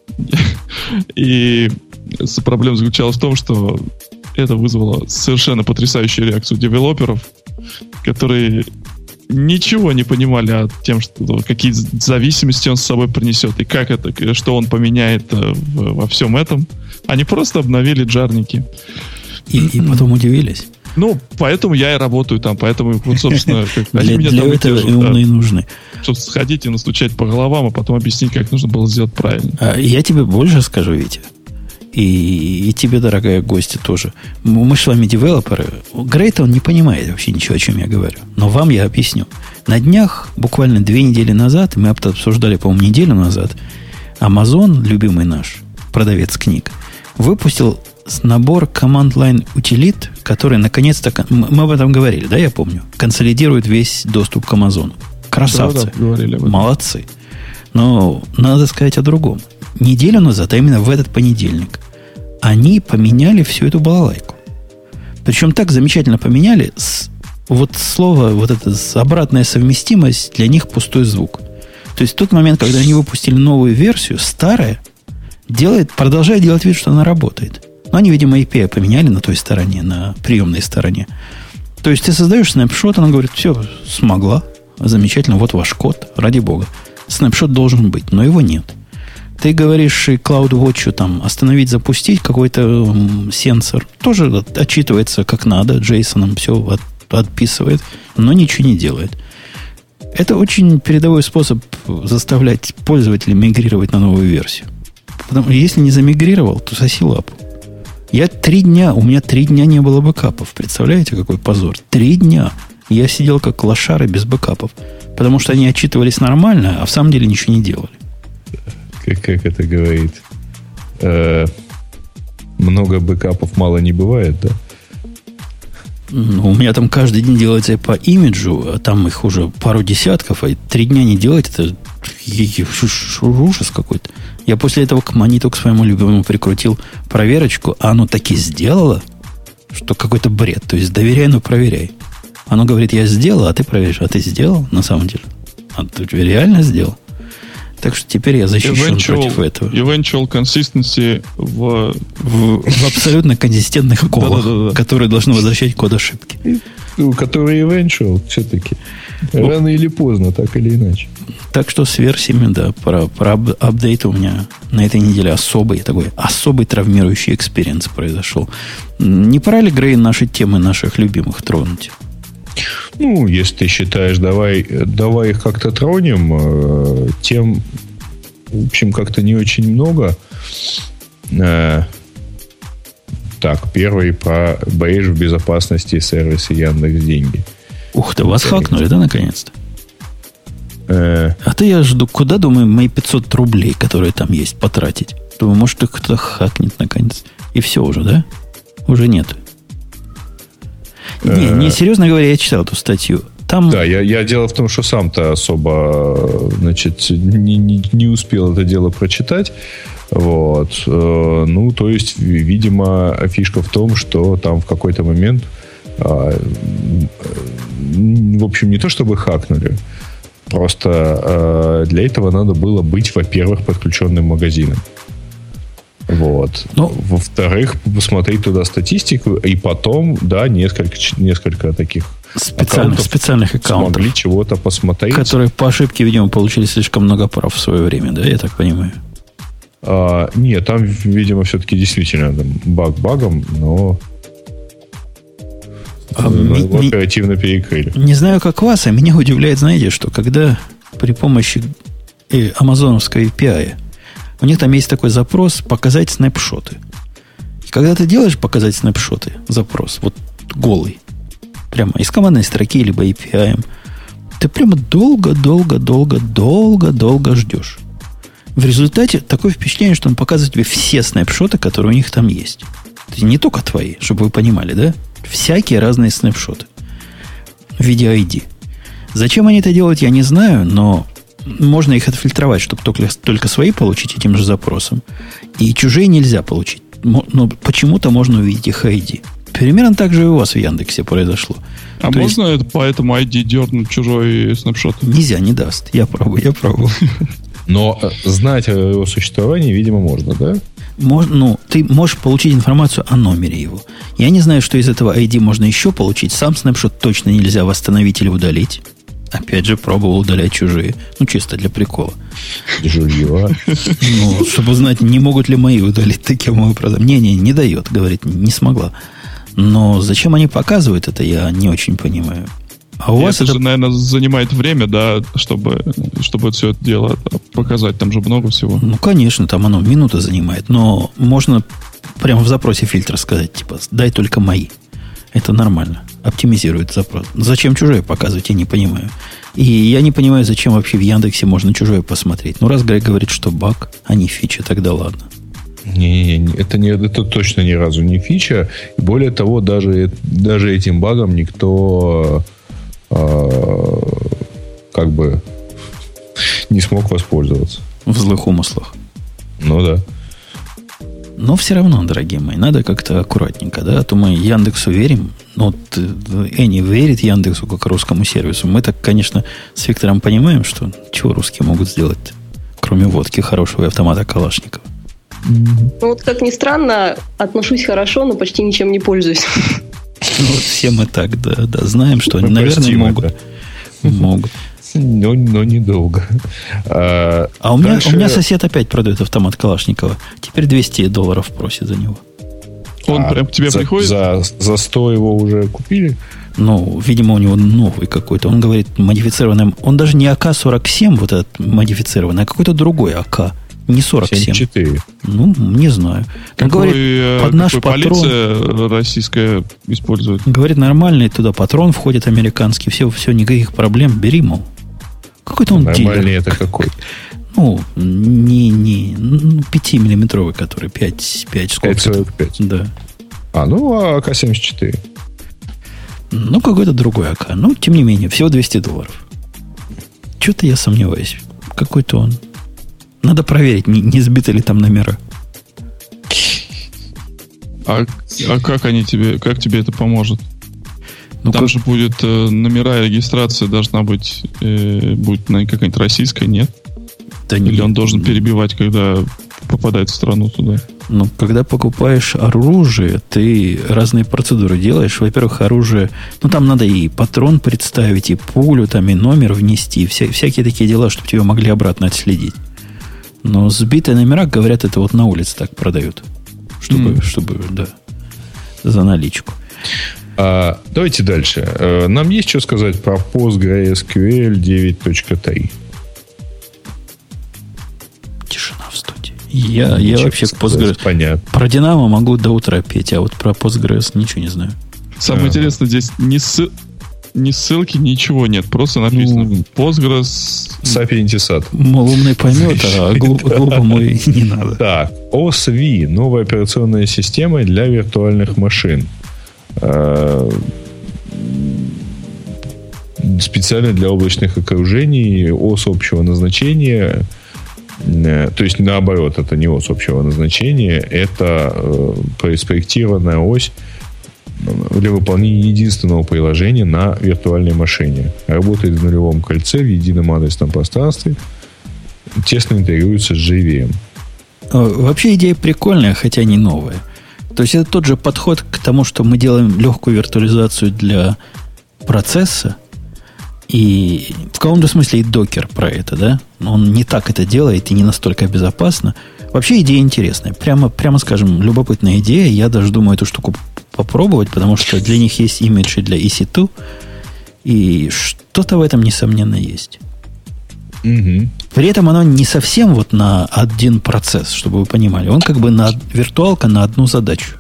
И проблема заключалась в том, что это вызвало совершенно потрясающую реакцию девелоперов, которые ничего не понимали о том, что, какие зависимости он с собой принесет и как это, что он поменяет в, во всем этом. Они просто обновили джарники. И, и потом удивились. Ну, поэтому я и работаю там, поэтому, вот, собственно, как, для, они меня для там этого держат, и умные да, нужны. чтобы сходить и настучать по головам, а потом объяснить, как нужно было сделать правильно. А я тебе больше скажу, Витя. И, и тебе, дорогая гостья, тоже. Мы с вами девелоперы. Грейт, он не понимает вообще ничего, о чем я говорю. Но вам я объясню. На днях, буквально две недели назад, мы это обсуждали, по-моему, неделю назад, Amazon, любимый наш продавец книг, выпустил набор command-line утилит, который, наконец-то, мы об этом говорили, да, я помню, консолидирует весь доступ к Amazon. Красавцы. Да, да, говорили об этом. Молодцы. Но надо сказать о другом. Неделю назад, а именно в этот понедельник, они поменяли всю эту балалайку. Причем так замечательно поменяли, с, вот слово, вот это обратная совместимость, для них пустой звук. То есть в тот момент, когда они выпустили новую версию, старая делает, продолжает делать вид, что она работает. Но они, видимо, эй пи ай поменяли на той стороне, на приемной стороне. То есть ты создаешь снапшот, она говорит, все, смогла, замечательно, вот ваш код, ради бога. Снапшот должен быть, но его нет. Ты говоришь и CloudWatch там остановить, запустить какой-то м, сенсор. Тоже от, отчитывается как надо, джейсоном все от, отписывает, но ничего не делает. Это очень передовой способ заставлять пользователя мигрировать на новую версию. Потому что если не замигрировал, то соси лапу. Я три дня, у меня три дня не было бэкапов. Представляете, какой позор? Три дня. Я сидел как лошара без бэкапов. Потому что они отчитывались нормально, а в самом деле ничего не делали. Как, как это говорит? Э, много бэкапов мало не бывает, да? Ну, у меня там каждый день делается по имиджу, а там их уже пару десятков, а три дня не делать, это ужас какой-то. Я после этого к мониту, к своему любимому, прикрутил проверочку, а оно таки сделало, что какой-то бред. То есть доверяй, но проверяй. Оно говорит, я сделал, а ты проверишь, а ты сделал на самом деле? А ты реально сделал? Так что теперь я защищен eventual, против этого. Eventual consistency в... В, в абсолютно консистентных колах, которые должны возвращать код ошибки. Которые eventual все-таки. Рано или поздно, так или иначе. Так что с версиями, да, про, про апдейт у меня на этой неделе особый такой, особый травмирующий экспириенс произошел. Не пора ли, Грей, наши темы наших любимых тронуть? Ну, если ты считаешь, давай, давай их как-то тронем. Тем, в общем, как-то не очень много. Так, первый про брешь в безопасности сервиса Яндекс.Деньги. Ух ты, вас хакнули, да, наконец-то? Э... А то я жду, куда, думаю, мои пятьсот рублей, которые там есть, потратить. Думаю, может, их кто-то хакнет наконец. И все уже, да? Уже нет. Не, не, серьезно говоря, я читал эту статью. Там... Да, я, я дело в том, что сам-то особо, значит, не, не, не успел это дело прочитать. Вот. Ну, то есть, видимо, фишка в том, что там в какой-то момент, в общем, не то чтобы хакнули, просто для этого надо было быть, во-первых, подключенным магазином. Вот. Ну, во-вторых, посмотреть туда статистику, и потом, да, несколько, несколько таких специальных, аккаунтов специальных аккаунтов смогли чего-то посмотреть. Которые по ошибке, видимо, получили слишком много прав в свое время, да, я так понимаю? А, нет, там, видимо, все-таки действительно там, баг багом, но а ми, его оперативно перекрыли. Не знаю, как вас, а меня удивляет, знаете, что когда при помощи э, амазоновской эй пи ай у них там есть такой запрос «показать снапшоты». И когда ты делаешь «показать снапшоты», запрос, вот голый, прямо из командной строки, либо эй пи ай, ты прямо долго-долго-долго-долго-долго ждешь. В результате такое впечатление, что он показывает тебе все снапшоты, которые у них там есть. То есть не только твои, чтобы вы понимали, да? Всякие разные снапшоты в виде ай ди. Зачем они это делают, я не знаю, но можно их отфильтровать, чтобы только, только свои получить этим же запросом. И чужие нельзя получить. Но почему-то можно увидеть их ай ди. Примерно так же и у вас в Яндексе произошло. А То можно есть, это по этому ай ди дернуть чужой снапшот? Нельзя, не даст. Я пробую, я пробую. Но знать о его существовании, видимо, можно, да? Можно, ну, ты можешь получить информацию о номере его. Я не знаю, что из этого ай ди можно еще получить. Сам снапшот точно нельзя восстановить или удалить. Опять же, пробовал удалять чужие. Ну, чисто для прикола. Жулье. Ну, чтобы узнать, не могут ли мои удалить таким образом. Не-не, не дает, говорит, не смогла. Но зачем они показывают это, я не очень понимаю. А у и вас это, это же, наверное, занимает время, да, чтобы, чтобы все это дело показать. Там же много всего. Ну, конечно, там оно минуту занимает. Но можно прямо в запросе фильтра сказать, типа, дай только мои. Это нормально. Оптимизирует запрос. Зачем чужое показывать, я не понимаю. И я не понимаю, зачем вообще в Яндексе можно чужое посмотреть. Ну, раз Грег говорит, что баг, а не фича, тогда ладно. Не, не, это, не, это точно ни разу не фича. И более того, даже, даже этим багом никто э, как бы не смог воспользоваться. В злых умыслах. Ну да. Но все равно, дорогие мои, надо как-то аккуратненько, да, а то мы Яндексу верим. Ну, вот Эни верит Яндексу как русскому сервису. Мы так, конечно, с Виктором понимаем, что чего русские могут сделать, кроме водки хорошего и автомата Калашникова. Ну, вот как ни странно, отношусь хорошо, но почти ничем не пользуюсь. Ну, вот все мы так, да, да, знаем, что они, наверное, могут. Могут. Но, но недолго. А, а у, меня, у меня сосед опять продает автомат Калашникова. Теперь двести долларов просит за него. Он а прям к тебе за, приходит? За, за сто его уже купили? Ну, видимо, у него новый какой-то. Он говорит, модифицированный. Он даже не эй кей сорок семь, вот этот модифицированный, а какой-то другой эй кей. Не сорок семь. семьдесят четыре. Ну, не знаю. Он какой, говорит, под наш патрон... полиция российская использует? Говорит, нормальный туда патрон входит американский. Все, все, никаких проблем. Бери, мол. Какой-то он нормальный дилер. Это какой? Ну, не, не, ну, пятимиллиметровый, который пять, пять сколько? пять сорок пять. Да. А, ну, а эй кей семьдесят четыре. Ну, какой-то другой эй кей. Ну, тем не менее, всего двести долларов. Что-то я сомневаюсь. Какой-то он. Надо проверить, не, не сбиты ли там номера. А, а как они тебе, как тебе это поможет? Ну, там как... же будет э, номера и регистрация должна быть, э, будет на какая-нибудь российская, нет? Да Или нет. он должен перебивать, когда попадает в страну туда? Ну, когда покупаешь оружие, ты разные процедуры делаешь. Во-первых, оружие, ну, там надо и патрон представить, и пулю, там, и номер внести, вся, всякие такие дела, чтобы тебя могли обратно отследить. Но сбитые номера, говорят, это вот на улице так продают. Чтобы, mm. чтобы да, за наличку. А, давайте дальше. Нам есть что сказать про PostgreSQL девять точка три? Тишина в студии. Я, я вообще Postgres... Понятно. Про Динамо могу до утра петь, а вот про Postgres ничего не знаю. Самое а, интересное, здесь не, ссыл... не ссылки, ничего нет. Просто написано ну, Postgres... Sapienti Sat. Мол, умный поймет, а глупому и не надо. Так, о эс ви. Новая операционная система для виртуальных машин. специально для облачных окружений ос общего назначения. То есть, наоборот, это не ос общего назначения, это э, спроектированная ось для выполнения единственного приложения на виртуальной машине. Работает в нулевом кольце, в едином адресном пространстве, тесно интегрируется с джей ви эм. Вообще идея прикольная, хотя не новая. То есть это тот же подход к тому, что мы делаем легкую виртуализацию для процесса. И в каком-то смысле и докер про это, да? Он не так это делает и не настолько безопасно. Вообще идея интересная. Прямо, прямо скажем, любопытная идея. Я даже думаю эту штуку попробовать, потому что для них есть имиджи для и си два. И что-то в этом, несомненно, есть. Угу. При этом оно не совсем вот на один процесс, чтобы вы понимали. Он как бы на виртуалка на одну задачу.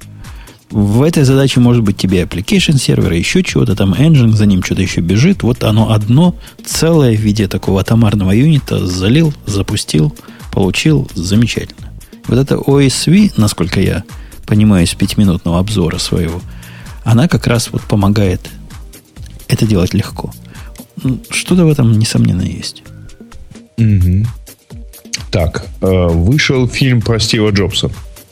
В этой задаче может быть тебе application сервер, еще чего-то, там engine, за ним что-то еще бежит. Вот оно одно, целое в виде такого атомарного юнита залил, запустил, получил, замечательно. Вот эта о эс ви, насколько я понимаю из пятиминутного обзора своего, она как раз вот помогает это делать легко. Что-то в этом, несомненно, есть. Угу. Так, вышел фильм про Стива Джобса.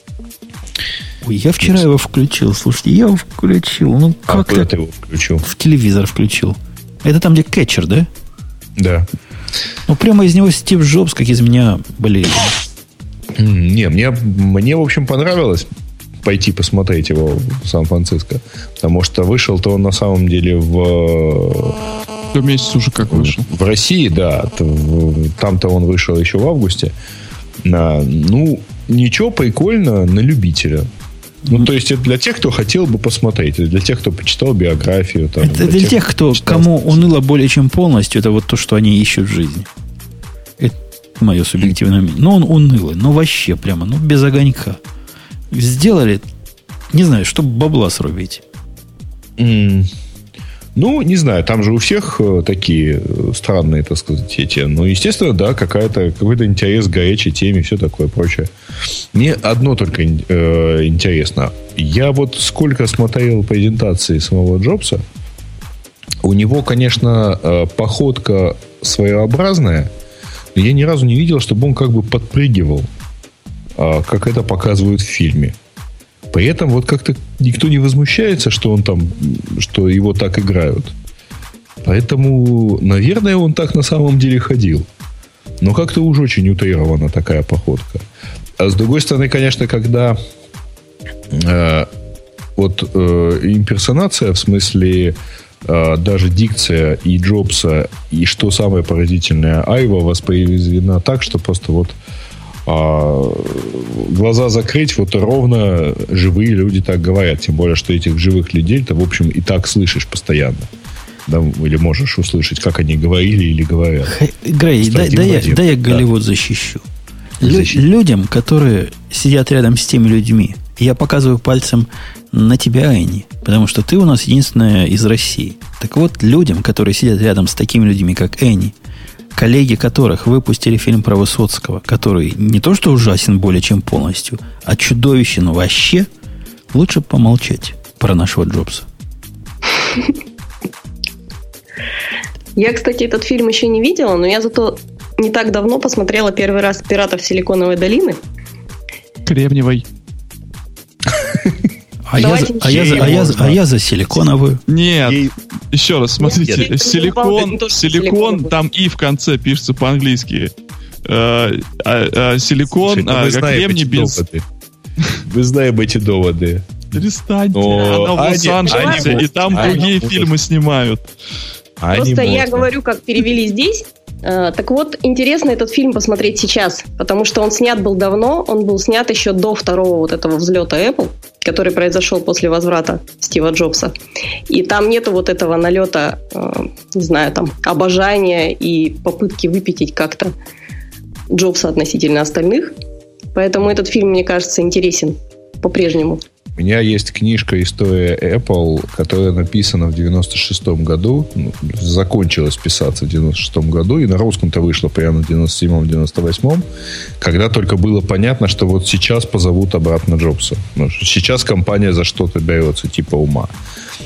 Ой, я вчера его включил. Слушайте, я его включил. Ну, а как куда ты его включил? В телевизор включил. Это там, где кетчер, да? Да. Ну, прямо из него Стив Джобс, как из меня, болели. Не, мне, мне, в общем, понравилось пойти посмотреть его в Сан-Франциско. Потому что вышел-то он на самом деле в... До месяца уже как вышел. В России, да. Там-то он вышел еще в августе. На, ну, ничего, прикольно на любителя. Ну, то есть, это для тех, кто хотел бы посмотреть. Это для тех, кто почитал биографию. Там, это для, для тех, кто, читал, кому уныло более чем полностью. Это вот то, что они ищут в жизни. Это мое субъективное мнение. Но он унылый. Ну, вообще прямо. Ну, без огонька. Сделали, не знаю, чтобы бабла срубить. Mm. Ну, не знаю, там же у всех такие странные, так сказать, эти. Ну, естественно, да, какая-то, какой-то интерес к горячей теме, все такое прочее. Мне одно только э, интересно. Я вот сколько смотрел презентации самого Джобса, у него, конечно, э, походка своеобразная, но я ни разу не видел, чтобы он как бы подпрыгивал, э, как это показывают в фильме. При этом вот как-то никто не возмущается, что он там, что его так играют. Поэтому, наверное, он так на самом деле ходил. Но как-то уж очень утрирована такая походка. А с другой стороны, конечно, когда э, вот э, имперсонация, в смысле э, даже дикция и Джобса, и что самое поразительное, Айва воспроизведена так, что просто вот а глаза закрыть, вот ровно живые люди так говорят. Тем более, что этих живых людей ты, в общем, и так слышишь постоянно. Да, или можешь услышать, как они говорили или говорят. Грей, да, да, я, да я Голливуд да. защищу. Лю, людям, которые сидят рядом с теми людьми, я показываю пальцем на тебя, Энни, потому что ты у нас единственная из России. Так вот, людям, которые сидят рядом с такими людьми, как Энни, коллеги которых выпустили фильм про Высоцкого, который не то что ужасен более чем полностью, а чудовищен вообще, лучше помолчать про нашего Джобса. Я, кстати, этот фильм еще не видела, но я зато не так давно посмотрела первый раз «Пиратов Силиконовой долины». Кремниевой. А я, за, а, я за, а, я, а я за силиконовую. Нет, Ей... еще раз, смотрите. Нет, силикон, силикон, силикон, там и в конце пишется по-английски. А, а, а, силикон, Слушай, а, как кремний без... Доводы. Вы знаем эти доводы. Перестаньте, она в Лос-Анджелесе, и там они, другие они фильмы снимают. Просто они я говорю, как перевели здесь. Так вот, интересно этот фильм посмотреть сейчас, потому что он снят был давно, он был снят еще до второго вот этого взлета Apple, который произошел после возврата Стива Джобса. И там нету вот этого налета, не знаю, там, обожания и попытки выпятить как-то Джобса относительно остальных. Поэтому этот фильм, мне кажется, интересен по-прежнему. У меня есть книжка «История Apple», которая написана в девяносто шестом году, ну, закончилась писаться в девяносто шестом году, и на русском-то вышла прямо в девяносто седьмом - девяносто восьмом, когда только было понятно, что вот сейчас позовут обратно Джобса. Ну, сейчас компания за что-то берется, типа ума.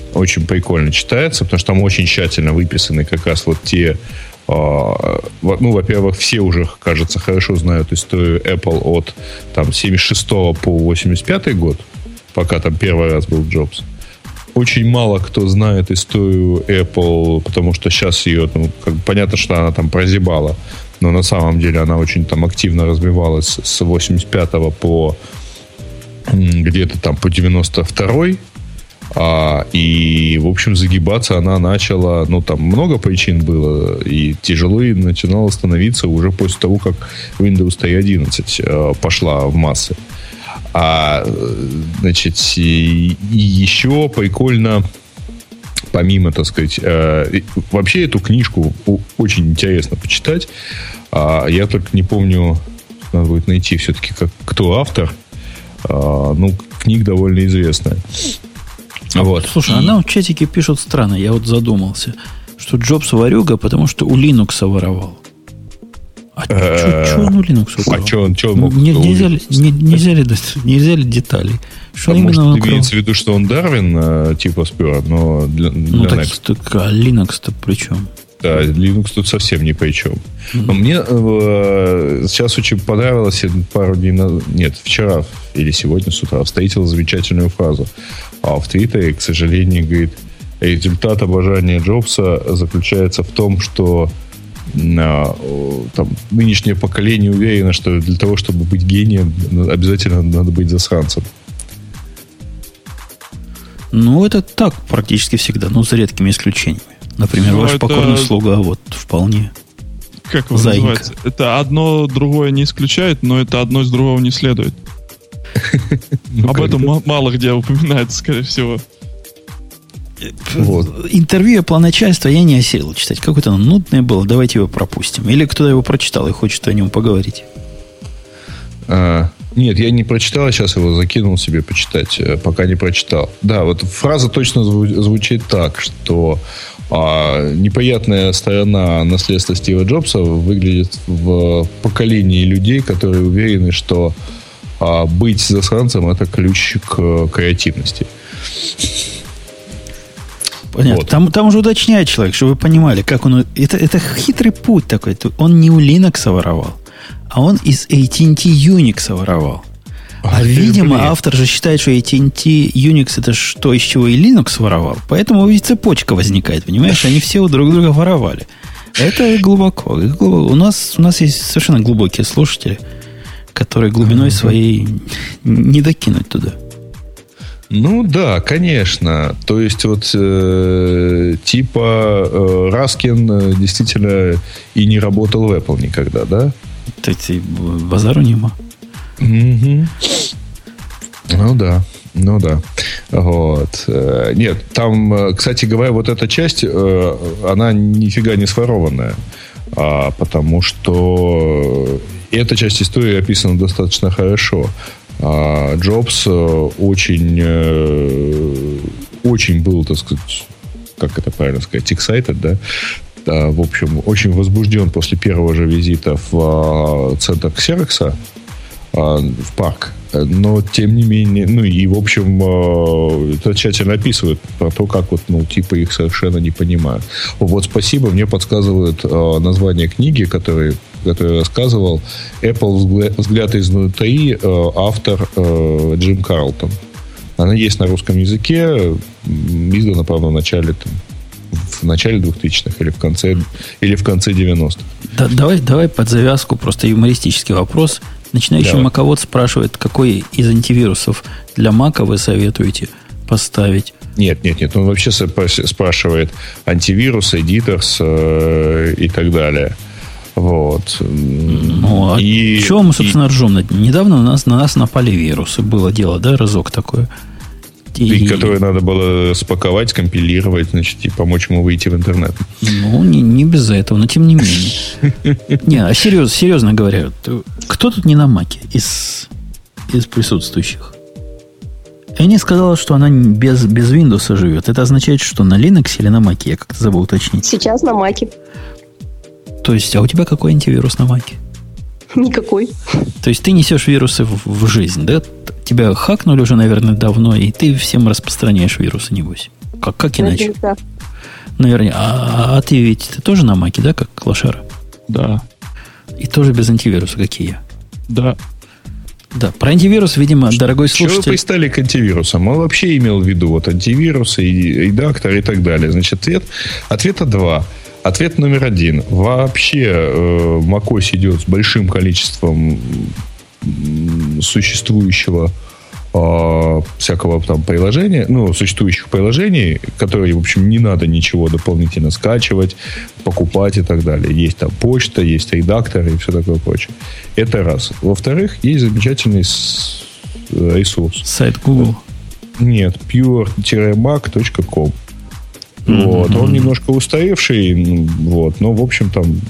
очень прикольно читается, потому что там очень тщательно выписаны как раз вот те... Ну, во-первых, все уже, кажется, хорошо знают историю Apple от там, семьдесят шестого по восемьдесят пятый год, пока там первый раз был Джобс. Очень мало кто знает историю Apple, потому что сейчас ее, ну, как, понятно, что она там прозябала, но на самом деле она очень там активно развивалась с восемьдесят пятого по где-то там по девяносто второй. А, и, в общем, загибаться она начала, ну, там много причин было, и тяжело ей начинало становиться уже после того, как Windows три точка одиннадцать а, пошла в массы. А, значит, и, и еще прикольно, помимо, так сказать, а, вообще эту книжку очень интересно почитать. А, я только не помню, надо будет найти все-таки, как, кто автор. А, ну, книга довольно известная. Вот. Слушай, и... а нам в чатике пишут странно, я вот задумался, что Джобс ворюга, потому что у Linux воровал. А что он у Linux воровал? А что он, что он мог? Нельзя ли деталей? Что может, имеется в виду, что он Дарвин типа спер, но для Ну так, а Linux-то при чем? Да, Linux тут совсем ни при чем. Mm-hmm. Но мне э, сейчас очень понравилось, пару дней назад, нет, вчера или сегодня с утра встретил замечательную фразу. А в Твиттере, к сожалению, говорит, результат обожания Джобса заключается в том, что э, там, нынешнее поколение уверено, что для того, чтобы быть гением, обязательно надо быть засранцем. Ну, это так практически всегда, но за редкими исключениями. Например, ну, ваш это... покорный слуга, вот вполне. Как его называется? Это одно другое не исключает, но это одно из другого не следует. Об этом мало где упоминается, скорее всего. Интервью Apple начальства я не осилил читать. Какое-то оно нудное было, давайте его пропустим. Или кто-то его прочитал и хочет о нем поговорить. Нет, я не прочитал, я сейчас его закинул себе почитать, пока не прочитал. Да, вот фраза точно звучит так, что а, неприятная сторона наследства Стива Джобса выглядит в поколении людей, которые уверены, что а, быть засранцем – это ключ к креативности. Понятно. Вот. Там, там уже уточняет человек, чтобы вы понимали, как он... Это, это хитрый путь такой. Он не у Linux воровал, а он из эй ти энд ти Unix воровал. А, а видимо, блин. Автор же считает, что эй ти энд ти Unix это что, из чего и Linux воровал. Поэтому ведь цепочка возникает, понимаешь? Они все у друг друга воровали. Это глубоко. глубоко. У, нас, у нас есть совершенно глубокие слушатели, которые глубиной своей не докинуть туда. Ну да, конечно. То есть вот э, типа э, Раскин э, действительно и не работал в Apple никогда, да? То есть базару нема. Mm-hmm. Ну да, ну да. Вот. Нет, там, кстати говоря, вот эта часть, она нифига не сворованная, потому что эта часть истории описана достаточно хорошо. Джобс очень, очень был, так сказать, как это правильно сказать, excited, да? В общем, очень возбужден после первого же визита в центр Ксерокса, в парк. Но, тем не менее, ну и, в общем, это тщательно описывают про то, как вот, ну, типа их совершенно не понимают. Вот спасибо, мне подсказывают название книги, которую, которую я рассказывал. Apple взгляд изнутри, автор Джим Карлтон. Она есть на русском языке, издана, правда, в начале там, в начале двухтысячных или в конце, или в конце девяностых. Да, давай, давай под завязку просто юмористический вопрос. Начинающий Давай. маковод спрашивает, какой из антивирусов для Мака вы советуете поставить? Нет, нет, нет. Он вообще спрашивает антивирус, Editors э, и так далее. Вот. Ну, а и, чего мы, собственно, и... ржем? Недавно на нас, на нас напали вирусы. Было дело, да, разок такое. И... Которые надо было спаковать, скомпилировать, значит, и помочь ему выйти в интернет. Ну, не, не без этого, но тем не менее. Не, а серьезно, серьезно говоря, кто тут не на Маке из, из присутствующих? Эни сказала, что она без, без Windows живет. Это означает, что на Linux или на Маке? Я как-то забыл уточнить. Сейчас на Маке. То есть, а у тебя какой антивирус на Маке? Никакой. То есть, ты несешь вирусы в, в жизнь, да? Тебя хакнули уже, наверное, давно, и ты всем распространяешь вирусы, небось. Как, как иначе? Наверное. А, а ты ведь ты тоже на маке, да, как лошара? Да. И тоже без антивируса, как и я. Да. Да, про антивирус, видимо, Что, дорогой слушатель... Чего вы пристали к антивирусам? Он вообще имел в виду вот антивирусы, и редактор и так далее. Значит, ответ, ответа два. Ответ номер один. Вообще э, macOS идет с большим количеством существующего э, всякого там приложения, ну, существующих приложений, которые, в общем, не надо ничего дополнительно скачивать, покупать и так далее. Есть там почта, есть редакторы и все такое прочее. Это раз. Во-вторых, есть замечательный с, ресурс. Сайт Google? Нет, pure dash mac точка com. Вот. Он немножко устаревший, вот, но, в общем, там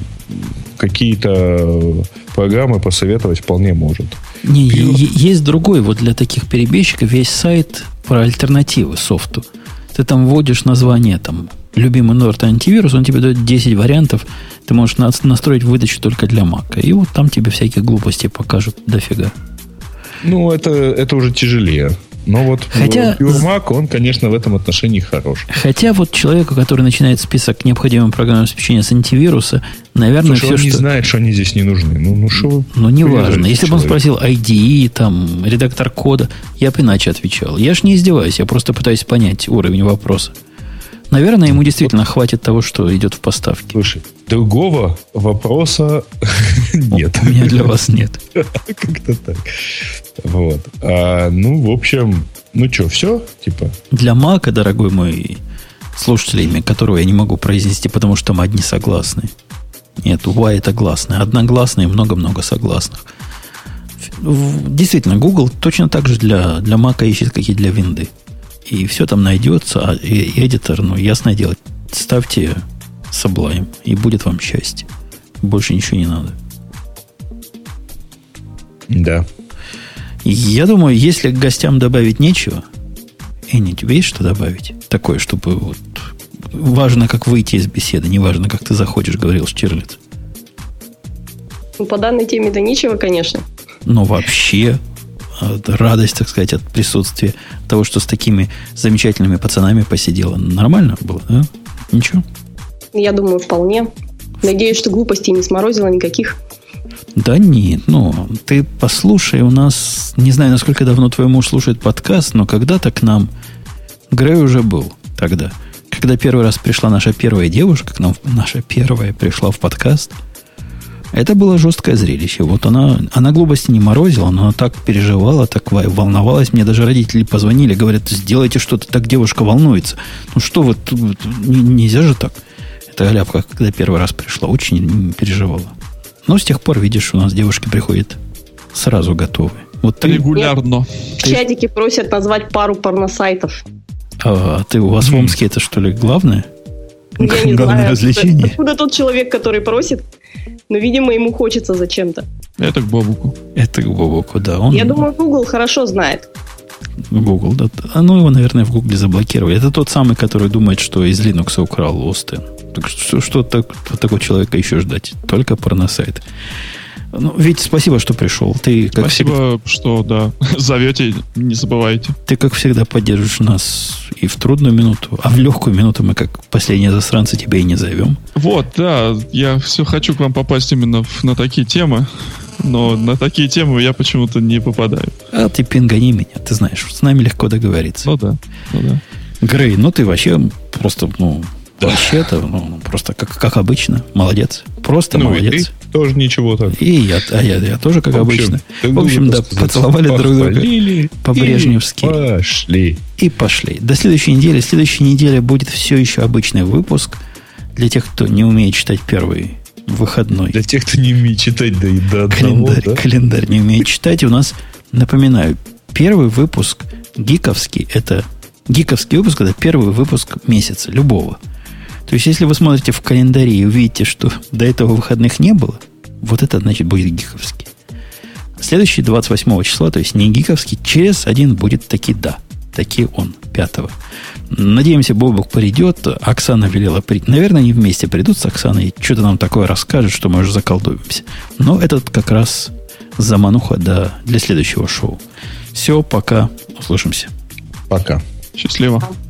какие-то программы посоветовать вполне может. Не, Pure... есть другой, вот для таких перебежчиков есть сайт про альтернативы софту. Ты там вводишь название, там, любимый Norton антивирус, он тебе дает десять вариантов, ты можешь настроить выдачу только для Mac. И вот там тебе всякие глупости покажут дофига. Ну, это, это уже тяжелее. Но вот хотя, Pure Mac, он, конечно, в этом отношении хорош. Хотя вот человеку, который начинает список необходимого программного обеспечения с антивируса, наверное, Слушай, все, он что... не знает, что они здесь не нужны. Ну, ну, шо ну не важно. Если бы он человек? спросил ай ди и, там, редактор кода, я бы иначе отвечал. Я ж не издеваюсь, я просто пытаюсь понять уровень вопроса. Наверное, ему действительно хватит того, что идет в поставке. Слушай, другого вопроса нет. У меня для вас нет. Как-то так. Вот. А, ну, в общем, ну что, все? Типа. Для Мака, дорогой мой слушатель, имя которого я не могу произнести, потому что там одни согласные. Нет, Y это гласные. Одногласные и много-много согласных. Действительно, Google точно так же для, для Мака ищет, как и для Винды. И все там найдется, а и, и эдитор, ну, ясное дело, ставьте Sublime, и будет вам счастье. Больше ничего не надо. Да. Я думаю, если к гостям добавить нечего, Энни, тебе есть что добавить? Такое, чтобы вот важно, как выйти из беседы, не важно, как ты заходишь, говорил Штирлиц. Ну, по данной теме-то нечего, конечно. Но вообще... радость, так сказать, от присутствия того, что с такими замечательными пацанами посидела. Нормально было, да? Ничего? Я думаю, вполне. Надеюсь, что глупостей не сморозила никаких. Да нет, ну, ты послушай, у нас, не знаю, насколько давно твой муж слушает подкаст, но когда-то к нам Грей уже был тогда. Когда первый раз пришла наша первая девушка, к нам наша первая пришла в подкаст, это было жесткое зрелище. Вот она, она глупости не морозила, но она так переживала, так волновалась. Мне даже родители позвонили, говорят, сделайте что-то, так девушка волнуется. Ну что вы, тут, нельзя же так. Это Галяпка, когда первый раз пришла, очень переживала. Но с тех пор, видишь, у нас девушки приходят сразу готовые. Вот ты, регулярно. В чатике просят назвать пару порносайтов. А, а ты у вас в Омске это что ли главное? Я не Главное знаю, развлечение. откуда тот человек, который просит. Но, видимо, ему хочется зачем-то. Это к Бобуку. Это к Бобуку, да. Он... Я думаю, Google хорошо знает. Google, да. А ну его, наверное, в Google заблокировали. Это тот самый, который думает, что из Linux украл Остин. Так что, что так, такого человека еще ждать? Только порносайт. Ну, Вить, спасибо, что пришел. Ты, как спасибо, всегда, что да, зовете, не забывайте. Ты, как всегда, поддержишь нас и в трудную минуту, а в легкую минуту мы, как последние засранцы, тебя и не зовем. Вот, да, я все хочу к вам попасть именно в, на такие темы, но на такие темы я почему-то не попадаю. А ты пингани меня, ты знаешь, с нами легко договориться. Ну да, ну да. Грей, ну ты вообще просто, ну, вообще-то, ну, просто как, как обычно, молодец. Просто ну, молодец. И ты тоже ничего так. И я, а я, я тоже, как в общем, обычно. В общем, да, поцеловали друг друга по-брежневски. Пошли. И пошли. До следующей недели. Следующей неделе будет все еще обычный выпуск. Для тех, кто не умеет читать первый выходной. Для тех, кто не умеет читать, да и до одного, календарь, да? календарь не умеет читать. У нас, напоминаю, первый выпуск гиковский, это гиковский выпуск, это первый выпуск месяца, любого. То есть, если вы смотрите в календаре и увидите, что до этого выходных не было, вот это, значит, будет гиковский. Следующий двадцать восьмого числа, то есть не гиковский, через один будет таки да. Таки он, пятого. Надеемся, Бобок придет. Оксана велела прийти. Наверное, они вместе придут с Оксаной и что-то нам такое расскажет, что мы уже заколдуемся. Но этот как раз замануха до, для следующего шоу. Все, пока. Услышимся. Пока. Счастливо.